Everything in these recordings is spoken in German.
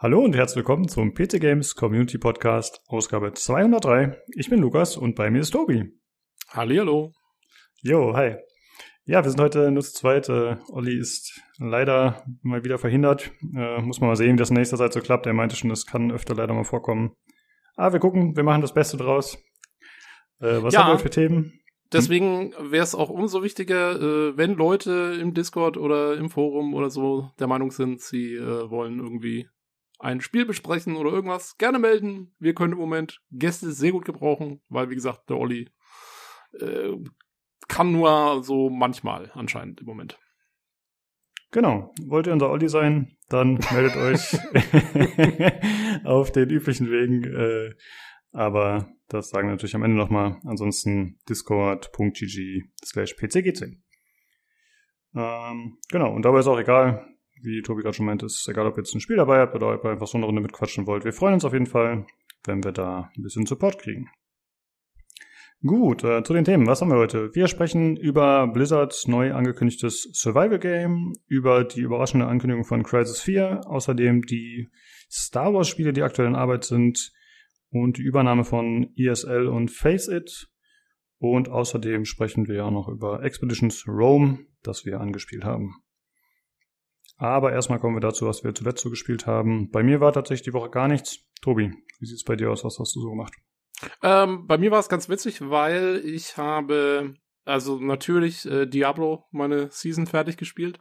Hallo und herzlich willkommen zum PC Games Community Podcast, Ausgabe 203. Ich bin Lukas und bei mir ist Tobi. Hallihallo. Jo, hi. Ja, wir sind heute nur zu zweit. Olli ist leider mal wieder verhindert. Muss man mal sehen, wie das in nächster Zeit so klappt. Er meinte schon, das kann öfter leider mal vorkommen. Aber wir gucken, wir machen das Beste draus. Was haben wir heute für Themen? Deswegen wäre es auch umso wichtiger, wenn Leute im Discord oder im Forum oder so der Meinung sind, sie wollen irgendwie ein Spiel besprechen oder irgendwas, gerne melden. Wir können im Moment Gäste sehr gut gebrauchen, weil, wie gesagt, der Olli kann nur so manchmal anscheinend im Moment. Genau. Wollt ihr unser Olli sein, dann meldet euch auf den üblichen Wegen. Aber das sagen wir natürlich am Ende nochmal. Ansonsten discord.gg/pcgc. Genau. Und dabei ist auch egal, wie Tobi gerade schon meinte, ist egal, ob ihr jetzt ein Spiel dabei habt oder ob ihr einfach so eine Runde mitquatschen wollt. Wir freuen uns auf jeden Fall, wenn wir da ein bisschen Support kriegen. Gut, zu den Themen. Was haben wir heute? Wir sprechen über Blizzards neu angekündigtes Survival-Game, über die überraschende Ankündigung von Crysis 4, außerdem die Star Wars-Spiele, die aktuell in Arbeit sind, und die Übernahme von ESL und Face-It. Und außerdem sprechen wir ja noch über Expeditions Rome, das wir angespielt haben. Aber erstmal kommen wir dazu, was wir zuletzt so gespielt haben. Bei mir war tatsächlich die Woche gar nichts. Tobi, wie sieht's bei dir aus? Was hast du so gemacht? Bei mir war es ganz witzig, weil ich habe, also natürlich Diablo, meine Season fertig gespielt.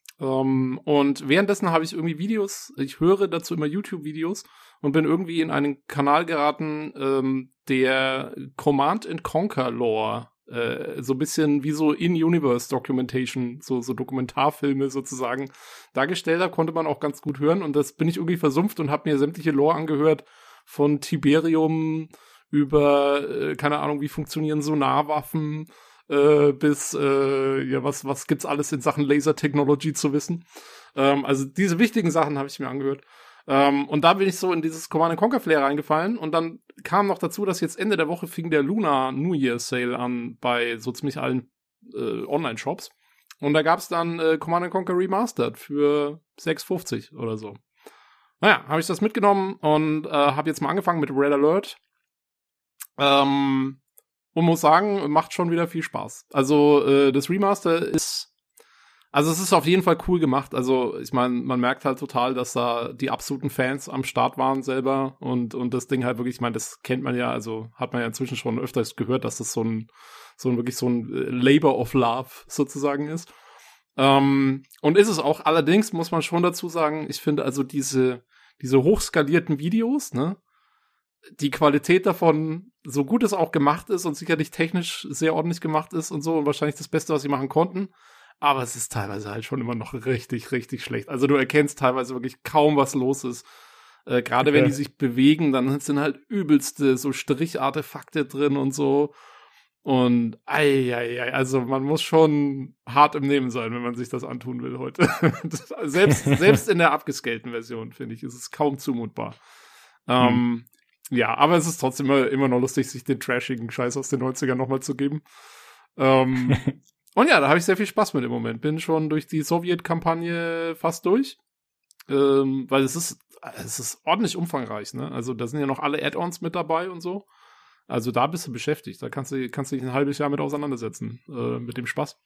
Und währenddessen habe ich irgendwie Videos, ich höre dazu immer YouTube-Videos und bin irgendwie in einen Kanal geraten, der Command & Conquer Lore, so ein bisschen wie so In-Universe Documentation, so Dokumentarfilme sozusagen dargestellt hat, konnte man auch ganz gut hören. Und das bin ich irgendwie versumpft und habe mir sämtliche Lore angehört, von Tiberium über, keine Ahnung, wie funktionieren Sonarwaffen, bis, was gibt's alles in Sachen Laser Technology zu wissen. Also diese wichtigen Sachen habe ich mir angehört. Und da bin ich so in dieses Command & Conquer Flair reingefallen und dann kam noch dazu, dass jetzt Ende der Woche fing der Lunar New Year Sale an bei so ziemlich allen Online-Shops. Und da gab's dann Command & Conquer Remastered für 6,50 oder so. Naja, habe ich das mitgenommen und habe jetzt mal angefangen mit Red Alert. Und muss sagen, macht schon wieder viel Spaß. Also das Remaster ist, also es ist auf jeden Fall cool gemacht. Also ich meine, man merkt halt total, dass da die absoluten Fans am Start waren selber und das Ding halt wirklich, ich meine, das kennt man ja, also hat man ja inzwischen schon öfters gehört, dass das so ein Labor of Love sozusagen ist. Und ist es auch, allerdings muss man schon dazu sagen, ich finde also diese hochskalierten Videos, ne, die Qualität davon, so gut es auch gemacht ist und sicherlich technisch sehr ordentlich gemacht ist und so und wahrscheinlich das Beste, was sie machen konnten, aber es ist teilweise halt schon immer noch richtig, richtig schlecht. Also du erkennst teilweise wirklich kaum, was los ist. Gerade wenn die sich bewegen, dann sind halt übelste so Strichartefakte drin und so. Und also man muss schon hart im Nehmen sein, wenn man sich das antun will heute. selbst in der abgescalten Version, finde ich, ist es kaum zumutbar. Ja, aber es ist trotzdem immer noch lustig, sich den trashigen Scheiß aus den 90ern nochmal zu geben. Und ja, da habe ich sehr viel Spaß mit im Moment. Bin schon durch die Sowjet-Kampagne fast durch. Weil es ist ordentlich umfangreich, ne? Also da sind ja noch alle Add-ons mit dabei und so. Also da bist du beschäftigt. Da kannst du dich ein halbes Jahr mit auseinandersetzen. Mit dem Spaß.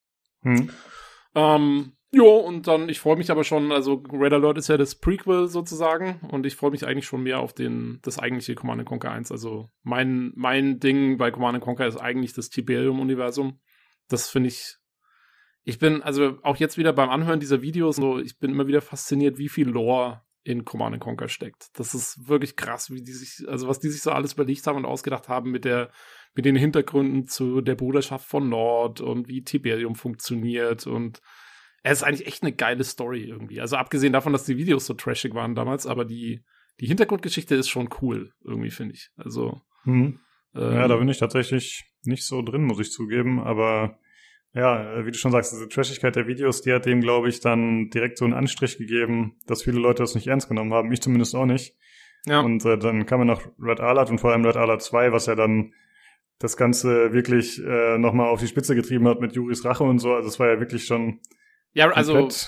Und dann, ich freue mich aber schon, also Red Alert ist ja das Prequel sozusagen und ich freue mich eigentlich schon mehr auf das eigentliche Command & Conquer 1. Also mein Ding bei Command & Conquer ist eigentlich das Tiberium-Universum. Das finde ich bin, also auch jetzt wieder beim Anhören dieser Videos, so, ich bin immer wieder fasziniert, wie viel Lore in Command & Conquer steckt. Das ist wirklich krass, was die sich so alles überlegt haben und ausgedacht haben mit den Hintergründen zu der Bruderschaft von Nord und wie Tiberium funktioniert und es ist eigentlich echt eine geile Story irgendwie. Also abgesehen davon, dass die Videos so trashig waren damals, aber die Hintergrundgeschichte ist schon cool irgendwie, finde ich. Also ja, da bin ich tatsächlich nicht so drin, muss ich zugeben, aber ja, wie du schon sagst, diese Trashigkeit der Videos, die hat dem, glaube ich, dann direkt so einen Anstrich gegeben, dass viele Leute das nicht ernst genommen haben, ich zumindest auch nicht. Ja. Und dann kam ja noch Red Alert und vor allem Red Alert 2, was ja dann das Ganze wirklich nochmal auf die Spitze getrieben hat mit Juris Rache und so. Also es war ja wirklich schon ja, also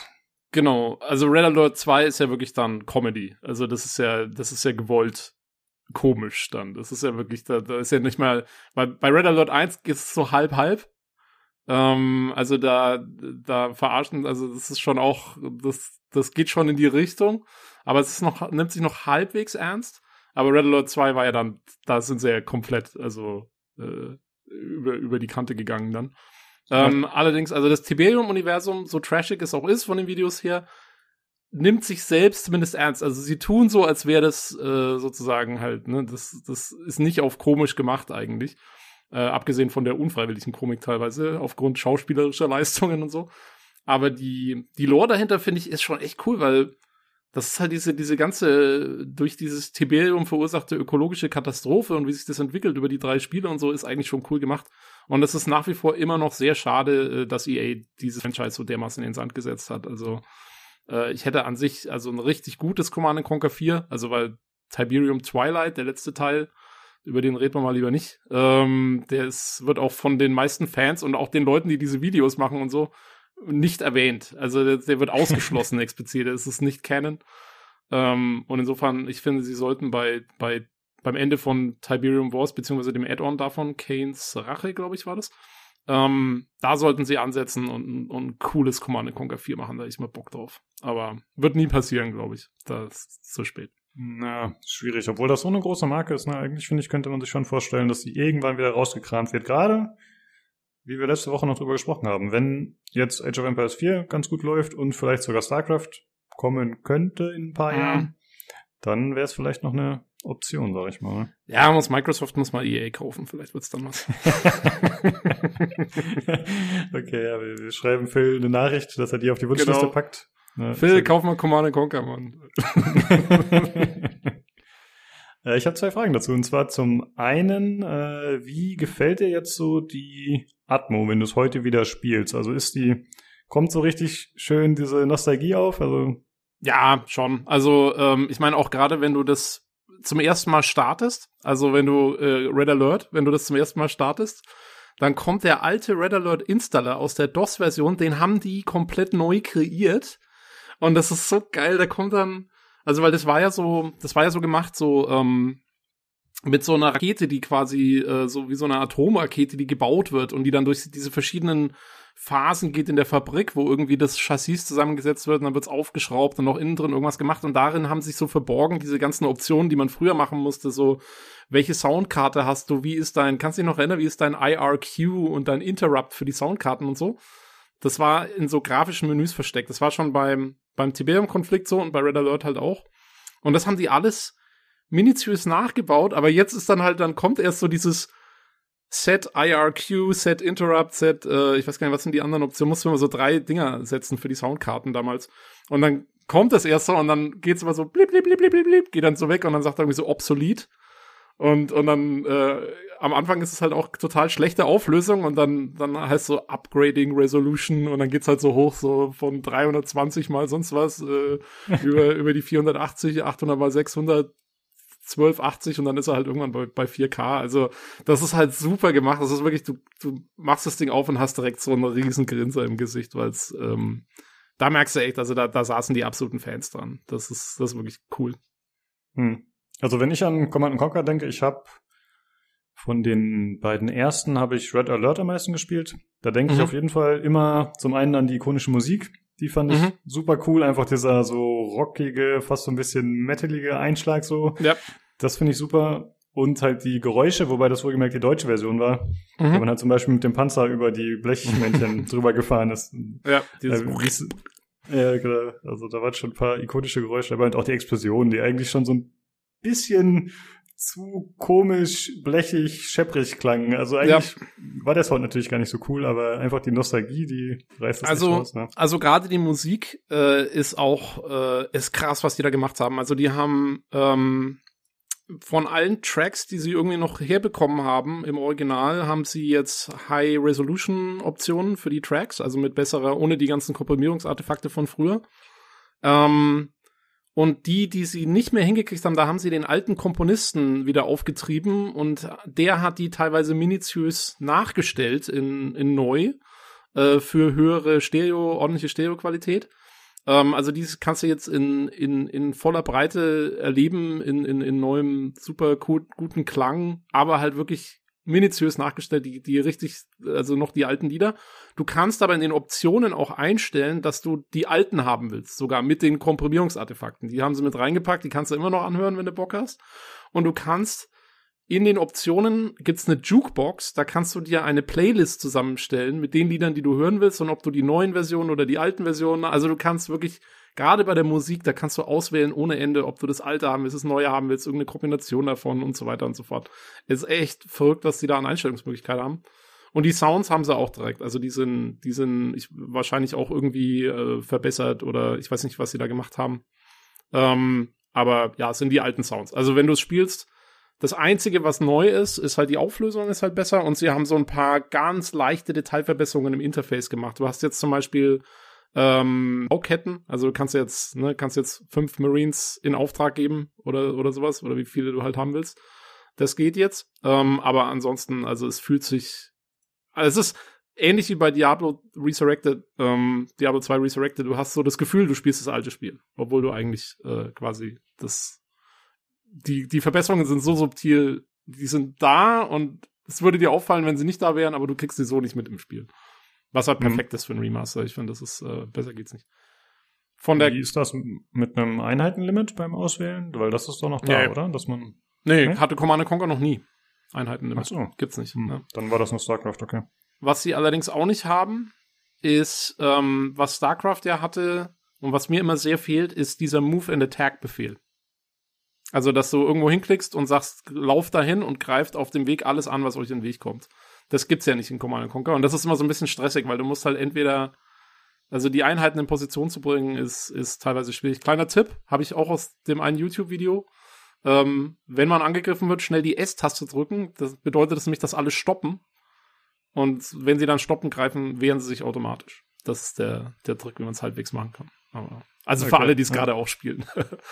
Genau, also Red Alert 2 ist ja wirklich dann Comedy. Also das ist ja gewollt komisch dann. Das ist ja wirklich, da ist ja nicht mal, weil bei Red Alert 1 ist es so halb. Also da verarschen, also das ist schon auch, das geht schon in die Richtung, aber es ist nimmt sich noch halbwegs ernst. Aber Red Alert 2 war ja dann, da sind sie ja komplett, also über die Kante gegangen dann. Allerdings, also das Tiberium-Universum, so trashig es auch ist von den Videos her, nimmt sich selbst zumindest ernst. Also sie tun so, als wäre das sozusagen halt, ne, das ist nicht auf komisch gemacht eigentlich. Abgesehen von der unfreiwilligen Komik teilweise, aufgrund schauspielerischer Leistungen und so. Aber die Lore dahinter, finde ich, ist schon echt cool, weil das ist halt diese ganze, durch dieses Tiberium verursachte ökologische Katastrophe und wie sich das entwickelt über die 3 Spiele und so, ist eigentlich schon cool gemacht. Und es ist nach wie vor immer noch sehr schade, dass EA dieses Franchise so dermaßen in den Sand gesetzt hat. Also ich hätte an sich also ein richtig gutes Command & Conquer 4, also weil Tiberium Twilight, der letzte Teil, über den reden wir mal lieber nicht, wird auch von den meisten Fans und auch den Leuten, die diese Videos machen und so, nicht erwähnt. Also der wird ausgeschlossen explizit. Es ist nicht Canon. Und insofern, ich finde, sie sollten beim Ende von Tiberium Wars, beziehungsweise dem Add-on davon, Kains Rache, glaube ich, war das, da sollten sie ansetzen und cooles Command & Conquer 4 machen. Da hab ich mal Bock drauf. Aber wird nie passieren, glaube ich. Das ist zu spät. Na, schwierig. Obwohl das so eine große Marke ist, ne? Eigentlich, finde ich, könnte man sich schon vorstellen, dass die irgendwann wieder rausgekramt wird. Gerade wie wir letzte Woche noch drüber gesprochen haben, wenn jetzt Age of Empires 4 ganz gut läuft und vielleicht sogar StarCraft kommen könnte in ein paar Jahren, dann wäre es vielleicht noch eine Option, sag ich mal. Ja, Microsoft muss mal EA kaufen, vielleicht wird's dann was. Okay, ja, wir schreiben Phil eine Nachricht, dass er die auf die Wunschliste packt. Ja, Phil, kauf mal Command & Conquer, Mann. Ich habe 2 Fragen dazu. Und zwar zum einen, wie gefällt dir jetzt so die Atmo, wenn du es heute wieder spielst? Also kommt so richtig schön diese Nostalgie auf? Also ja, schon. Also ich meine auch gerade, wenn du das zum ersten Mal startest, also wenn du Red Alert, wenn du das zum ersten Mal startest, dann kommt der alte Red Alert Installer aus der DOS-Version, den haben die komplett neu kreiert. Und das ist so geil, da kommt dann, also weil das war ja so gemacht, so mit so einer Rakete, die quasi so wie so eine Atomrakete, die gebaut wird und die dann durch diese verschiedenen Phasen geht in der Fabrik, wo irgendwie das Chassis zusammengesetzt wird und dann wird's aufgeschraubt und noch innen drin irgendwas gemacht und darin haben sich so verborgen diese ganzen Optionen, die man früher machen musste, so welche Soundkarte hast du, kannst du dich noch erinnern, wie ist dein IRQ und dein Interrupt für die Soundkarten und so? Das war in so grafischen Menüs versteckt. Das war schon beim Tiberium-Konflikt so und bei Red Alert halt auch. Und das haben die alles minutiös nachgebaut, aber jetzt ist dann kommt erst so dieses Set IRQ, Set Interrupt, Set, ich weiß gar nicht, was sind die anderen Optionen, mussten wir so 3 Dinger setzen für die Soundkarten damals. Und dann kommt das erst so und dann geht's immer so blip, blip, blip, blip, blip, blip, geht dann so weg und dann sagt er irgendwie so obsolet. Und dann am Anfang ist es halt auch total schlechte Auflösung und dann heißt so Upgrading Resolution und dann geht's halt so hoch, so von 320 mal sonst was, über die 480, 800 mal 600, 1280 und dann ist er halt irgendwann bei 4K. Also das ist halt super gemacht. Das ist wirklich, du machst das Ding auf und hast direkt so einen riesen Grinser im Gesicht, weil es da merkst du echt, also da saßen die absoluten Fans dran. Das ist wirklich cool. Also wenn ich an Command & Conquer denke, ich habe von den beiden ersten habe ich Red Alert am meisten gespielt. Da denke ich auf jeden Fall immer zum einen an die ikonische Musik. Die fand ich super cool. Einfach dieser so rockige, fast so ein bisschen metalige Einschlag so. Ja. Das finde ich super. Und halt die Geräusche, wobei das wohlgemerkt die deutsche Version war. Wenn man halt zum Beispiel mit dem Panzer über die Blechmännchen drüber gefahren ist. Ja, ja, genau. Also da waren schon ein paar ikonische Geräusche dabei und auch die Explosionen, die eigentlich schon so ein bisschen zu komisch, blechig, schepprig klangen. Also eigentlich war der Sound natürlich gar nicht so cool, aber einfach die Nostalgie, die reißt das nicht raus. Ne? Also gerade die Musik ist krass, was die da gemacht haben. Also die haben von allen Tracks, die sie irgendwie noch herbekommen haben im Original, haben sie jetzt High-Resolution-Optionen für die Tracks, also mit besserer, ohne die ganzen Komprimierungsartefakte von früher. Und die sie nicht mehr hingekriegt haben, da haben sie den alten Komponisten wieder aufgetrieben und der hat die teilweise minutiös nachgestellt in neu für höhere ordentliche Stereoqualität. Also dieses kannst du jetzt in voller Breite erleben, in neuem, super guten Klang, aber halt wirklich minutiös nachgestellt, die richtig, also noch die alten Lieder. Du kannst aber in den Optionen auch einstellen, dass du die alten haben willst, sogar mit den Komprimierungsartefakten. Die haben sie mit reingepackt, die kannst du immer noch anhören, wenn du Bock hast. Und du kannst in den Optionen gibt's eine Jukebox, da kannst du dir eine Playlist zusammenstellen mit den Liedern, die du hören willst und ob du die neuen Versionen oder die alten Versionen, also du kannst wirklich, gerade bei der Musik, da kannst du auswählen ohne Ende, ob du das alte haben willst, das neue haben willst, irgendeine Kombination davon und so weiter und so fort. Es ist echt verrückt, was die da an Einstellungsmöglichkeiten haben. Und die Sounds haben sie auch direkt, also die sind wahrscheinlich auch irgendwie verbessert oder ich weiß nicht, was sie da gemacht haben. Aber ja, es sind die alten Sounds. Also wenn du es spielst, das Einzige, was neu ist halt die Auflösung ist halt besser und sie haben so ein paar ganz leichte Detailverbesserungen im Interface gemacht. Du hast jetzt zum Beispiel Bauketten, also du kannst jetzt 5 Marines in Auftrag geben oder sowas, oder wie viele du halt haben willst. Das geht jetzt, aber ansonsten, also es ist ähnlich wie bei Diablo Resurrected, Diablo 2 Resurrected, du hast so das Gefühl, du spielst das alte Spiel, obwohl du eigentlich quasi die Verbesserungen sind so subtil, die sind da und es würde dir auffallen, wenn sie nicht da wären, aber du kriegst sie so nicht mit im Spiel. Was halt perfekt ist für ein Remaster. Ich finde, das ist, besser geht's nicht. Wie ist das mit einem Einheitenlimit beim Auswählen? Weil das ist doch noch da, oder? Dass man. Nee, hatte Command & Conquer noch nie. Einheitenlimit. Ach so. Gibt's nicht. Ne? Dann war das nur StarCraft, okay. Was sie allerdings auch nicht haben, ist, was StarCraft ja hatte und was mir immer sehr fehlt, ist dieser Move-and-Attack-Befehl. Also, dass du irgendwo hinklickst und sagst, lauf dahin und greift auf dem Weg alles an, was euch in den Weg kommt. Das gibt's ja nicht in Command & Conquer. Und das ist immer so ein bisschen stressig, weil du musst halt entweder, also die Einheiten in Position zu bringen, ist teilweise schwierig. Kleiner Tipp, habe ich auch aus dem einen YouTube-Video. Wenn man angegriffen wird, schnell die S-Taste drücken. Das bedeutet das nämlich, dass alle stoppen. Und wenn sie dann stoppen, greifen, wehren sie sich automatisch. Das ist der Trick, wie man es halbwegs machen kann. Also okay, für alle, die es gerade auch spielen.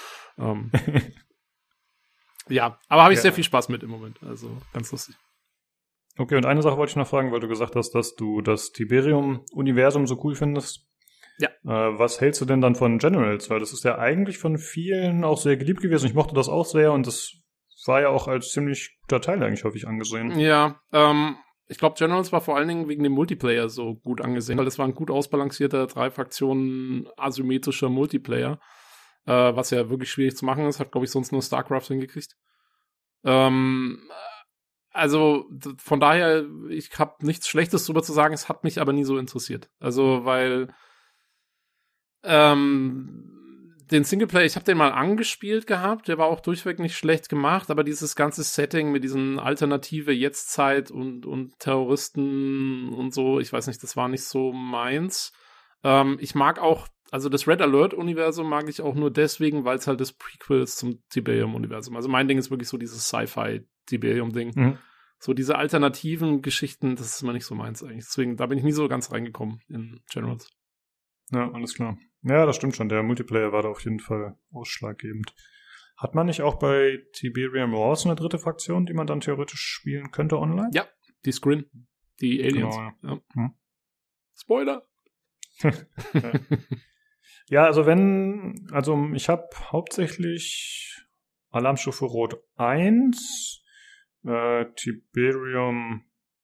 Ja, aber habe ich sehr viel Spaß mit im Moment. Also ganz lustig. Okay, und eine Sache wollte ich noch fragen, weil du gesagt hast, dass du das Tiberium-Universum so cool findest. Ja. Was hältst du denn dann von Generals? Weil das ist ja eigentlich von vielen auch sehr geliebt gewesen. Ich mochte das auch sehr und das war ja auch als ziemlich guter Teil eigentlich häufig angesehen. Ja, ich glaube, Generals war vor allen Dingen wegen dem Multiplayer so gut angesehen, weil das war ein gut ausbalancierter 3-Fraktionen asymmetrischer Multiplayer, was ja wirklich schwierig zu machen ist. Hat, glaube ich, sonst nur StarCraft hingekriegt. Also von daher, ich habe nichts Schlechtes drüber zu sagen, es hat mich aber nie so interessiert. Also, weil den Singleplayer, ich habe den mal angespielt gehabt, der war auch durchweg nicht schlecht gemacht, aber dieses ganze Setting mit diesen alternative Jetztzeit und Terroristen und so, ich weiß nicht, das war nicht so meins. Ich mag auch, also das Red Alert-Universum mag ich auch nur deswegen, weil es halt das Prequel ist zum Tiberium-Universum. Also mein Ding ist wirklich so dieses Sci-Fi-Tiberium-Ding. Mhm. So diese alternativen Geschichten, das ist immer nicht so meins eigentlich. Deswegen, da bin ich nie so ganz reingekommen in Generals. Ja, alles klar. Ja, das stimmt schon. Der Multiplayer war da auf jeden Fall ausschlaggebend. Hat man nicht auch bei Tiberium Wars eine dritte Fraktion, die man dann theoretisch spielen könnte online? Ja, die Skrin, die Aliens. Genau, ja. Ja. Spoiler! Ja, also ich habe hauptsächlich Alarmstufe Rot 1, Tiberium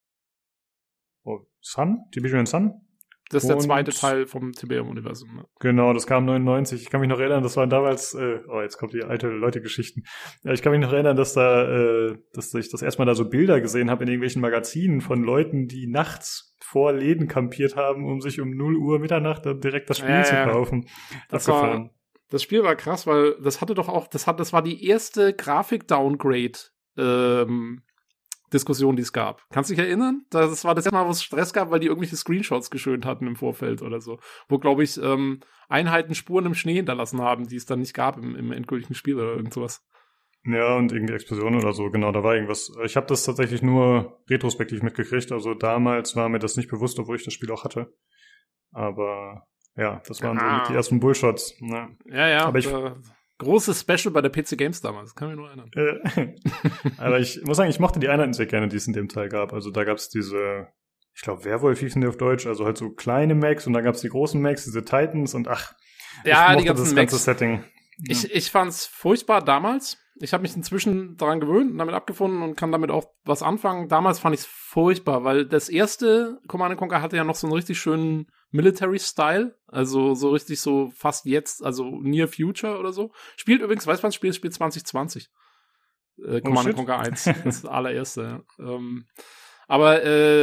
Sun. Das ist der zweite Teil vom Tiberium-Universum. Ne? Genau, das kam 99. Ich kann mich noch erinnern, das waren damals, jetzt kommt die alte Leute-Geschichten. Ja, ich kann mich noch erinnern, dass ich das erstmal da so Bilder gesehen habe in irgendwelchen Magazinen von Leuten, die nachts vor Läden kampiert haben, um sich um 0 Uhr Mitternacht dann direkt das Spiel zu kaufen. Das Spiel war krass, weil das war die erste Grafik-Downgrade, Diskussion, die es gab. Kannst du dich erinnern? Das war das erste Mal, wo es Stress gab, weil die irgendwelche Screenshots geschönt hatten im Vorfeld oder so. Wo, glaube ich, Einheiten Spuren im Schnee hinterlassen haben, die es dann nicht gab im endgültigen Spiel oder irgend sowas. Ja, und irgendwie Explosionen oder so, genau, da war irgendwas. Ich habe das tatsächlich nur retrospektiv mitgekriegt, also damals war mir das nicht bewusst, obwohl ich das Spiel auch hatte. Aber ja, das waren so mit die ersten Bullshots. Ne? Ja, aber großes Special bei der PC Games damals, kann mich nur erinnern. Aber ich muss sagen, ich mochte die Einheiten sehr gerne, die es in dem Teil gab. Also da gab es diese, ich glaube, Werwolf hießen die auf Deutsch, also halt so kleine Mechs und dann gab es die großen Mechs, diese Titans und Ja, die ganzen das ganze Setting. Ja. Ich fand's furchtbar damals. Ich habe mich inzwischen daran gewöhnt und damit abgefunden und kann damit auch was anfangen. Damals fand ich's furchtbar, weil das erste Command & Conquer hatte ja noch so einen richtig schönen Military-Style. Also so richtig so fast jetzt, also Near Future oder so. Spielt übrigens, weißt du, wann es spielt? Spielt 2020. Command & Conquer 1. Das allererste, ja. Aber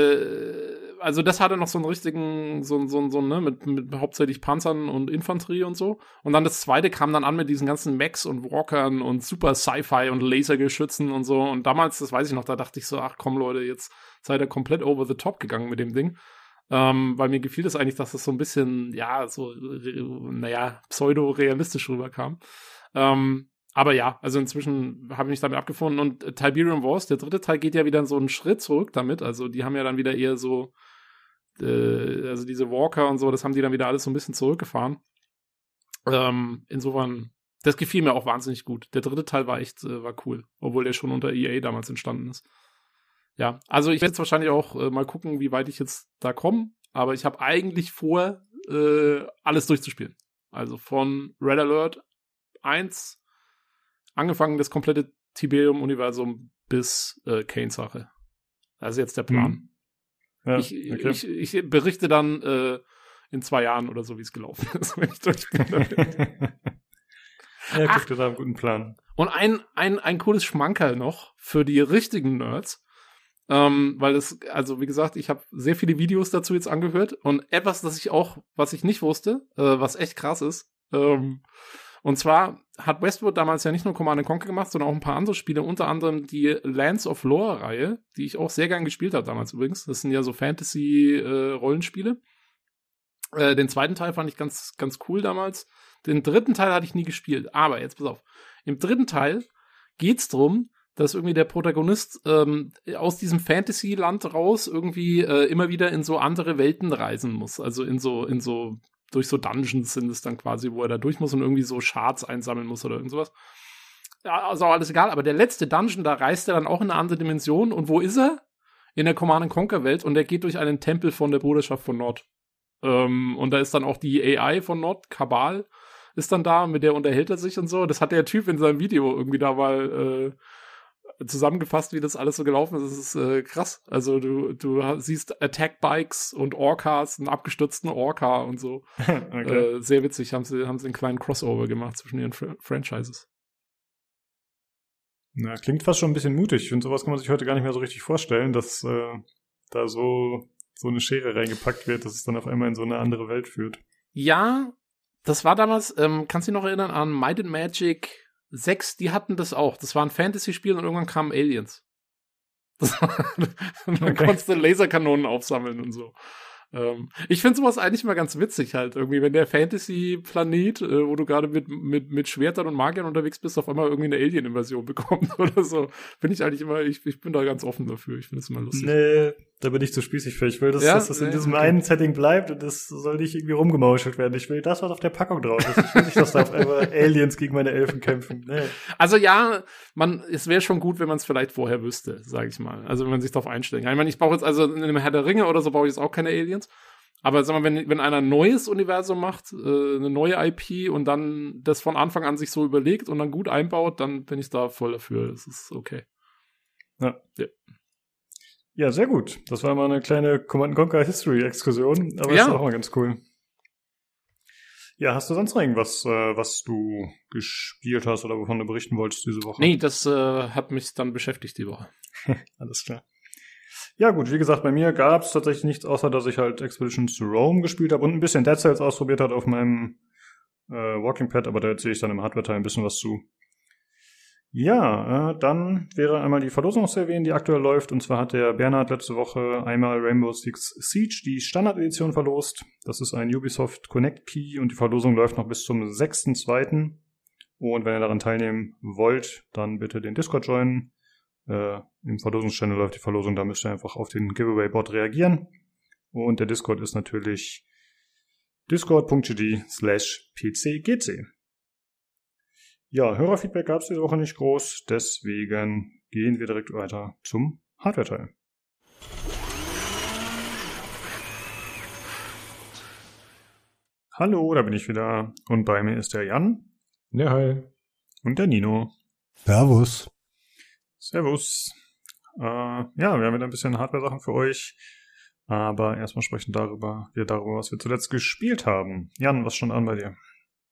also das hatte noch so einen richtigen, so ne, mit hauptsächlich Panzern und Infanterie und so. Und dann das zweite kam dann an mit diesen ganzen Mechs und Walkern und super Sci-Fi und Lasergeschützen und so. Und damals, das weiß ich noch, da dachte ich so, ach komm Leute, jetzt seid ihr komplett over the top gegangen mit dem Ding. Weil mir gefiel es eigentlich, dass das so ein bisschen, ja, so, naja, pseudo-realistisch rüberkam. Aber ja, also inzwischen habe ich mich damit abgefunden. Und Tiberium Wars, der dritte Teil, geht ja wieder so einen Schritt zurück damit. Also die haben ja dann wieder eher so, also diese Walker und so, das haben die dann wieder alles so ein bisschen zurückgefahren. Insofern, das gefiel mir auch wahnsinnig gut. Der dritte Teil war echt, war cool. Obwohl der schon unter EA damals entstanden ist. Ja, also ich werde jetzt wahrscheinlich auch mal gucken, wie weit ich jetzt da komme. Aber ich habe eigentlich vor, alles durchzuspielen. Also von Red Alert 1 angefangen das komplette Tiberium-Universum bis Kane-Sache. Das ist jetzt der Plan. Ja, ich berichte dann in 2 Jahren oder so, wie es gelaufen ist, wenn ich durch bin damit. Ja, kriegt da einen guten Plan. Und ein cooles Schmankerl noch für die richtigen Nerds, weil es, also wie gesagt, ich habe sehr viele Videos dazu jetzt angehört und etwas, was ich nicht wusste, was echt krass ist, und zwar hat Westwood damals ja nicht nur Command & Conquer gemacht, sondern auch ein paar andere Spiele, unter anderem die Lands of Lore-Reihe, die ich auch sehr gern gespielt habe damals übrigens. Das sind ja so Fantasy-Rollenspiele. Den zweiten Teil fand ich ganz, ganz cool damals. Den dritten Teil hatte ich nie gespielt. Aber jetzt pass auf. Im dritten Teil geht's drum, dass irgendwie der Protagonist aus diesem Fantasy-Land raus irgendwie immer wieder in so andere Welten reisen muss. Also in so durch so Dungeons sind es dann quasi, wo er da durch muss und irgendwie so Shards einsammeln muss oder irgend sowas. Ja, also alles egal, aber der letzte Dungeon, da reist er dann auch in eine andere Dimension. Und wo ist er? In der Command & Conquer-Welt und er geht durch einen Tempel von der Bruderschaft von Nord. Und da ist dann auch die AI von Nord, Kabal, ist dann da, mit der unterhält er sich und so. Das hat der Typ in seinem Video irgendwie da mal zusammengefasst, wie das alles so gelaufen ist. Das ist krass. Also du siehst Attack-Bikes und Orcas, einen abgestürzten Orca und so. Okay. Sehr witzig, haben sie einen kleinen Crossover gemacht zwischen ihren Franchises. Na, klingt fast schon ein bisschen mutig. Ich finde, sowas kann man sich heute gar nicht mehr so richtig vorstellen, dass da so eine Schere reingepackt wird, dass es dann auf einmal in so eine andere Welt führt. Ja, das war damals, kannst du dich noch erinnern an Might and Magic 6, die hatten das auch. Das war ein Fantasy-Spiel und irgendwann kamen Aliens. Dann konntest du Laserkanonen aufsammeln und so. Ich finde sowas eigentlich mal ganz witzig halt. Irgendwie, wenn der Fantasy-Planet, wo du gerade mit Schwertern und Magiern unterwegs bist, auf einmal irgendwie eine Alien-Invasion bekommt oder so. Finde ich eigentlich immer, ich bin da ganz offen dafür. Ich finde es immer lustig. Nee, da bin ich zu spießig für. Ich will, dass das in diesem einen Setting bleibt und das soll nicht irgendwie rumgemauschelt werden. Ich will das, was auf der Packung drauf ist. Ich will nicht, dass da auf einmal Aliens gegen meine Elfen kämpfen. Nee. Also ja, es wäre schon gut, wenn man es vielleicht vorher wüsste, sage ich mal. Also wenn man sich darauf einstellt. Ich meine, ich brauche jetzt also in einem Herr der Ringe oder so brauche ich jetzt auch keine Aliens. Aber sag mal, wenn einer ein neues Universum macht, eine neue IP und dann das von Anfang an sich so überlegt und dann gut einbaut, dann bin ich da voll dafür. Das ist okay. Ja. Ja, sehr gut. Das war mal eine kleine Command & Conquer History-Exkursion, aber ist auch mal ganz cool. Ja, hast du sonst noch irgendwas, was du gespielt hast oder wovon du berichten wolltest diese Woche? Nee, das hat mich dann beschäftigt die Woche. Alles klar. Ja gut, wie gesagt, bei mir gab es tatsächlich nichts, außer dass ich halt Expeditions to Rome gespielt habe und ein bisschen Dead Cells ausprobiert habe auf meinem Walking Pad, aber da erzähle ich dann im Hardware-Teil ein bisschen was zu. Ja, dann wäre einmal die Verlosung zu erwähnen, die aktuell läuft. Und zwar hat der Bernhard letzte Woche einmal Rainbow Six Siege, die Standard-Edition, verlost. Das ist ein Ubisoft Connect Key und die Verlosung läuft noch bis zum 6.2. Und wenn ihr daran teilnehmen wollt, dann bitte den Discord joinen. Im Verlosungschannel läuft die Verlosung, da müsst ihr einfach auf den Giveaway-Bot reagieren. Und der Discord ist natürlich discord.gg/pcgc. Ja, Hörerfeedback gab es diese Woche nicht groß, deswegen gehen wir direkt weiter zum Hardware-Teil. Hallo, da bin ich wieder. Und bei mir ist der Jan. Ja, hi. Und der Nino. Servus. Servus. Ja, wir haben wieder ein bisschen Hardware-Sachen für euch. Aber erstmal sprechen wir darüber, was wir zuletzt gespielt haben. Jan, was stand an bei dir?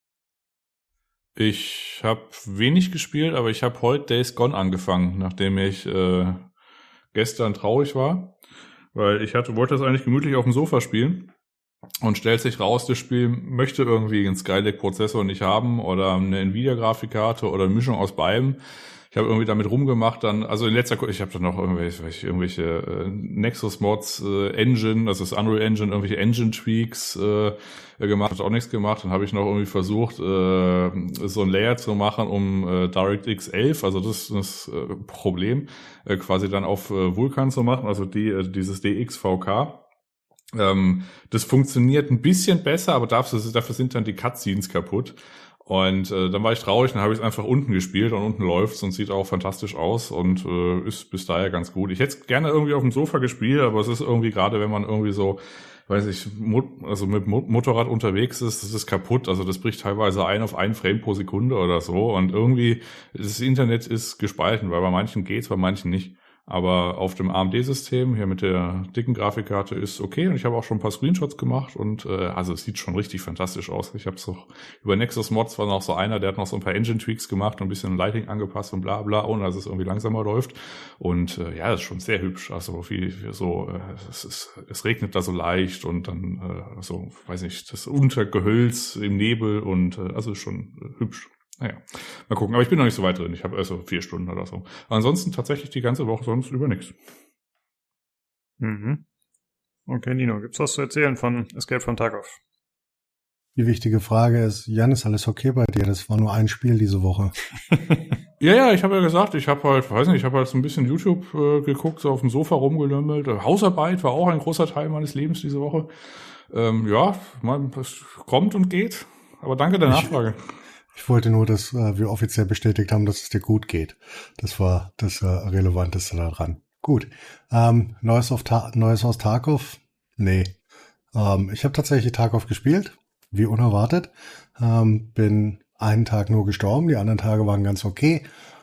Ich habe wenig gespielt, aber ich habe heute Days Gone angefangen, nachdem ich gestern traurig war. Weil ich wollte das eigentlich gemütlich auf dem Sofa spielen. Und stellt sich raus, das Spiel möchte irgendwie einen Skylake-Prozessor nicht haben oder eine Nvidia-Grafikkarte oder eine Mischung aus beidem. Ich habe irgendwie damit rumgemacht, ich habe dann noch irgendwelche Nexus-Mods, Engine, das ist Unreal Engine, irgendwelche Engine-Tweaks gemacht, hat auch nichts gemacht. Dann habe ich noch irgendwie versucht, so ein Layer zu machen, um DirectX 11, also das Problem, quasi dann auf Vulkan zu machen, also dieses DXVK. Das funktioniert ein bisschen besser, aber dafür sind dann die Cutscenes kaputt. Und dann war ich traurig, dann habe ich es einfach unten gespielt und unten läuft's und sieht auch fantastisch aus und ist bis daher ganz gut. Ich hätte es gerne irgendwie auf dem Sofa gespielt, aber es ist irgendwie, gerade wenn man irgendwie so, weiß ich, mit Motorrad unterwegs ist, das ist kaputt. Also das bricht teilweise auf 1 Frame pro Sekunde oder so. Und irgendwie, das Internet ist gespalten, weil bei manchen geht's, bei manchen nicht. Aber auf dem AMD-System hier mit der dicken Grafikkarte ist okay. Und ich habe auch schon ein paar Screenshots gemacht und also es sieht schon richtig fantastisch aus. Ich habe es auch über Nexus Mods, war noch so einer, der hat noch so ein paar Engine-Tweaks gemacht und ein bisschen Lighting angepasst und bla bla, ohne dass es irgendwie langsamer läuft. Und ja, das ist schon sehr hübsch. Also es regnet da so leicht und dann so, weiß nicht, das Untergehölz im Nebel und also ist schon hübsch. Naja, mal gucken. Aber ich bin noch nicht so weit drin. Ich habe also 4 Stunden oder so. Ansonsten tatsächlich die ganze Woche sonst über nichts. Mhm. Okay, Nino, gibt's was zu erzählen von Escape from Tarkov? Die wichtige Frage ist, Jan, ist alles okay bei dir? Das war nur ein Spiel diese Woche. Ja, ich habe ja gesagt, ich habe halt so ein bisschen YouTube geguckt, so auf dem Sofa rumgelümmelt. Hausarbeit war auch ein großer Teil meines Lebens diese Woche. Das kommt und geht. Aber danke der Nachfrage. Ich wollte nur, dass wir offiziell bestätigt haben, dass es dir gut geht. Das war das Relevanteste daran. Gut. Neues aus Tarkov? Nee. Ich habe tatsächlich Tarkov gespielt, wie unerwartet. Bin einen Tag nur gestorben, die anderen Tage waren ganz okay.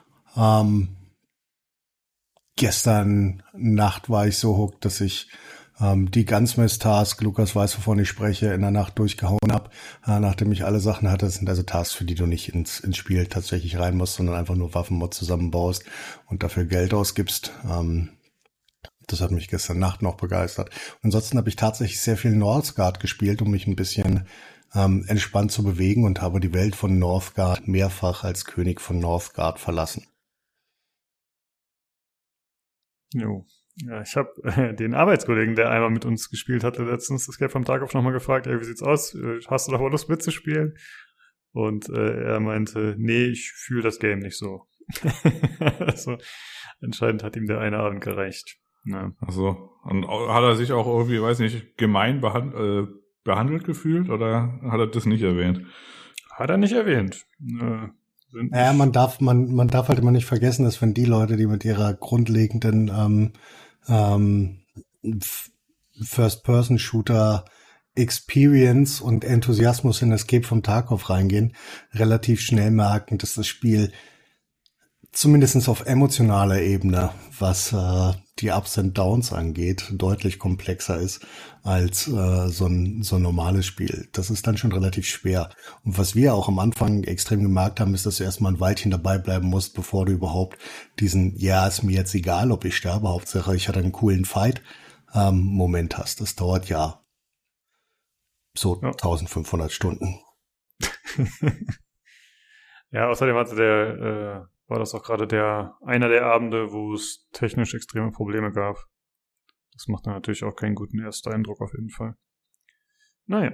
Gestern Nacht war ich so hooked, dass ich die Gunsmith-Task, Lukas weiß, wovon ich spreche, in der Nacht durchgehauen habe, nachdem ich alle Sachen hatte. Das sind also Tasks, für die du nicht ins Spiel tatsächlich rein musst, sondern einfach nur Waffenmods zusammenbaust und dafür Geld ausgibst. Das hat mich gestern Nacht noch begeistert. Ansonsten habe ich tatsächlich sehr viel Northgard gespielt, um mich ein bisschen entspannt zu bewegen und habe die Welt von Northgard mehrfach als König von Northgard verlassen. Jo. Ja, ich habe den Arbeitskollegen, der einmal mit uns gespielt hatte, letztens Escape from Tarkov nochmal gefragt, wie sieht's aus? Hast du doch mal Lust mitzuspielen? Und er meinte, nee, ich fühle das Game nicht so. Also anscheinend hat ihm der eine Abend gereicht. Ja. Also, und hat er sich auch irgendwie, weiß nicht, gemein behandelt gefühlt oder hat er das nicht erwähnt? Hat er nicht erwähnt. Ja, man darf halt immer nicht vergessen, dass wenn die Leute, die mit ihrer grundlegenden First-Person-Shooter Experience und Enthusiasmus in Escape from Tarkov reingehen, relativ schnell merken, dass das Spiel zumindest auf emotionaler Ebene, was die Ups und Downs angeht, deutlich komplexer ist als so ein normales Spiel. Das ist dann schon relativ schwer. Und was wir auch am Anfang extrem gemerkt haben, ist, dass du erstmal ein Weilchen dabei bleiben musst, bevor du überhaupt diesen, ja, ist mir jetzt egal, ob ich sterbe, Hauptsache ich hatte einen coolen Fight, Moment hast. Das dauert ja so 1500 Stunden. Ja, außerdem hatte war das auch gerade einer der Abende, wo es technisch extreme Probleme gab. Das macht dann natürlich auch keinen guten ersten Eindruck auf jeden Fall. Naja.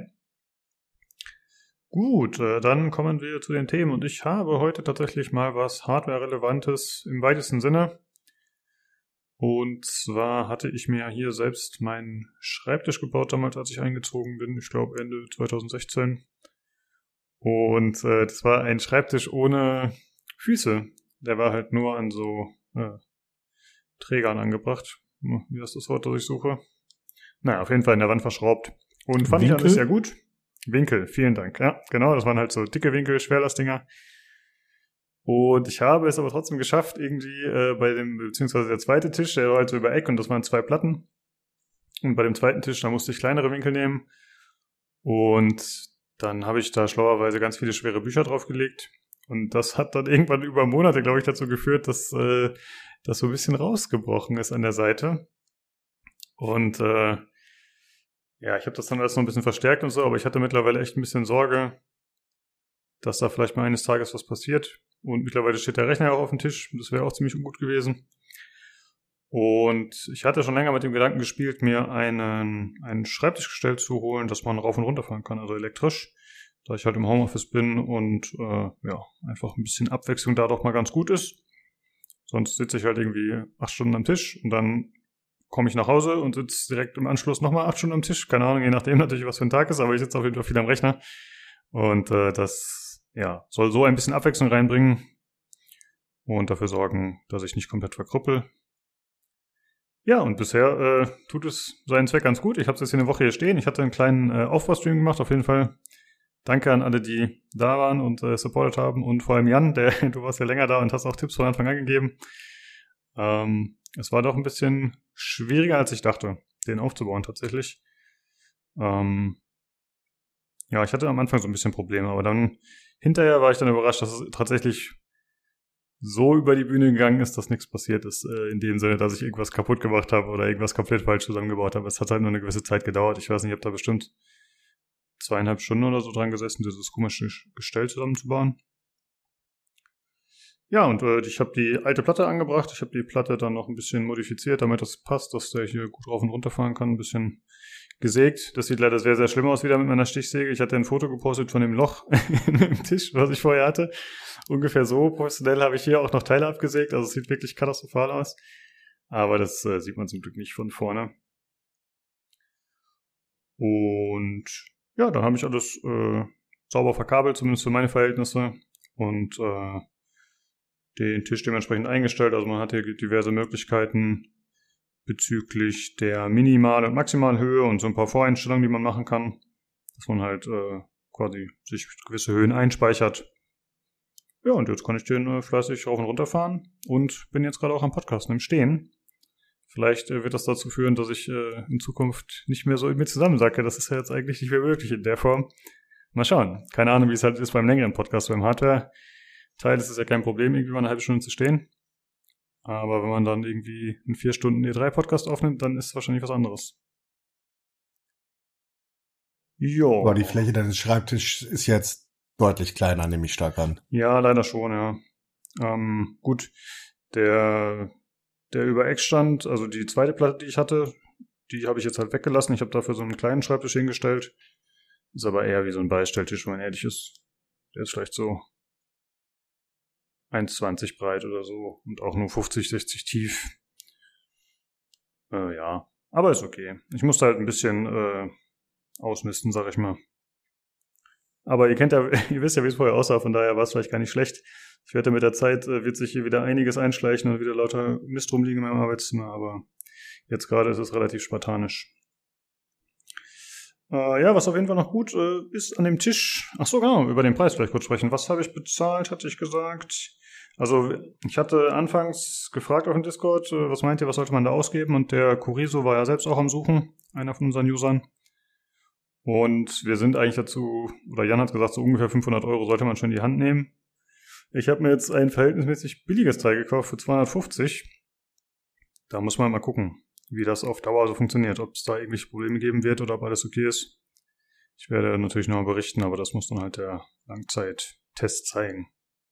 Gut, dann kommen wir zu den Themen und ich habe heute tatsächlich mal was Hardware-Relevantes im weitesten Sinne. Und zwar hatte ich mir hier selbst meinen Schreibtisch gebaut damals, als ich eingezogen bin. Ich glaube Ende 2016. Und das war ein Schreibtisch ohne Füße. Der war halt nur an so Trägern angebracht. Wie heißt das Wort, das ich suche? Naja, auf jeden Fall in der Wand verschraubt. Und fand ich alles sehr gut. Winkel, vielen Dank. Ja, genau, das waren halt so dicke Winkel, Schwerlastdinger. Und ich habe es aber trotzdem geschafft, irgendwie beziehungsweise der zweite Tisch, der war halt so über Eck und das waren 2 Platten. Und bei dem zweiten Tisch, da musste ich kleinere Winkel nehmen. Und dann habe ich da schlauerweise ganz viele schwere Bücher draufgelegt. Und das hat dann irgendwann über Monate, glaube ich, dazu geführt, dass das so ein bisschen rausgebrochen ist an der Seite. Und ja, ich habe das dann alles noch ein bisschen verstärkt und so, aber ich hatte mittlerweile echt ein bisschen Sorge, dass da vielleicht mal eines Tages was passiert. Und mittlerweile steht der Rechner auch auf dem Tisch. Das wäre auch ziemlich ungut gewesen. Und ich hatte schon länger mit dem Gedanken gespielt, mir ein Schreibtischgestell zu holen, dass man rauf und runter fahren kann, also elektrisch, da ich halt im Homeoffice bin und ja, einfach ein bisschen Abwechslung da doch mal ganz gut ist. Sonst sitze ich halt irgendwie 8 Stunden am Tisch und dann komme ich nach Hause und sitze direkt im Anschluss nochmal 8 Stunden am Tisch. Keine Ahnung, je nachdem natürlich, was für ein Tag ist, aber ich sitze auf jeden Fall viel am Rechner. Und das ja, soll so ein bisschen Abwechslung reinbringen und dafür sorgen, dass ich nicht komplett verkrüppel. Ja, und bisher tut es seinen Zweck ganz gut. Ich habe es jetzt hier eine Woche hier stehen. Ich hatte einen kleinen Aufbaustream gemacht, auf jeden Fall. Danke an alle, die da waren und supportet haben. Und vor allem Jan, du warst ja länger da und hast auch Tipps von Anfang an gegeben. Es war doch ein bisschen schwieriger, als ich dachte, den aufzubauen tatsächlich. Ja, ich hatte am Anfang so ein bisschen Probleme, aber dann hinterher war ich dann überrascht, dass es tatsächlich so über die Bühne gegangen ist, dass nichts passiert ist, in dem Sinne, dass ich irgendwas kaputt gemacht habe oder irgendwas komplett falsch zusammengebaut habe. Es hat halt nur eine gewisse Zeit gedauert. Ich weiß nicht, ich habe da bestimmt 2,5 Stunden oder so dran gesessen, dieses komische Gestell zusammenzubauen. Ja, und ich habe die alte Platte angebracht. Ich habe die Platte dann noch ein bisschen modifiziert, damit das passt, dass der hier gut rauf und runter fahren kann. Ein bisschen gesägt. Das sieht leider sehr, sehr schlimm aus wieder mit meiner Stichsäge. Ich hatte ein Foto gepostet von dem Loch im Tisch, was ich vorher hatte. Ungefähr so professionell habe ich hier auch noch Teile abgesägt. Also es sieht wirklich katastrophal aus. Aber das sieht man zum Glück nicht von vorne. Und ja, dann habe ich alles sauber verkabelt, zumindest für meine Verhältnisse. Und den Tisch dementsprechend eingestellt. Also man hat hier diverse Möglichkeiten bezüglich der Minimal- und Maximalhöhe und so ein paar Voreinstellungen, die man machen kann, dass man halt quasi sich gewisse Höhen einspeichert. Ja, und jetzt kann ich den fleißig rauf und runter fahren und bin jetzt gerade auch am Podcasten im Stehen. Vielleicht wird das dazu führen, dass ich in Zukunft nicht mehr so mit zusammensacke. Das ist ja jetzt eigentlich nicht mehr möglich in der Form. Mal schauen. Keine Ahnung, wie es halt ist beim längeren Podcast, beim Hardware-Teil ist es ja kein Problem, irgendwie mal eine halbe Stunde zu stehen. Aber wenn man dann irgendwie einen 4 Stunden E3-Podcast aufnimmt, dann ist es wahrscheinlich was anderes. Jo. Aber die Fläche deines Schreibtisches ist jetzt deutlich kleiner, nehme ich stark an. Ja, leider schon, ja. Gut, der über Eck stand, also die zweite Platte, die ich hatte, die habe ich jetzt halt weggelassen. Ich habe dafür so einen kleinen Schreibtisch hingestellt. Ist aber eher wie so ein Beistelltisch, wenn man ehrlich ist. Der ist vielleicht so 1,20 breit oder so und auch nur 50, 60 tief. Ja, aber ist okay. Ich musste halt ein bisschen ausmisten, sag ich mal. Aber ihr wisst ja, wie es vorher aussah, von daher war es vielleicht gar nicht schlecht. Ich wette, mit der Zeit wird sich hier wieder einiges einschleichen und wieder lauter Mist rumliegen in meinem Arbeitszimmer, aber jetzt gerade ist es relativ spartanisch. Ja, was auf jeden Fall noch gut ist an dem Tisch. Ach so, genau, über den Preis vielleicht kurz sprechen. Was habe ich bezahlt, hatte ich gesagt. Also ich hatte anfangs gefragt auf dem Discord, was meint ihr, was sollte man da ausgeben? Und der Kuriso war ja selbst auch am Suchen, einer von unseren Usern. Und wir sind eigentlich dazu, oder Jan hat gesagt, so ungefähr 500 € sollte man schon in die Hand nehmen. Ich habe mir jetzt ein verhältnismäßig billiges Teil gekauft für 250. Da muss man mal gucken, wie das auf Dauer so funktioniert, ob es da irgendwelche Probleme geben wird oder ob alles okay ist. Ich werde natürlich noch mal berichten, aber das muss dann halt der Langzeittest zeigen.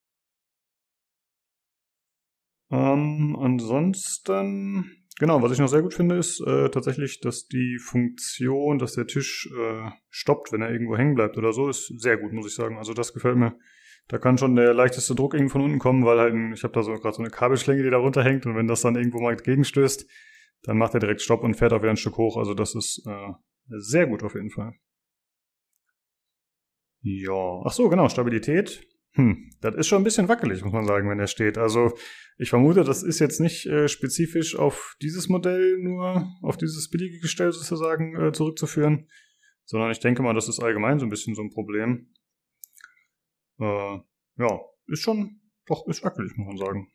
Ansonsten, genau, was ich noch sehr gut finde, ist tatsächlich, dass die Funktion, dass der Tisch stoppt, wenn er irgendwo hängen bleibt oder so, ist sehr gut, muss ich sagen. Also das gefällt mir. Da kann schon der leichteste Druck irgendwie von unten kommen, weil halt ich habe da so gerade so eine Kabelschlinge, die da runterhängt und wenn das dann irgendwo mal gegenstößt, dann macht er direkt Stopp und fährt auch wieder ein Stück hoch. Also das ist sehr gut auf jeden Fall. Ja, ach so, genau, Stabilität. Das ist schon ein bisschen wackelig, muss man sagen, wenn er steht. Also ich vermute, das ist jetzt nicht spezifisch auf dieses Modell nur, auf dieses billige Gestell sozusagen zurückzuführen, sondern ich denke mal, das ist allgemein so ein bisschen so ein Problem. Ja, ist schon, doch, ist wackelig, muss man sagen.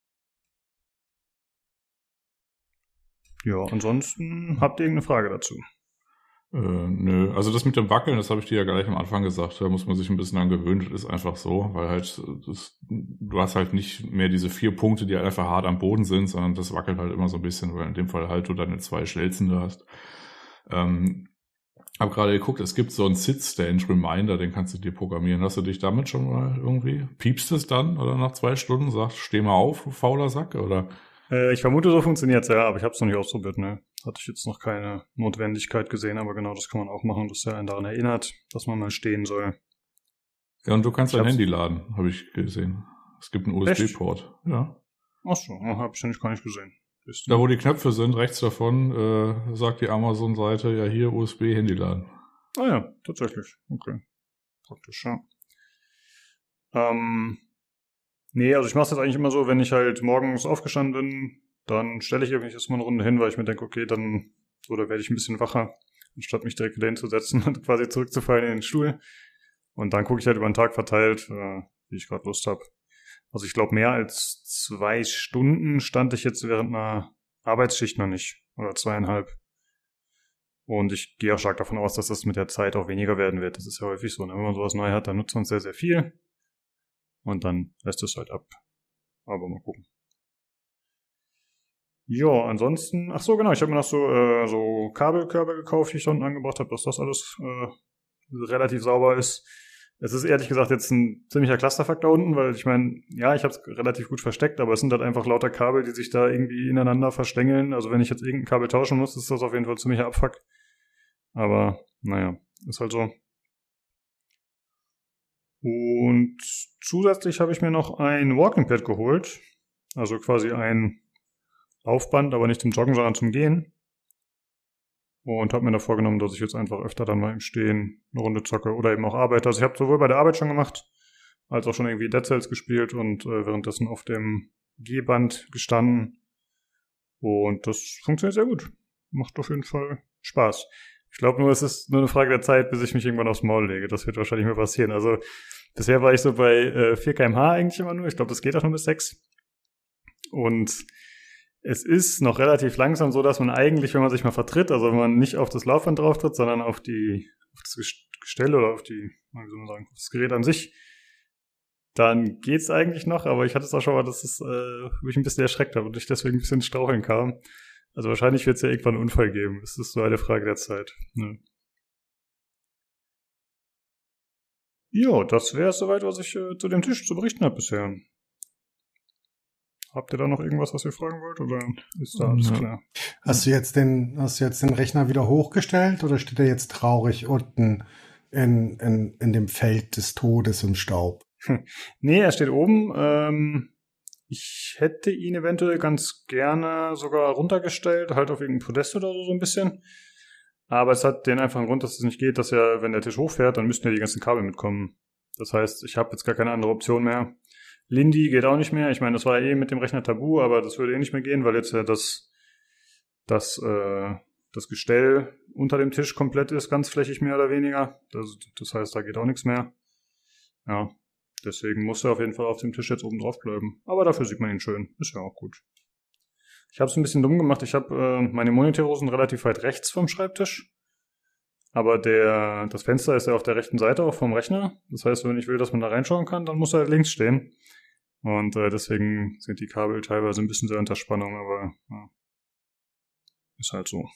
Ja, ansonsten habt ihr irgendeine Frage dazu? Nö, also das mit dem Wackeln, das habe ich dir ja gleich am Anfang gesagt, da muss man sich ein bisschen dran gewöhnen, das ist einfach so, weil halt du hast halt nicht mehr diese 4 Punkte, die einfach hart am Boden sind, sondern das wackelt halt immer so ein bisschen, weil in dem Fall halt du deine 2 Stelzen hast. Hab gerade geguckt, es gibt so einen Sit-Stand-Reminder, den kannst du dir programmieren. Hast du dich damit schon mal irgendwie? Piepst es dann oder nach 2 Stunden sagt, steh mal auf, fauler Sack, oder? Ich vermute, so funktioniert's ja, aber ich habe es noch nicht ausprobiert, ne? Hatte ich jetzt noch keine Notwendigkeit gesehen, aber genau das kann man auch machen, dass er einen daran erinnert, dass man mal stehen soll. Ja, und du kannst dein Handy laden, habe ich gesehen. Es gibt einen USB-Port. Ja. Ach so, habe ich noch gar nicht gesehen. Da, wo die Knöpfe sind, rechts davon, sagt die Amazon-Seite, ja hier USB-Handy laden. Ah ja, tatsächlich. Okay. Praktisch, ja. Nee, also ich mache es jetzt eigentlich immer so, wenn ich halt morgens aufgestanden bin, dann stelle ich irgendwie erstmal eine Runde hin, weil ich mir denke, okay, dann oder werde ich ein bisschen wacher, anstatt mich direkt wieder hinzusetzen und quasi zurückzufallen in den Stuhl. Und dann gucke ich halt über den Tag verteilt, wie ich gerade Lust habe. Also ich glaube, mehr als 2 Stunden stand ich jetzt während einer Arbeitsschicht noch nicht. Oder 2,5. Und ich gehe auch stark davon aus, dass das mit der Zeit auch weniger werden wird. Das ist ja häufig so. Ne? Wenn man sowas neu hat, dann nutzt man es sehr, sehr viel. Und dann lässt es halt ab. Aber mal gucken. Ja, ansonsten, ach so, genau, ich habe mir noch so Kabelkörbe gekauft, die ich da unten angebracht habe, dass das alles relativ sauber ist. Es ist ehrlich gesagt jetzt ein ziemlicher Clusterfuck da unten, weil ich meine, ja, ich habe es relativ gut versteckt, aber es sind halt einfach lauter Kabel, die sich da irgendwie ineinander verstängeln. Also wenn ich jetzt irgendein Kabel tauschen muss, ist das auf jeden Fall ziemlicher Abfuck. Aber naja, ist halt so. Und zusätzlich habe ich mir noch ein Walking Pad geholt. Also quasi ein Laufband, aber nicht zum Joggen, sondern zum Gehen. Und habe mir da vorgenommen, dass ich jetzt einfach öfter dann mal im Stehen eine Runde zocke oder eben auch arbeite. Also ich habe sowohl bei der Arbeit schon gemacht, als auch schon irgendwie Dead Cells gespielt und währenddessen auf dem Gehband gestanden. Und das funktioniert sehr gut. Macht auf jeden Fall Spaß. Ich glaube nur, es ist nur eine Frage der Zeit, bis ich mich irgendwann aufs Maul lege. Das wird wahrscheinlich mal passieren. Also bisher war ich so bei 4 km/h eigentlich immer nur. Ich glaube, das geht auch nur bis 6. Und es ist noch relativ langsam so, dass man eigentlich, wenn man sich mal vertritt, also wenn man nicht auf das Laufband drauf tritt, sondern auf das Gestell oder auf wie soll man sagen, auf das Gerät an sich, dann geht's eigentlich noch, aber ich hatte es auch schon mal, dass es mich ein bisschen erschreckt habe und ich deswegen ein bisschen ins Straucheln kam. Also wahrscheinlich wird es ja irgendwann einen Unfall geben. Es ist so eine Frage der Zeit. Ne? Ja, das wäre es soweit, was ich zu dem Tisch zu berichten habe bisher. Habt ihr da noch irgendwas, was ihr fragen wollt, oder ist da alles klar? Hast du jetzt den Rechner wieder hochgestellt oder steht er jetzt traurig unten in dem Feld des Todes im Staub? Nee, er steht oben. Ich hätte ihn eventuell ganz gerne sogar runtergestellt, halt auf irgendein Podest oder so ein bisschen. Aber es hat den einfachen Grund, dass es nicht geht, dass ja, wenn der Tisch hochfährt, dann müssten ja die ganzen Kabel mitkommen. Das heißt, ich habe jetzt gar keine andere Option mehr. Lindy geht auch nicht mehr. Ich meine, das war ja mit dem Rechner tabu, aber das würde nicht mehr gehen, weil jetzt ja das Gestell unter dem Tisch komplett ist, ganzflächig mehr oder weniger. Das heißt, da geht auch nichts mehr. Ja, deswegen muss er auf jeden Fall auf dem Tisch jetzt oben drauf bleiben. Aber dafür sieht man ihn schön. Ist ja auch gut. Ich habe es ein bisschen dumm gemacht. Ich habe meine Monitore sind relativ weit rechts vom Schreibtisch. Aber das Fenster ist ja auf der rechten Seite auch vom Rechner. Das heißt, wenn ich will, dass man da reinschauen kann, dann muss er links stehen. Und deswegen sind die Kabel teilweise ein bisschen sehr unter Spannung, aber ja, ist halt so.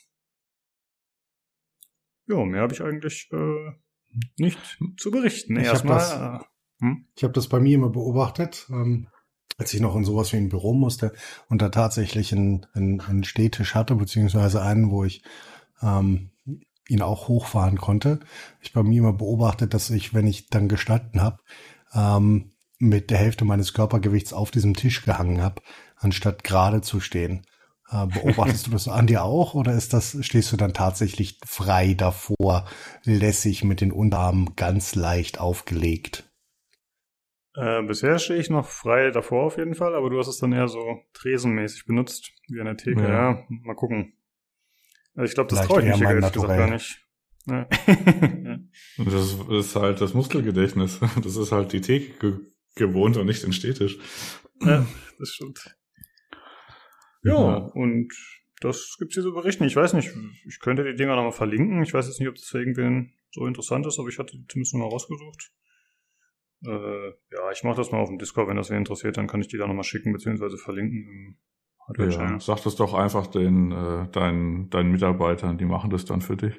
Jo, mehr habe ich eigentlich nicht zu berichten. Ich habe das bei mir immer beobachtet, als ich noch in sowas wie ein Büro musste und da tatsächlich einen Stehtisch hatte, beziehungsweise einen, wo ich ihn auch hochfahren konnte. Ich bei mir immer beobachtet, dass ich, wenn ich dann gestanden habe, mit der Hälfte meines Körpergewichts auf diesem Tisch gehangen habe, anstatt gerade zu stehen. Beobachtest du das an dir auch oder stehst du dann tatsächlich frei davor, lässig mit den Unterarmen ganz leicht aufgelegt? Bisher stehe ich noch frei davor auf jeden Fall, aber du hast es dann eher so tresenmäßig benutzt, wie an der Theke. Ja, mal gucken. Also ich glaube, das traue ich mich ehrlich gesagt gar nicht. Ja. Und das ist halt das Muskelgedächtnis. Das ist halt die Theke gewohnt und nicht den Stehtisch. Ja, das stimmt. Ja, und das gibt's hier so berichten. Ich weiß nicht, ich könnte die Dinger nochmal verlinken. Ich weiß jetzt nicht, ob das für irgendwen so interessant ist, aber ich hatte die zumindest nochmal rausgesucht. Ja, ich mache das mal auf dem Discord, wenn das wen interessiert, dann kann ich die da nochmal schicken, beziehungsweise verlinken. Ja, sag das doch einfach deinen Mitarbeitern, die machen das dann für dich.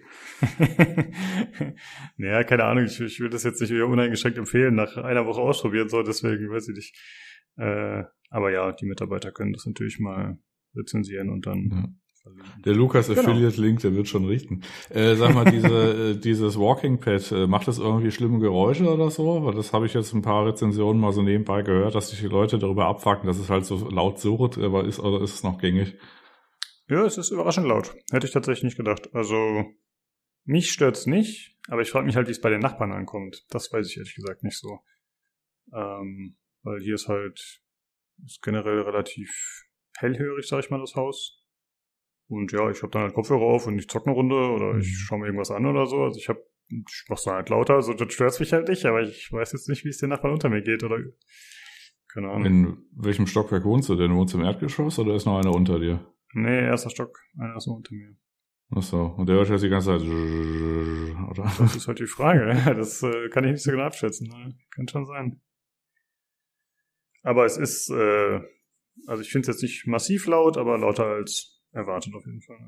Naja, keine Ahnung, ich will das jetzt nicht uneingeschränkt empfehlen, nach einer Woche ausprobieren soll, deswegen weiß ich nicht. Aber ja, die Mitarbeiter können das natürlich mal rezensieren und dann verlinken. Der Lukas Affiliate-Link, der wird schon richten. Sag mal, dieses Walking Pad, macht das irgendwie schlimme Geräusche oder so? Weil das habe ich jetzt ein paar Rezensionen mal so nebenbei gehört, dass sich die Leute darüber abfucken, dass es halt so laut surrt, aber ist es noch gängig? Ja, es ist überraschend laut. Hätte ich tatsächlich nicht gedacht. Also, mich stört's nicht, aber ich frage mich halt, wie es bei den Nachbarn ankommt. Das weiß ich ehrlich gesagt nicht so. Weil hier ist generell relativ hellhörig, sag ich mal, das Haus. Und ja, ich habe dann halt Kopfhörer auf und ich zocke eine Runde oder ich schaue mir irgendwas an oder so. Also ich mach's dann halt lauter, also das stört's mich halt nicht, aber ich weiß jetzt nicht, wie es den Nachbarn unter mir geht oder keine Ahnung. In welchem Stockwerk wohnst du denn? Wohnst du im Erdgeschoss oder ist noch einer unter dir? Nee, erster Stock, einer ist noch unter mir. Ach so, und der hört jetzt die ganze Zeit, oder? Das ist halt die Frage, das kann ich nicht so genau abschätzen. Ne? Kann schon sein. Aber es ist, also ich finde es jetzt nicht massiv laut, aber lauter als erwartet auf jeden Fall.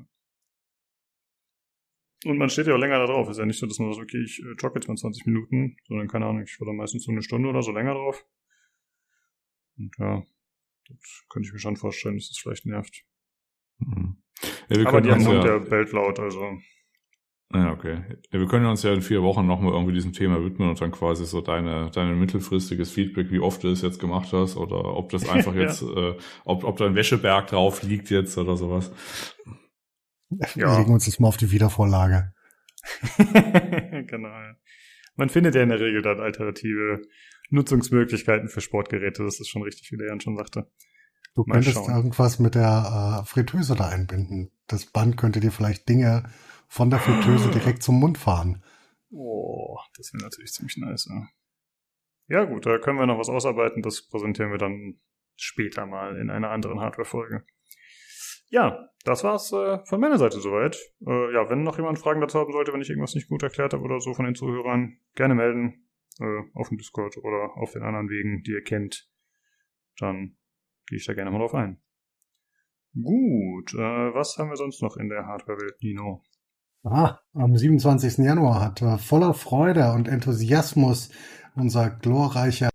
Und man steht ja auch länger da drauf. Ist ja nicht so, dass man sagt, okay, ich jogge jetzt mal 20 Minuten, sondern keine Ahnung, ich war da meistens so eine Stunde oder so länger drauf. Und ja, das könnte ich mir schon vorstellen, dass das vielleicht nervt. Mhm. Ja, aber die haben der bellt laut, also. Ja, okay. Ja, wir können uns ja in 4 Wochen nochmal irgendwie diesem Thema widmen und dann quasi so deine mittelfristiges Feedback, wie oft du es jetzt gemacht hast oder ob das einfach jetzt, ob da ein Wäscheberg drauf liegt jetzt oder sowas. Wir legen uns das mal auf die Wiedervorlage. Genau. Ja. Man findet ja in der Regel dann alternative Nutzungsmöglichkeiten für Sportgeräte. Das ist schon richtig, wie der Jan schon sagte. Du könntest irgendwas mit der Fritteuse da einbinden. Das Band könnte dir vielleicht Dinge von der Fritteuse direkt zum Mund fahren. Oh, das wäre natürlich ziemlich nice. Ja gut, da können wir noch was ausarbeiten. Das präsentieren wir dann später mal in einer anderen Hardware-Folge. Ja, das war's von meiner Seite soweit. Ja, wenn noch jemand Fragen dazu haben sollte, wenn ich irgendwas nicht gut erklärt habe oder so von den Zuhörern, gerne melden. Auf dem Discord oder auf den anderen Wegen, die ihr kennt. Dann gehe ich da gerne mal drauf ein. Gut, was haben wir sonst noch in der Hardware-Welt, Nino? Am 27. Januar hat voller Freude und Enthusiasmus eine unserer glorreichen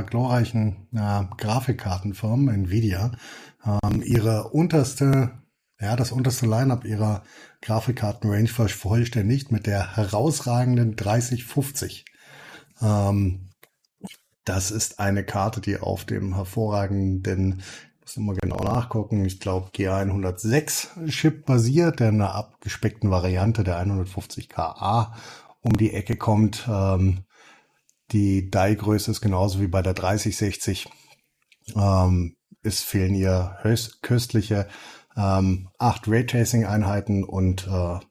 Grafikkartenfirmen, Nvidia, das unterste Line-Up ihrer Grafikkarten-Range vervollständigt mit der herausragenden 3050. Das ist eine Karte, die auf dem hervorragenden, muss immer genau nachgucken, ich glaube G106 Chip basiert, der in einer abgespeckten Variante der 150Ka um die Ecke kommt. Die Die-Größe ist genauso wie bei der 3060. Es fehlen ihr köstliche 8 Raytracing-Einheiten und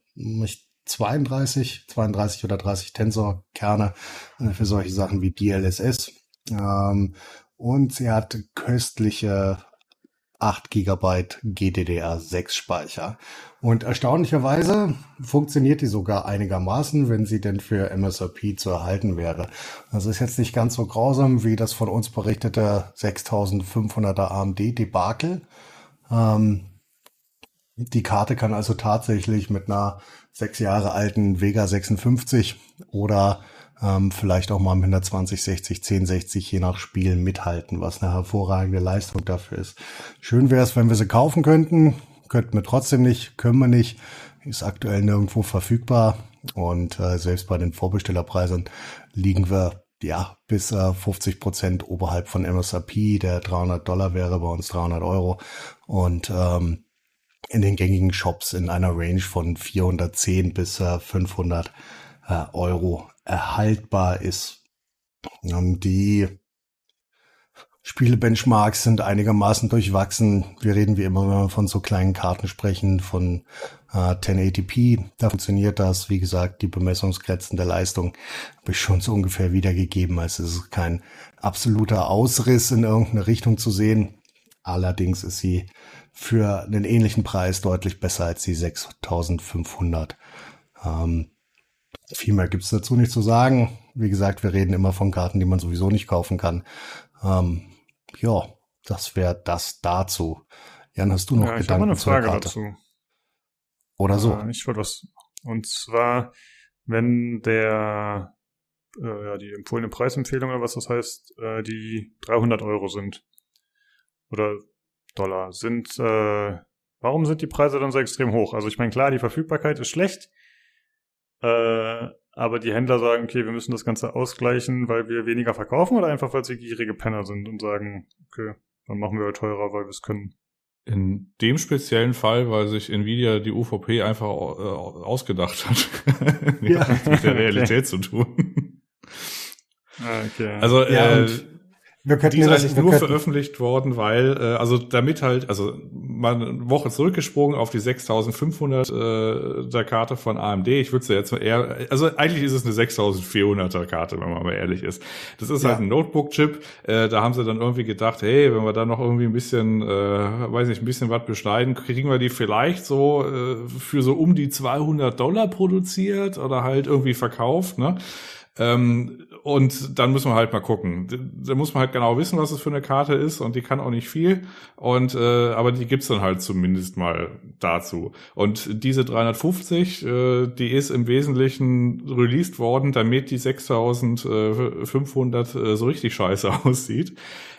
32 oder 30 Tensor-Kerne für solche Sachen wie DLSS. Und sie hat köstliche 8 GB GDDR6 Speicher. Und erstaunlicherweise funktioniert die sogar einigermaßen, wenn sie denn für MSRP zu erhalten wäre. Das ist jetzt nicht ganz so grausam wie das von uns berichtete 6500er AMD-Debakel. Die Karte kann also tatsächlich mit einer 6 Jahre alten Vega 56 oder vielleicht auch mal mit einer 2060, 1060 je nach Spiel mithalten, was eine hervorragende Leistung dafür ist. Schön wäre es, wenn wir sie kaufen könnten. Könnten wir trotzdem nicht, können wir nicht. Ist aktuell nirgendwo verfügbar und selbst bei den Vorbestellerpreisen liegen wir bis 50% oberhalb von MSRP. Der $300 wäre bei uns 300 Euro und in den gängigen Shops in einer Range von 410 bis 500 Euro erhaltbar ist. Die Spiele-Benchmarks sind einigermaßen durchwachsen. Wir reden wie immer, wenn wir von so kleinen Karten sprechen, von 1080p. Da funktioniert das. Wie gesagt, die Bemessungsgrenzen der Leistung habe ich schon so ungefähr wiedergegeben. Also es ist kein absoluter Ausriss in irgendeine Richtung zu sehen. Allerdings ist sie für einen ähnlichen Preis deutlich besser als die 6.500. Viel mehr gibt's dazu nicht zu sagen. Wie gesagt, wir reden immer von Karten, die man sowieso nicht kaufen kann. Ja, das wäre das dazu. Jan, hast du noch Gedanken? Ich habe eine Frage dazu. Oder so. Ich wollte was. Und zwar, wenn die empfohlene Preisempfehlung oder was das heißt, die 300 € sind oder Dollar sind, warum sind die Preise dann so extrem hoch? Also ich meine, klar, die Verfügbarkeit ist schlecht, aber die Händler sagen, okay, wir müssen das Ganze ausgleichen, weil wir weniger verkaufen oder einfach, weil sie gierige Penner sind und sagen, okay, dann machen wir halt teurer, weil wir es können. In dem speziellen Fall, weil sich Nvidia die UVP einfach ausgedacht hat. Ja. Nichts mit der Realität zu tun. Okay. Also, die ist eigentlich nur veröffentlicht worden, weil, damit halt, mal eine Woche zurückgesprungen auf die 6.500 der Karte von AMD. Ich würde jetzt mal eigentlich ist es eine 6.400er Karte, wenn man mal ehrlich ist. Das ist halt ein Notebook-Chip. Da haben sie dann irgendwie gedacht, hey, wenn wir da noch irgendwie ein bisschen, ein bisschen was beschneiden, kriegen wir die vielleicht so für so um die $200 produziert oder halt irgendwie verkauft, ne? Und dann müssen wir halt mal gucken. Da muss man halt genau wissen, was es für eine Karte ist, und die kann auch nicht viel. Und aber die gibt's dann halt zumindest mal dazu. Und diese 350, die ist im Wesentlichen released worden, damit die 6.500 so richtig scheiße aussieht.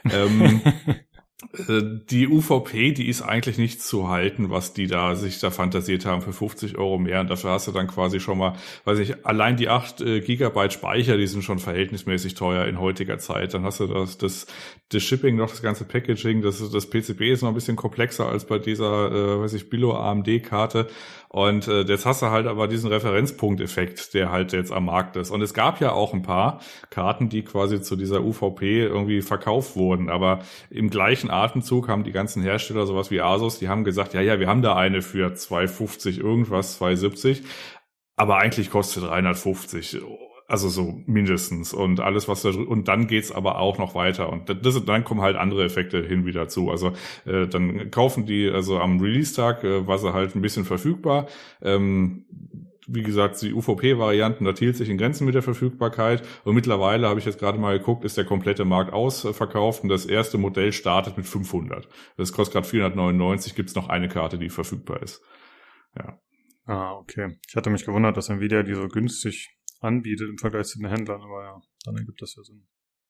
Die UVP, die ist eigentlich nicht zu halten, was die da sich da fantasiert haben für 50 € mehr. Und dafür hast du dann quasi schon mal, allein die 8 Gigabyte Speicher, die sind schon verhältnismäßig teuer in heutiger Zeit. Dann hast du das Shipping noch, das ganze Packaging, das PCB ist noch ein bisschen komplexer als bei dieser, Billo-AMD-Karte. Und jetzt hast du halt aber diesen Referenzpunkteffekt, der halt jetzt am Markt ist. Und es gab ja auch ein paar Karten, die quasi zu dieser UVP irgendwie verkauft wurden. Aber im gleichen Atemzug haben die ganzen Hersteller, sowas wie Asus, die haben gesagt, ja, wir haben da eine für 250 irgendwas, 270. Aber eigentlich kostet 350. Also so mindestens, und alles und dann geht's aber auch noch weiter, und dann kommen halt andere Effekte hin wieder zu. Also dann kaufen die am Release-Tag war sie halt ein bisschen verfügbar. Wie gesagt, die UVP-Varianten, das hielt sich in Grenzen mit der Verfügbarkeit, und mittlerweile, habe ich jetzt gerade mal geguckt, ist der komplette Markt ausverkauft, und das erste Modell startet mit 500. Das kostet gerade 499, gibt's noch eine Karte, die verfügbar ist. Ja. Okay. Ich hatte mich gewundert, dass Nvidia die so günstig anbietet im Vergleich zu den Händlern, aber ja, dann ergibt das ja Sinn.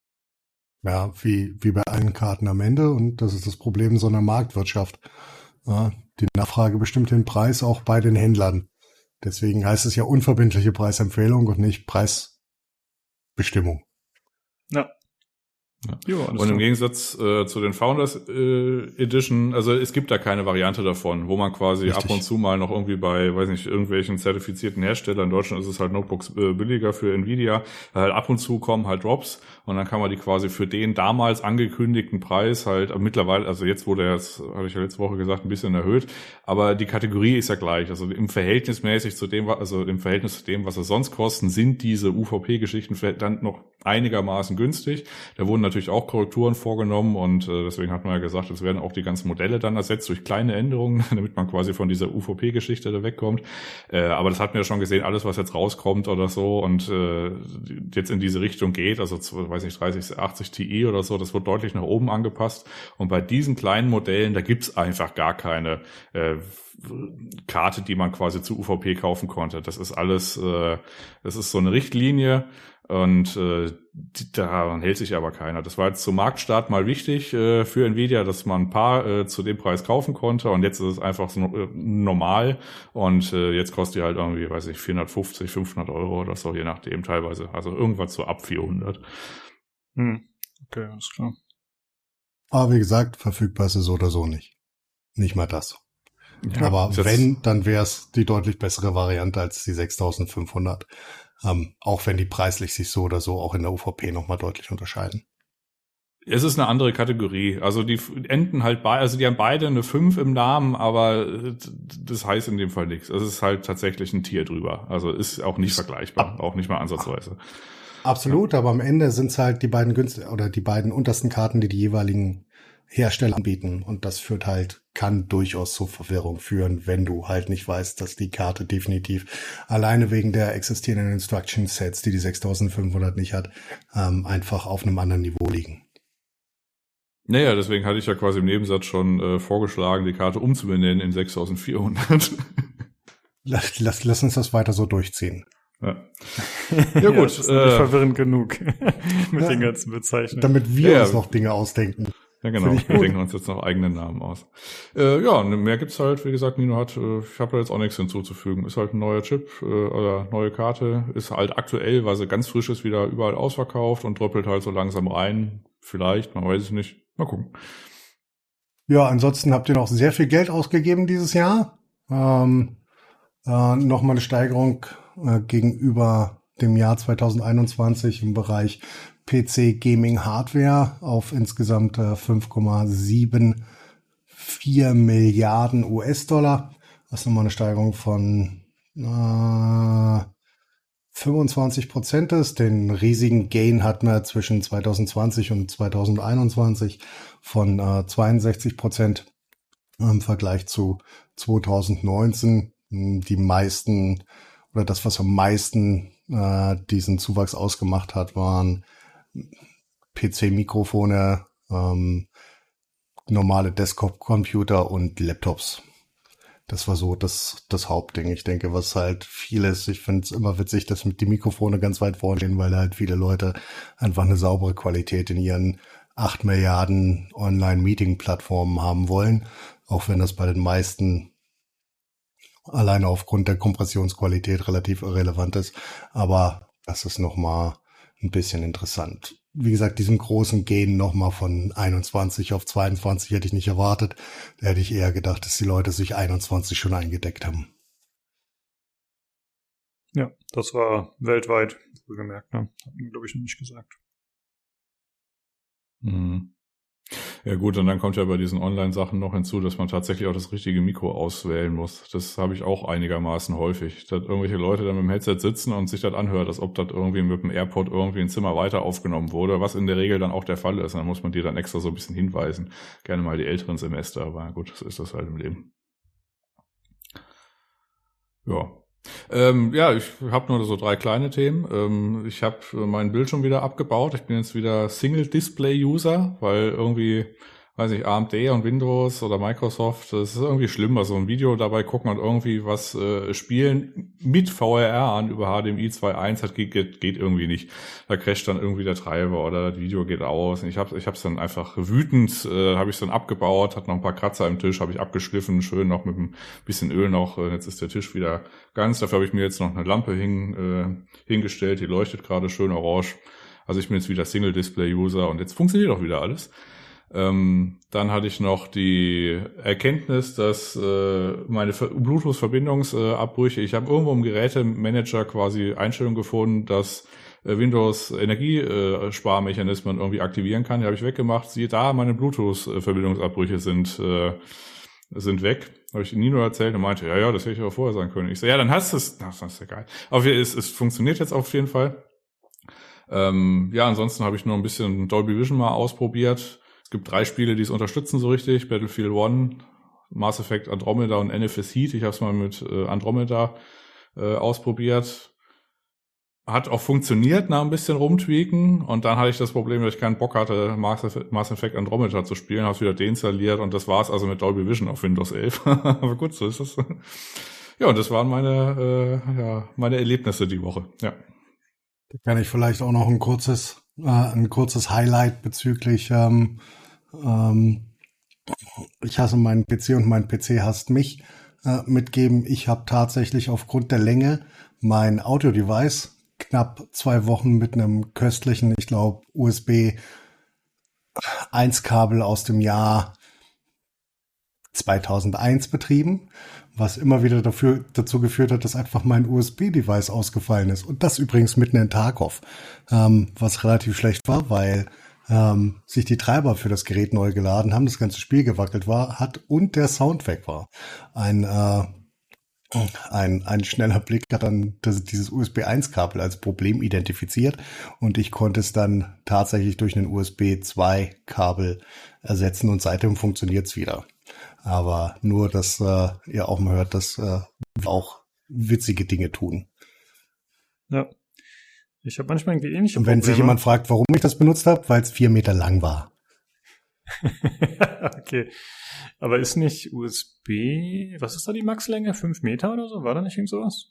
Ja, wie bei allen Karten am Ende, und das ist das Problem so einer Marktwirtschaft. Ja, die Nachfrage bestimmt den Preis auch bei den Händlern. Deswegen heißt es ja unverbindliche Preisempfehlung und nicht Preisbestimmung. Ja. Jo, und im Gegensatz zu den Founders Edition, also es gibt da keine Variante davon, wo man quasi ab und zu mal noch irgendwie bei, irgendwelchen zertifizierten Herstellern, in Deutschland ist es halt Notebooks billiger für Nvidia, halt ab und zu kommen halt Drops, und dann kann man die quasi für den damals angekündigten Preis halt mittlerweile, also jetzt wurde habe ich ja letzte Woche gesagt, ein bisschen erhöht, aber die Kategorie ist ja gleich, also im Verhältnis zu dem, was sie sonst kosten, sind diese UVP-Geschichten dann noch einigermaßen günstig. Da wurden natürlich auch Korrekturen vorgenommen, und deswegen hat man ja gesagt, es werden auch die ganzen Modelle dann ersetzt durch kleine Änderungen, damit man quasi von dieser UVP-Geschichte da wegkommt. Aber das hat man ja schon gesehen, alles, was jetzt rauskommt oder so und jetzt in diese Richtung geht, also 3080 Ti oder so, das wird deutlich nach oben angepasst. Und bei diesen kleinen Modellen, da gibt's einfach gar keine Karte, die man quasi zu UVP kaufen konnte. Das ist alles, das ist so eine Richtlinie, und daran hält sich aber keiner. Das war jetzt zum Marktstart mal wichtig für Nvidia, dass man ein paar zu dem Preis kaufen konnte, und jetzt ist es einfach so normal, und jetzt kostet die halt irgendwie, 450, 500 € oder so, je nachdem teilweise. Also irgendwas so ab 400. Okay, alles klar. Aber wie gesagt, verfügbar ist es so oder so nicht. Nicht mal das. Ja, aber wenn, dann wäre es die deutlich bessere Variante als die 6.500. Auch wenn die preislich sich so oder so auch in der UVP nochmal deutlich unterscheiden. Es ist eine andere Kategorie. Also die enden halt die haben beide eine 5 im Namen, aber das heißt in dem Fall nichts. Es ist halt tatsächlich ein Tier drüber. Also ist auch nicht vergleichbar, auch nicht mal ansatzweise. Absolut, aber am Ende sind es halt die beiden die beiden untersten Karten, die jeweiligen Hersteller anbieten. Und das kann durchaus zu Verwirrung führen, wenn du halt nicht weißt, dass die Karte definitiv alleine wegen der existierenden Instruction Sets, die 6500 nicht hat, einfach auf einem anderen Niveau liegen. Naja, deswegen hatte ich ja quasi im Nebensatz schon vorgeschlagen, die Karte umzubenennen in 6400. Lass uns das weiter so durchziehen. Ja, ja gut. Das ist nicht verwirrend genug mit den ganzen Bezeichnungen. Damit wir uns noch Dinge ausdenken. Ja, genau. Wir denken uns jetzt noch eigene Namen aus. Ja, mehr gibt's halt, wie gesagt, Nino hat, ich habe da jetzt auch nichts hinzuzufügen. Ist halt ein neuer Chip oder neue Karte. Ist halt aktuell, weil sie ganz frisch ist, wieder überall ausverkauft und dröppelt halt so langsam rein. Vielleicht, man weiß es nicht. Mal gucken. Ja, ansonsten habt ihr noch sehr viel Geld ausgegeben dieses Jahr. Nochmal eine Steigerung gegenüber dem Jahr 2021 im Bereich PC Gaming Hardware auf insgesamt 5,74 Milliarden US-Dollar. Das ist nochmal eine Steigerung von 25% ist. Den riesigen Gain hatten wir zwischen 2020 und 2021 von 62% im Vergleich zu 2019. Die meisten oder das, was am meisten diesen Zuwachs ausgemacht hat, waren PC-Mikrofone, normale Desktop-Computer und Laptops. Das war so das Hauptding. Ich denke, was halt viel ist, ich finde es immer witzig, dass die Mikrofone ganz weit vorne stehen, weil halt viele Leute einfach eine saubere Qualität in ihren 8 Milliarden Online-Meeting-Plattformen haben wollen, auch wenn das bei den meisten alleine aufgrund der Kompressionsqualität relativ irrelevant ist. Aber das ist nochmal ein bisschen interessant. Wie gesagt, diesen großen Gain nochmal von 21 auf 22 hätte ich nicht erwartet. Da hätte ich eher gedacht, dass die Leute sich 21 schon eingedeckt haben. Ja, das war weltweit, wohlgemerkt, ne? Hat man, glaube ich, noch nicht gesagt. Mhm. Ja gut, und dann kommt ja bei diesen Online-Sachen noch hinzu, dass man tatsächlich auch das richtige Mikro auswählen muss. Das habe ich auch einigermaßen häufig, dass irgendwelche Leute dann mit dem Headset sitzen und sich das anhört, als ob das irgendwie mit dem AirPod irgendwie ein Zimmer weiter aufgenommen wurde, was in der Regel dann auch der Fall ist. Dann muss man die dann extra so ein bisschen hinweisen. Gerne mal die älteren Semester, aber gut, das ist das halt im Leben. Ja. Ja, ich habe nur so 3 kleine Themen. Ich habe meinen Bildschirm wieder abgebaut. Ich bin jetzt wieder Single-Display-User, weil irgendwie, weiß nicht, AMD und Windows oder Microsoft, das ist irgendwie schlimm, also ein Video dabei gucken und irgendwie was spielen mit VRR an über HDMI 2.1, das geht irgendwie nicht. Da crasht dann irgendwie der Treiber oder das Video geht aus. Und ich hab's dann einfach wütend, habe ich dann abgebaut, hat noch ein paar Kratzer im Tisch, habe ich abgeschliffen, schön noch mit ein bisschen Öl noch. Jetzt ist der Tisch wieder ganz. Dafür habe ich mir jetzt noch eine Lampe hingestellt, die leuchtet gerade schön orange. Also ich bin jetzt wieder Single-Display-User und jetzt funktioniert auch wieder alles. Dann hatte ich noch die Erkenntnis, dass meine Bluetooth-Verbindungsabbrüche, ich habe irgendwo im Gerätemanager quasi Einstellungen gefunden, dass Windows Energiesparmechanismen irgendwie aktivieren kann. Die habe ich weggemacht. Siehe da, meine Bluetooth-Verbindungsabbrüche sind weg. Habe ich Nino erzählt und meinte, ja, das hätte ich auch vorher sagen können. Ich so, ja, dann hast du es. Das ist ja geil. Aber es funktioniert jetzt auf jeden Fall. Ja, ansonsten habe ich nur ein bisschen Dolby Vision mal ausprobiert. Es gibt 3 Spiele, die es unterstützen so richtig. Battlefield 1, Mass Effect Andromeda und NFS Heat. Ich habe es mal mit Andromeda ausprobiert. Hat auch funktioniert nach ein bisschen rumtweaken. Und dann hatte ich das Problem, dass ich keinen Bock hatte, Mass Effect Andromeda zu spielen. Habe es wieder deinstalliert und das war's also mit Dolby Vision auf Windows 11. Aber gut, so ist es. Ja, und das waren meine Erlebnisse die Woche. Ja. Da kann ich vielleicht auch noch ein kurzes Highlight bezüglich ich hasse meinen PC und mein PC hasst mich mitgeben. Ich habe tatsächlich aufgrund der Länge mein Audio-Device knapp 2 Wochen mit einem köstlichen, ich glaube, USB 1-Kabel aus dem Jahr 2001 betrieben, was immer wieder dazu geführt hat, dass einfach mein USB-Device ausgefallen ist. Und das übrigens mitten in Tarkov, was relativ schlecht war, weil sich die Treiber für das Gerät neu geladen haben, das ganze Spiel gewackelt hat und der Sound weg war. Ein schneller Blick hat dann dieses USB-1-Kabel als Problem identifiziert und ich konnte es dann tatsächlich durch ein USB-2-Kabel ersetzen und seitdem funktioniert es wieder. Aber nur, dass ihr auch mal hört, dass wir auch witzige Dinge tun. Ja. Ich habe manchmal irgendwie ähnliche Und wenn Probleme. sich jemand fragt, warum ich das benutzt habe, weil es 4 Meter lang war. Okay. Aber ist nicht USB, was ist da die Maxlänge? 5 Meter oder so? War da nicht irgend sowas?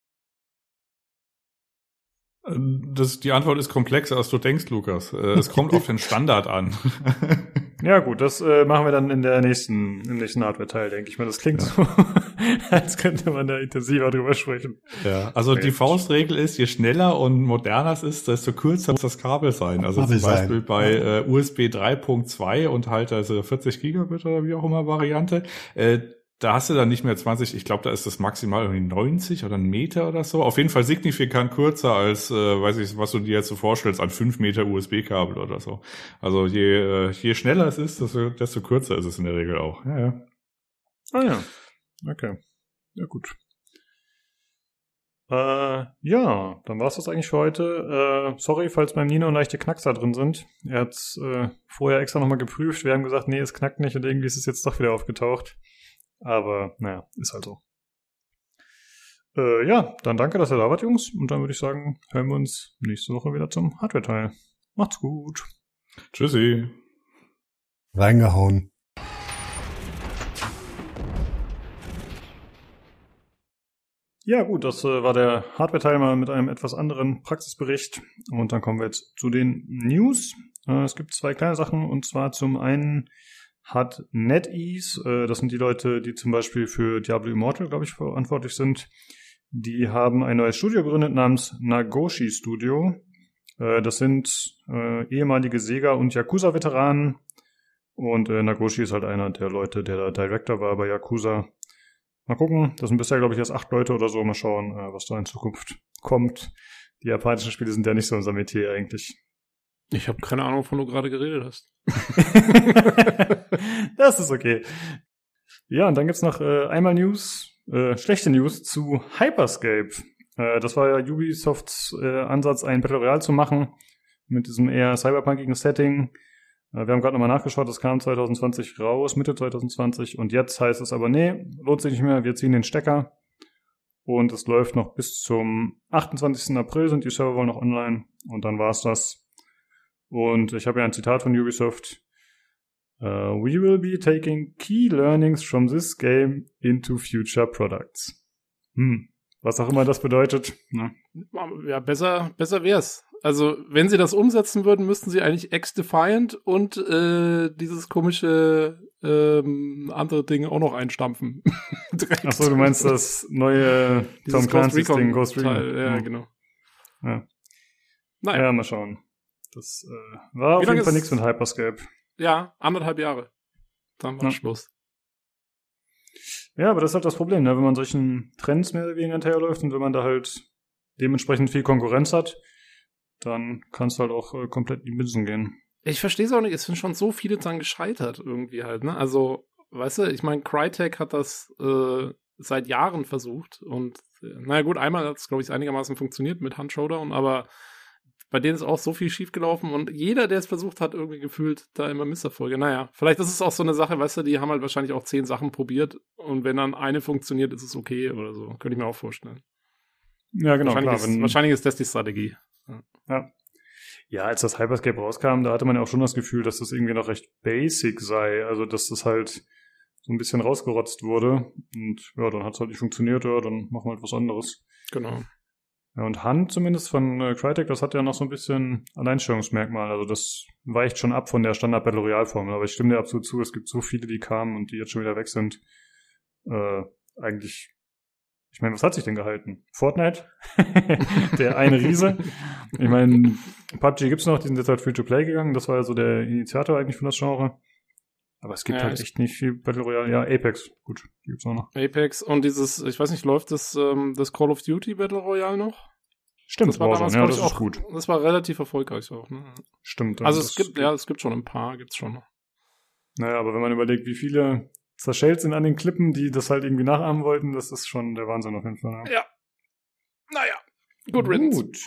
Die Antwort ist komplexer, als du denkst, Lukas. Es kommt auf den Standard an. Ja gut, das machen wir dann im nächsten Hardware-Teil, denke ich mal. Das klingt so, als könnte man da intensiver drüber sprechen. Ja, also die Faustregel ist, je schneller und moderner es ist, desto kürzer muss das Kabel sein. Also zum Beispiel bei USB 3.2 und halt also 40 Gigabit oder wie auch immer Variante, da hast du dann nicht mehr 20, ich glaube, da ist das maximal irgendwie 90 oder 1 Meter oder so. Auf jeden Fall signifikant kürzer als, weiß ich, was du dir jetzt so vorstellst, an 5 Meter USB-Kabel oder so. Also je schneller es ist, desto kürzer ist es in der Regel auch. Ja, ja. Ah ja, okay. Ja gut. Ja, dann war's das eigentlich für heute. Sorry, falls beim Nino leichte Knackser drin sind. Er hat's vorher extra nochmal geprüft. Wir haben gesagt, nee, es knackt nicht und irgendwie ist es jetzt doch wieder aufgetaucht. Aber, naja, ist halt so. Ja, dann danke, dass ihr da wart, Jungs. Und dann würde ich sagen, hören wir uns nächste Woche wieder zum Hardware-Teil. Macht's gut. Tschüssi. Reingehauen. Ja gut, das war der Hardware-Teil mal mit einem etwas anderen Praxisbericht. Und dann kommen wir jetzt zu den News. Es gibt 2 kleine Sachen. Und zwar zum einen hat NetEase, das sind die Leute, die zum Beispiel für Diablo Immortal, glaube ich, verantwortlich sind. Die haben ein neues Studio gegründet namens Nagoshi Studio. Das sind ehemalige Sega- und Yakuza-Veteranen. Und Nagoshi ist halt einer der Leute, der da Director war bei Yakuza. Mal gucken, das sind bisher, glaube ich, erst 8 Leute oder so. Mal schauen, was da in Zukunft kommt. Die japanischen Spiele sind ja nicht so unser Metier eigentlich. Ich habe keine Ahnung, wovon du gerade geredet hast. Das ist okay. Ja, und dann gibt's noch einmal News, schlechte News zu Hyperscape. Das war ja Ubisofts Ansatz, ein Battle Royale zu machen mit diesem eher cyberpunkigen Setting. Wir haben gerade nochmal nachgeschaut, das kam 2020 raus, Mitte 2020. Und jetzt heißt es aber, nee, lohnt sich nicht mehr, wir ziehen den Stecker. Und es läuft noch bis zum 28. April, sind die Server wohl noch online. Und dann war's das. Und ich habe ja ein Zitat von Ubisoft. We will be taking key learnings from this game into future products. Was auch immer das bedeutet. Ne? Ja, besser wär's. Also, wenn sie das umsetzen würden, müssten sie eigentlich X-Defiant und dieses komische andere Ding auch noch einstampfen. Achso, du meinst das neue Tom Clancy's Ding, Ghost Recon. Recon. Ja, genau. Ja. Naja. Ja, mal schauen. Das war auf jeden Fall nichts mit Hyperscape. Ja, 1,5 Jahre. Dann war Schluss. Ja, aber das ist halt das Problem, ne? Wenn man solchen Trends mehr oder weniger hinterherläuft und wenn man da halt dementsprechend viel Konkurrenz hat, dann kannst du halt auch komplett in die Binsen gehen. Ich verstehe es auch nicht, es sind schon so viele dran gescheitert irgendwie halt, ne? Also, weißt du, ich meine, Crytek hat das seit Jahren versucht und naja gut, einmal hat es, glaube ich, einigermaßen funktioniert mit Hand Showdown, aber bei denen ist auch so viel schiefgelaufen und jeder, der es versucht hat, irgendwie gefühlt da immer Misserfolge. Naja, vielleicht ist es auch so eine Sache, weißt du, die haben halt wahrscheinlich auch 10 Sachen probiert und wenn dann eine funktioniert, ist es okay oder so. Könnte ich mir auch vorstellen. Ja, genau. Wahrscheinlich ist das die Strategie. Ja. Ja, als das Hyperscape rauskam, da hatte man ja auch schon das Gefühl, dass das irgendwie noch recht basic sei. Also, dass das halt so ein bisschen rausgerotzt wurde. Und ja, dann hat es halt nicht funktioniert, ja, dann machen wir halt was anderes. Genau. Ja, und Hand zumindest von Crytek, das hat ja noch so ein bisschen Alleinstellungsmerkmal. Also das weicht schon ab von der Standard-Battle-Royale-Formel. Aber ich stimme dir absolut zu, es gibt so viele, die kamen und die jetzt schon wieder weg sind. Eigentlich, ich meine, was hat sich denn gehalten? Fortnite? Der eine Riese. Ich meine, PUBG gibt's noch, die sind jetzt halt Free-to-Play gegangen. Das war ja so der Initiator eigentlich von das Genre. Aber es gibt halt echt nicht viel Battle Royale. Ja, Apex, gut, die gibt's auch noch. Apex und dieses, ich weiß nicht, läuft das Call of Duty Battle Royale noch? Stimmt, das war damals, ja, das ist auch gut. Das war relativ erfolgreich auch. Ne? Stimmt. Also es gibt schon ein paar, gibt's schon noch. Naja, aber wenn man überlegt, wie viele zerschellt sind an den Klippen, die das halt irgendwie nachahmen wollten, das ist schon der Wahnsinn auf jeden Fall. Ja. Naja, good riddance. Gut.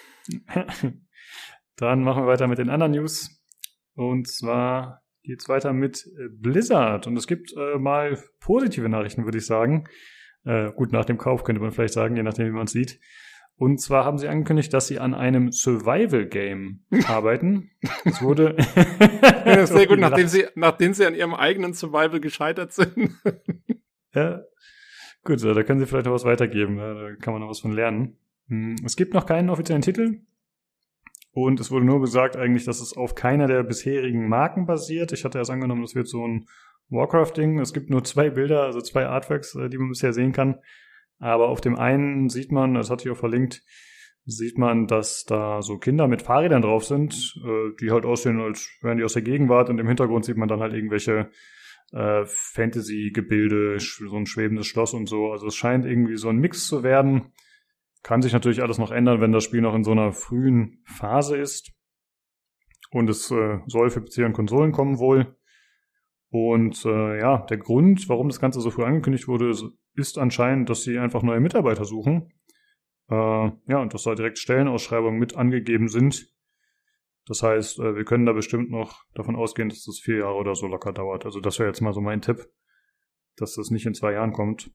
Dann machen wir weiter mit den anderen News. Und zwar geht's weiter mit Blizzard. Und es gibt mal positive Nachrichten, würde ich sagen. Gut, nach dem Kauf könnte man vielleicht sagen, je nachdem, wie man es sieht. Und zwar haben sie angekündigt, dass sie an einem Survival-Game arbeiten. Es wurde sehr gut, nachdem sie an ihrem eigenen Survival gescheitert sind. Ja. Gut, da können sie vielleicht noch was weitergeben. Da kann man noch was von lernen. Es gibt noch keinen offiziellen Titel. Und es wurde nur gesagt eigentlich, dass es auf keiner der bisherigen Marken basiert. Ich hatte erst angenommen, das wird so ein Warcraft-Ding. Es gibt nur 2 Bilder, also 2 Artworks, die man bisher sehen kann. Aber auf dem einen sieht man, das hatte ich auch verlinkt, sieht man, dass da so Kinder mit Fahrrädern drauf sind, die halt aussehen, als wären die aus der Gegenwart. Und im Hintergrund sieht man dann halt irgendwelche Fantasy-Gebilde, so ein schwebendes Schloss und so. Also es scheint irgendwie so ein Mix zu werden. Kann sich natürlich alles noch ändern, wenn das Spiel noch in so einer frühen Phase ist. Und es soll für PC und Konsolen kommen wohl. Und ja, der Grund, warum das Ganze so früh angekündigt wurde, ist anscheinend, dass sie einfach neue Mitarbeiter suchen. Ja, und dass da direkt Stellenausschreibungen mit angegeben sind. Das heißt, wir können da bestimmt noch davon ausgehen, dass das 4 Jahre oder so locker dauert. Also das wäre jetzt mal so mein Tipp, dass das nicht in 2 Jahren kommt.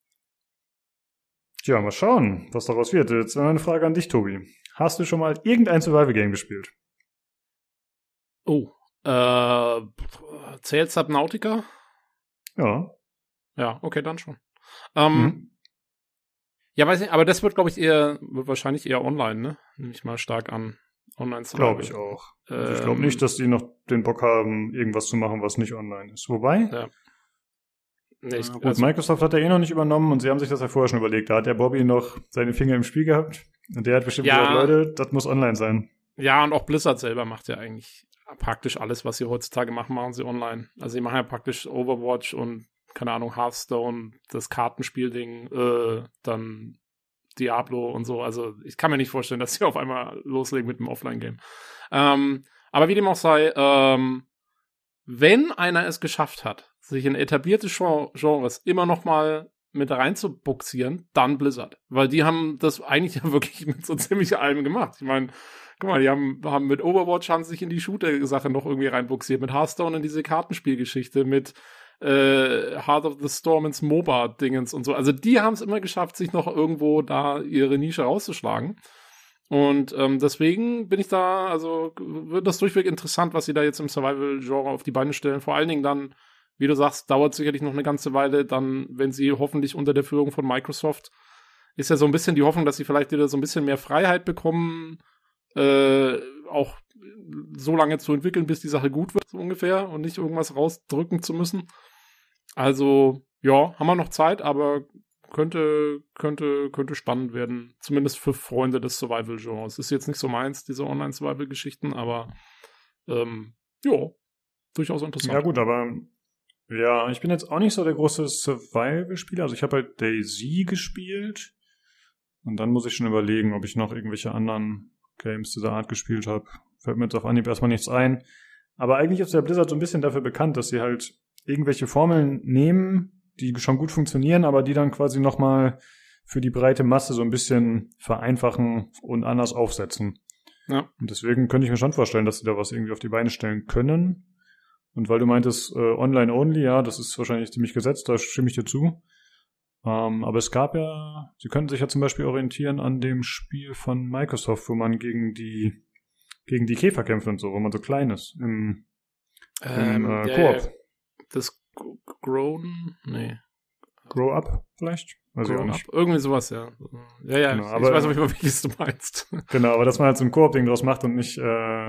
Tja, mal schauen, was daraus wird. Jetzt eine Frage an dich, Tobi. Hast du schon mal irgendein Survival-Game gespielt? Oh, zählt Subnautica? Ja. Ja, okay, dann schon. Ja, weiß nicht, aber das wird, glaube ich, wird wahrscheinlich eher online, ne? Nehme ich mal stark an. Online zu Glaube ich auch. Also ich glaube nicht, dass die noch den Bock haben, irgendwas zu machen, was nicht online ist. Wobei, ja. Nee, gut, Microsoft hat ja noch nicht übernommen und sie haben sich das ja vorher schon überlegt. Da hat der Bobby noch seine Finger im Spiel gehabt und der hat bestimmt gesagt, Leute, das muss online sein. Ja, und auch Blizzard selber macht ja eigentlich praktisch alles, was sie heutzutage machen sie online. Also sie machen ja praktisch Overwatch und, keine Ahnung, Hearthstone, das Kartenspielding, dann Diablo und so. Also ich kann mir nicht vorstellen, dass sie auf einmal loslegen mit einem Offline-Game. Aber wie dem auch sei, wenn einer es geschafft hat, sich in etablierte Genres immer noch mal mit reinzubuxieren, dann Blizzard. Weil die haben das eigentlich ja wirklich mit so ziemlich allem gemacht. Ich meine, guck mal, die haben mit Overwatch haben sich in die Shooter-Sache noch irgendwie reinbuxiert, mit Hearthstone in diese Kartenspielgeschichte, mit Heart of the Storm ins MOBA-Dingens und so. Also die haben es immer geschafft, sich noch irgendwo da ihre Nische rauszuschlagen. Und deswegen bin ich da, also wird das durchweg interessant, was sie da jetzt im Survival-Genre auf die Beine stellen. Vor allen Dingen dann, wie du sagst, dauert sicherlich noch eine ganze Weile, dann, wenn sie hoffentlich unter der Führung von Microsoft, ist ja so ein bisschen die Hoffnung, dass sie vielleicht wieder so ein bisschen mehr Freiheit bekommen, auch so lange zu entwickeln, bis die Sache gut wird, so ungefähr, und nicht irgendwas rausdrücken zu müssen. Also, ja, haben wir noch Zeit, aber könnte spannend werden. Zumindest für Freunde des Survival-Genres. Ist jetzt nicht so meins, diese Online-Survival-Geschichten, aber ja, durchaus interessant. Ja gut, aber ja, ich bin jetzt auch nicht so der große Survival-Spieler. Also ich habe halt DayZ gespielt und dann muss ich schon überlegen, ob ich noch irgendwelche anderen Games dieser Art gespielt habe. Fällt mir jetzt auf Anhieb erstmal nichts ein. Aber eigentlich ist der Blizzard so ein bisschen dafür bekannt, dass sie halt irgendwelche Formeln nehmen, die schon gut funktionieren, aber die dann quasi nochmal für die breite Masse so ein bisschen vereinfachen und anders aufsetzen. Ja. Und deswegen könnte ich mir schon vorstellen, dass sie da was irgendwie auf die Beine stellen können. Und weil du meintest, online only, ja, das ist wahrscheinlich ziemlich gesetzt, da stimme ich dir zu. Aber es gab ja, sie könnten sich ja zum Beispiel orientieren an dem Spiel von Microsoft, wo man gegen die Käfer kämpft und so, wo man so klein ist. Im Koop. Das Grown? Nee. Grow Up vielleicht? Weiß ich auch nicht. Irgendwie sowas, ja. Ja, genau, ich weiß aber nicht, welches du meinst. Genau, aber dass man halt so ein Koop-Ding draus macht und nicht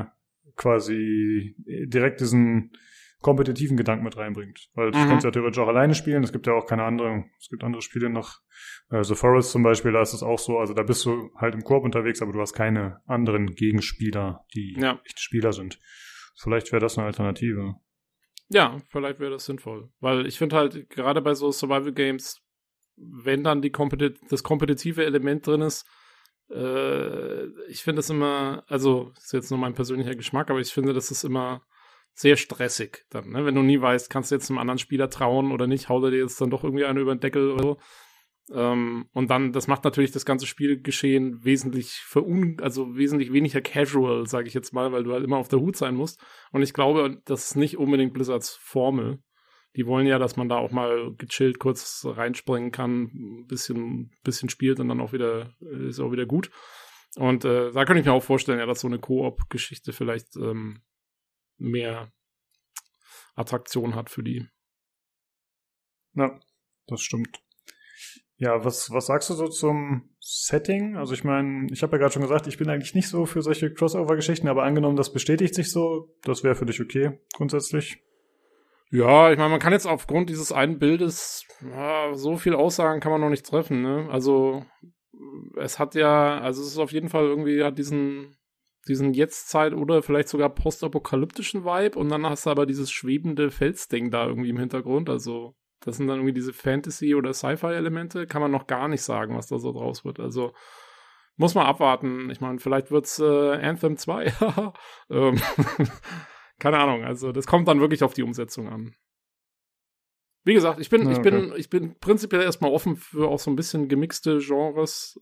quasi direkt diesen kompetitiven Gedanken mit reinbringt. Weil du kannst ja theoretisch auch alleine spielen. Es gibt ja auch es gibt andere Spiele noch. The Forest zum Beispiel, da ist es auch so. Also da bist du halt im Koop unterwegs, aber du hast keine anderen Gegenspieler, die echte Spieler sind. Vielleicht wäre das eine Alternative. Ja, vielleicht wäre das sinnvoll. Weil ich finde halt, gerade bei so Survival-Games, wenn dann das kompetitive Element drin ist, ich finde es immer, also ist jetzt nur mein persönlicher Geschmack, aber ich finde, das ist immer sehr stressig dann, ne? Wenn du nie weißt, kannst du jetzt einem anderen Spieler trauen oder nicht, haut er dir jetzt dann doch irgendwie eine über den Deckel oder so. Und dann, das macht natürlich das ganze Spielgeschehen wesentlich wesentlich weniger casual, sage ich jetzt mal, weil du halt immer auf der Hut sein musst. Und ich glaube, das ist nicht unbedingt Blizzards Formel. Die wollen ja, dass man da auch mal gechillt kurz reinspringen kann, ein bisschen spielt und dann auch wieder, ist auch wieder gut. Und da könnte ich mir auch vorstellen, ja, dass so eine Koop-Geschichte vielleicht mehr Attraktion hat für die. Ja, das stimmt. Ja, was sagst du so zum Setting? Also ich meine, ich habe ja gerade schon gesagt, ich bin eigentlich nicht so für solche Crossover-Geschichten, aber angenommen, das bestätigt sich so, das wäre für dich okay, grundsätzlich? Ja, ich meine, man kann jetzt aufgrund dieses einen Bildes so viel Aussagen kann man noch nicht treffen, ne? Also es ist auf jeden Fall irgendwie, hat diesen Jetztzeit- oder vielleicht sogar postapokalyptischen Vibe und dann hast du aber dieses schwebende Felsding da irgendwie im Hintergrund, also das sind dann irgendwie diese Fantasy- oder Sci-Fi-Elemente, kann man noch gar nicht sagen, was da so draus wird, also muss man abwarten, ich meine, vielleicht wird's Anthem 2, keine Ahnung, also das kommt dann wirklich auf die Umsetzung an. Wie gesagt, ich bin prinzipiell erstmal offen für auch so ein bisschen gemixte Genres,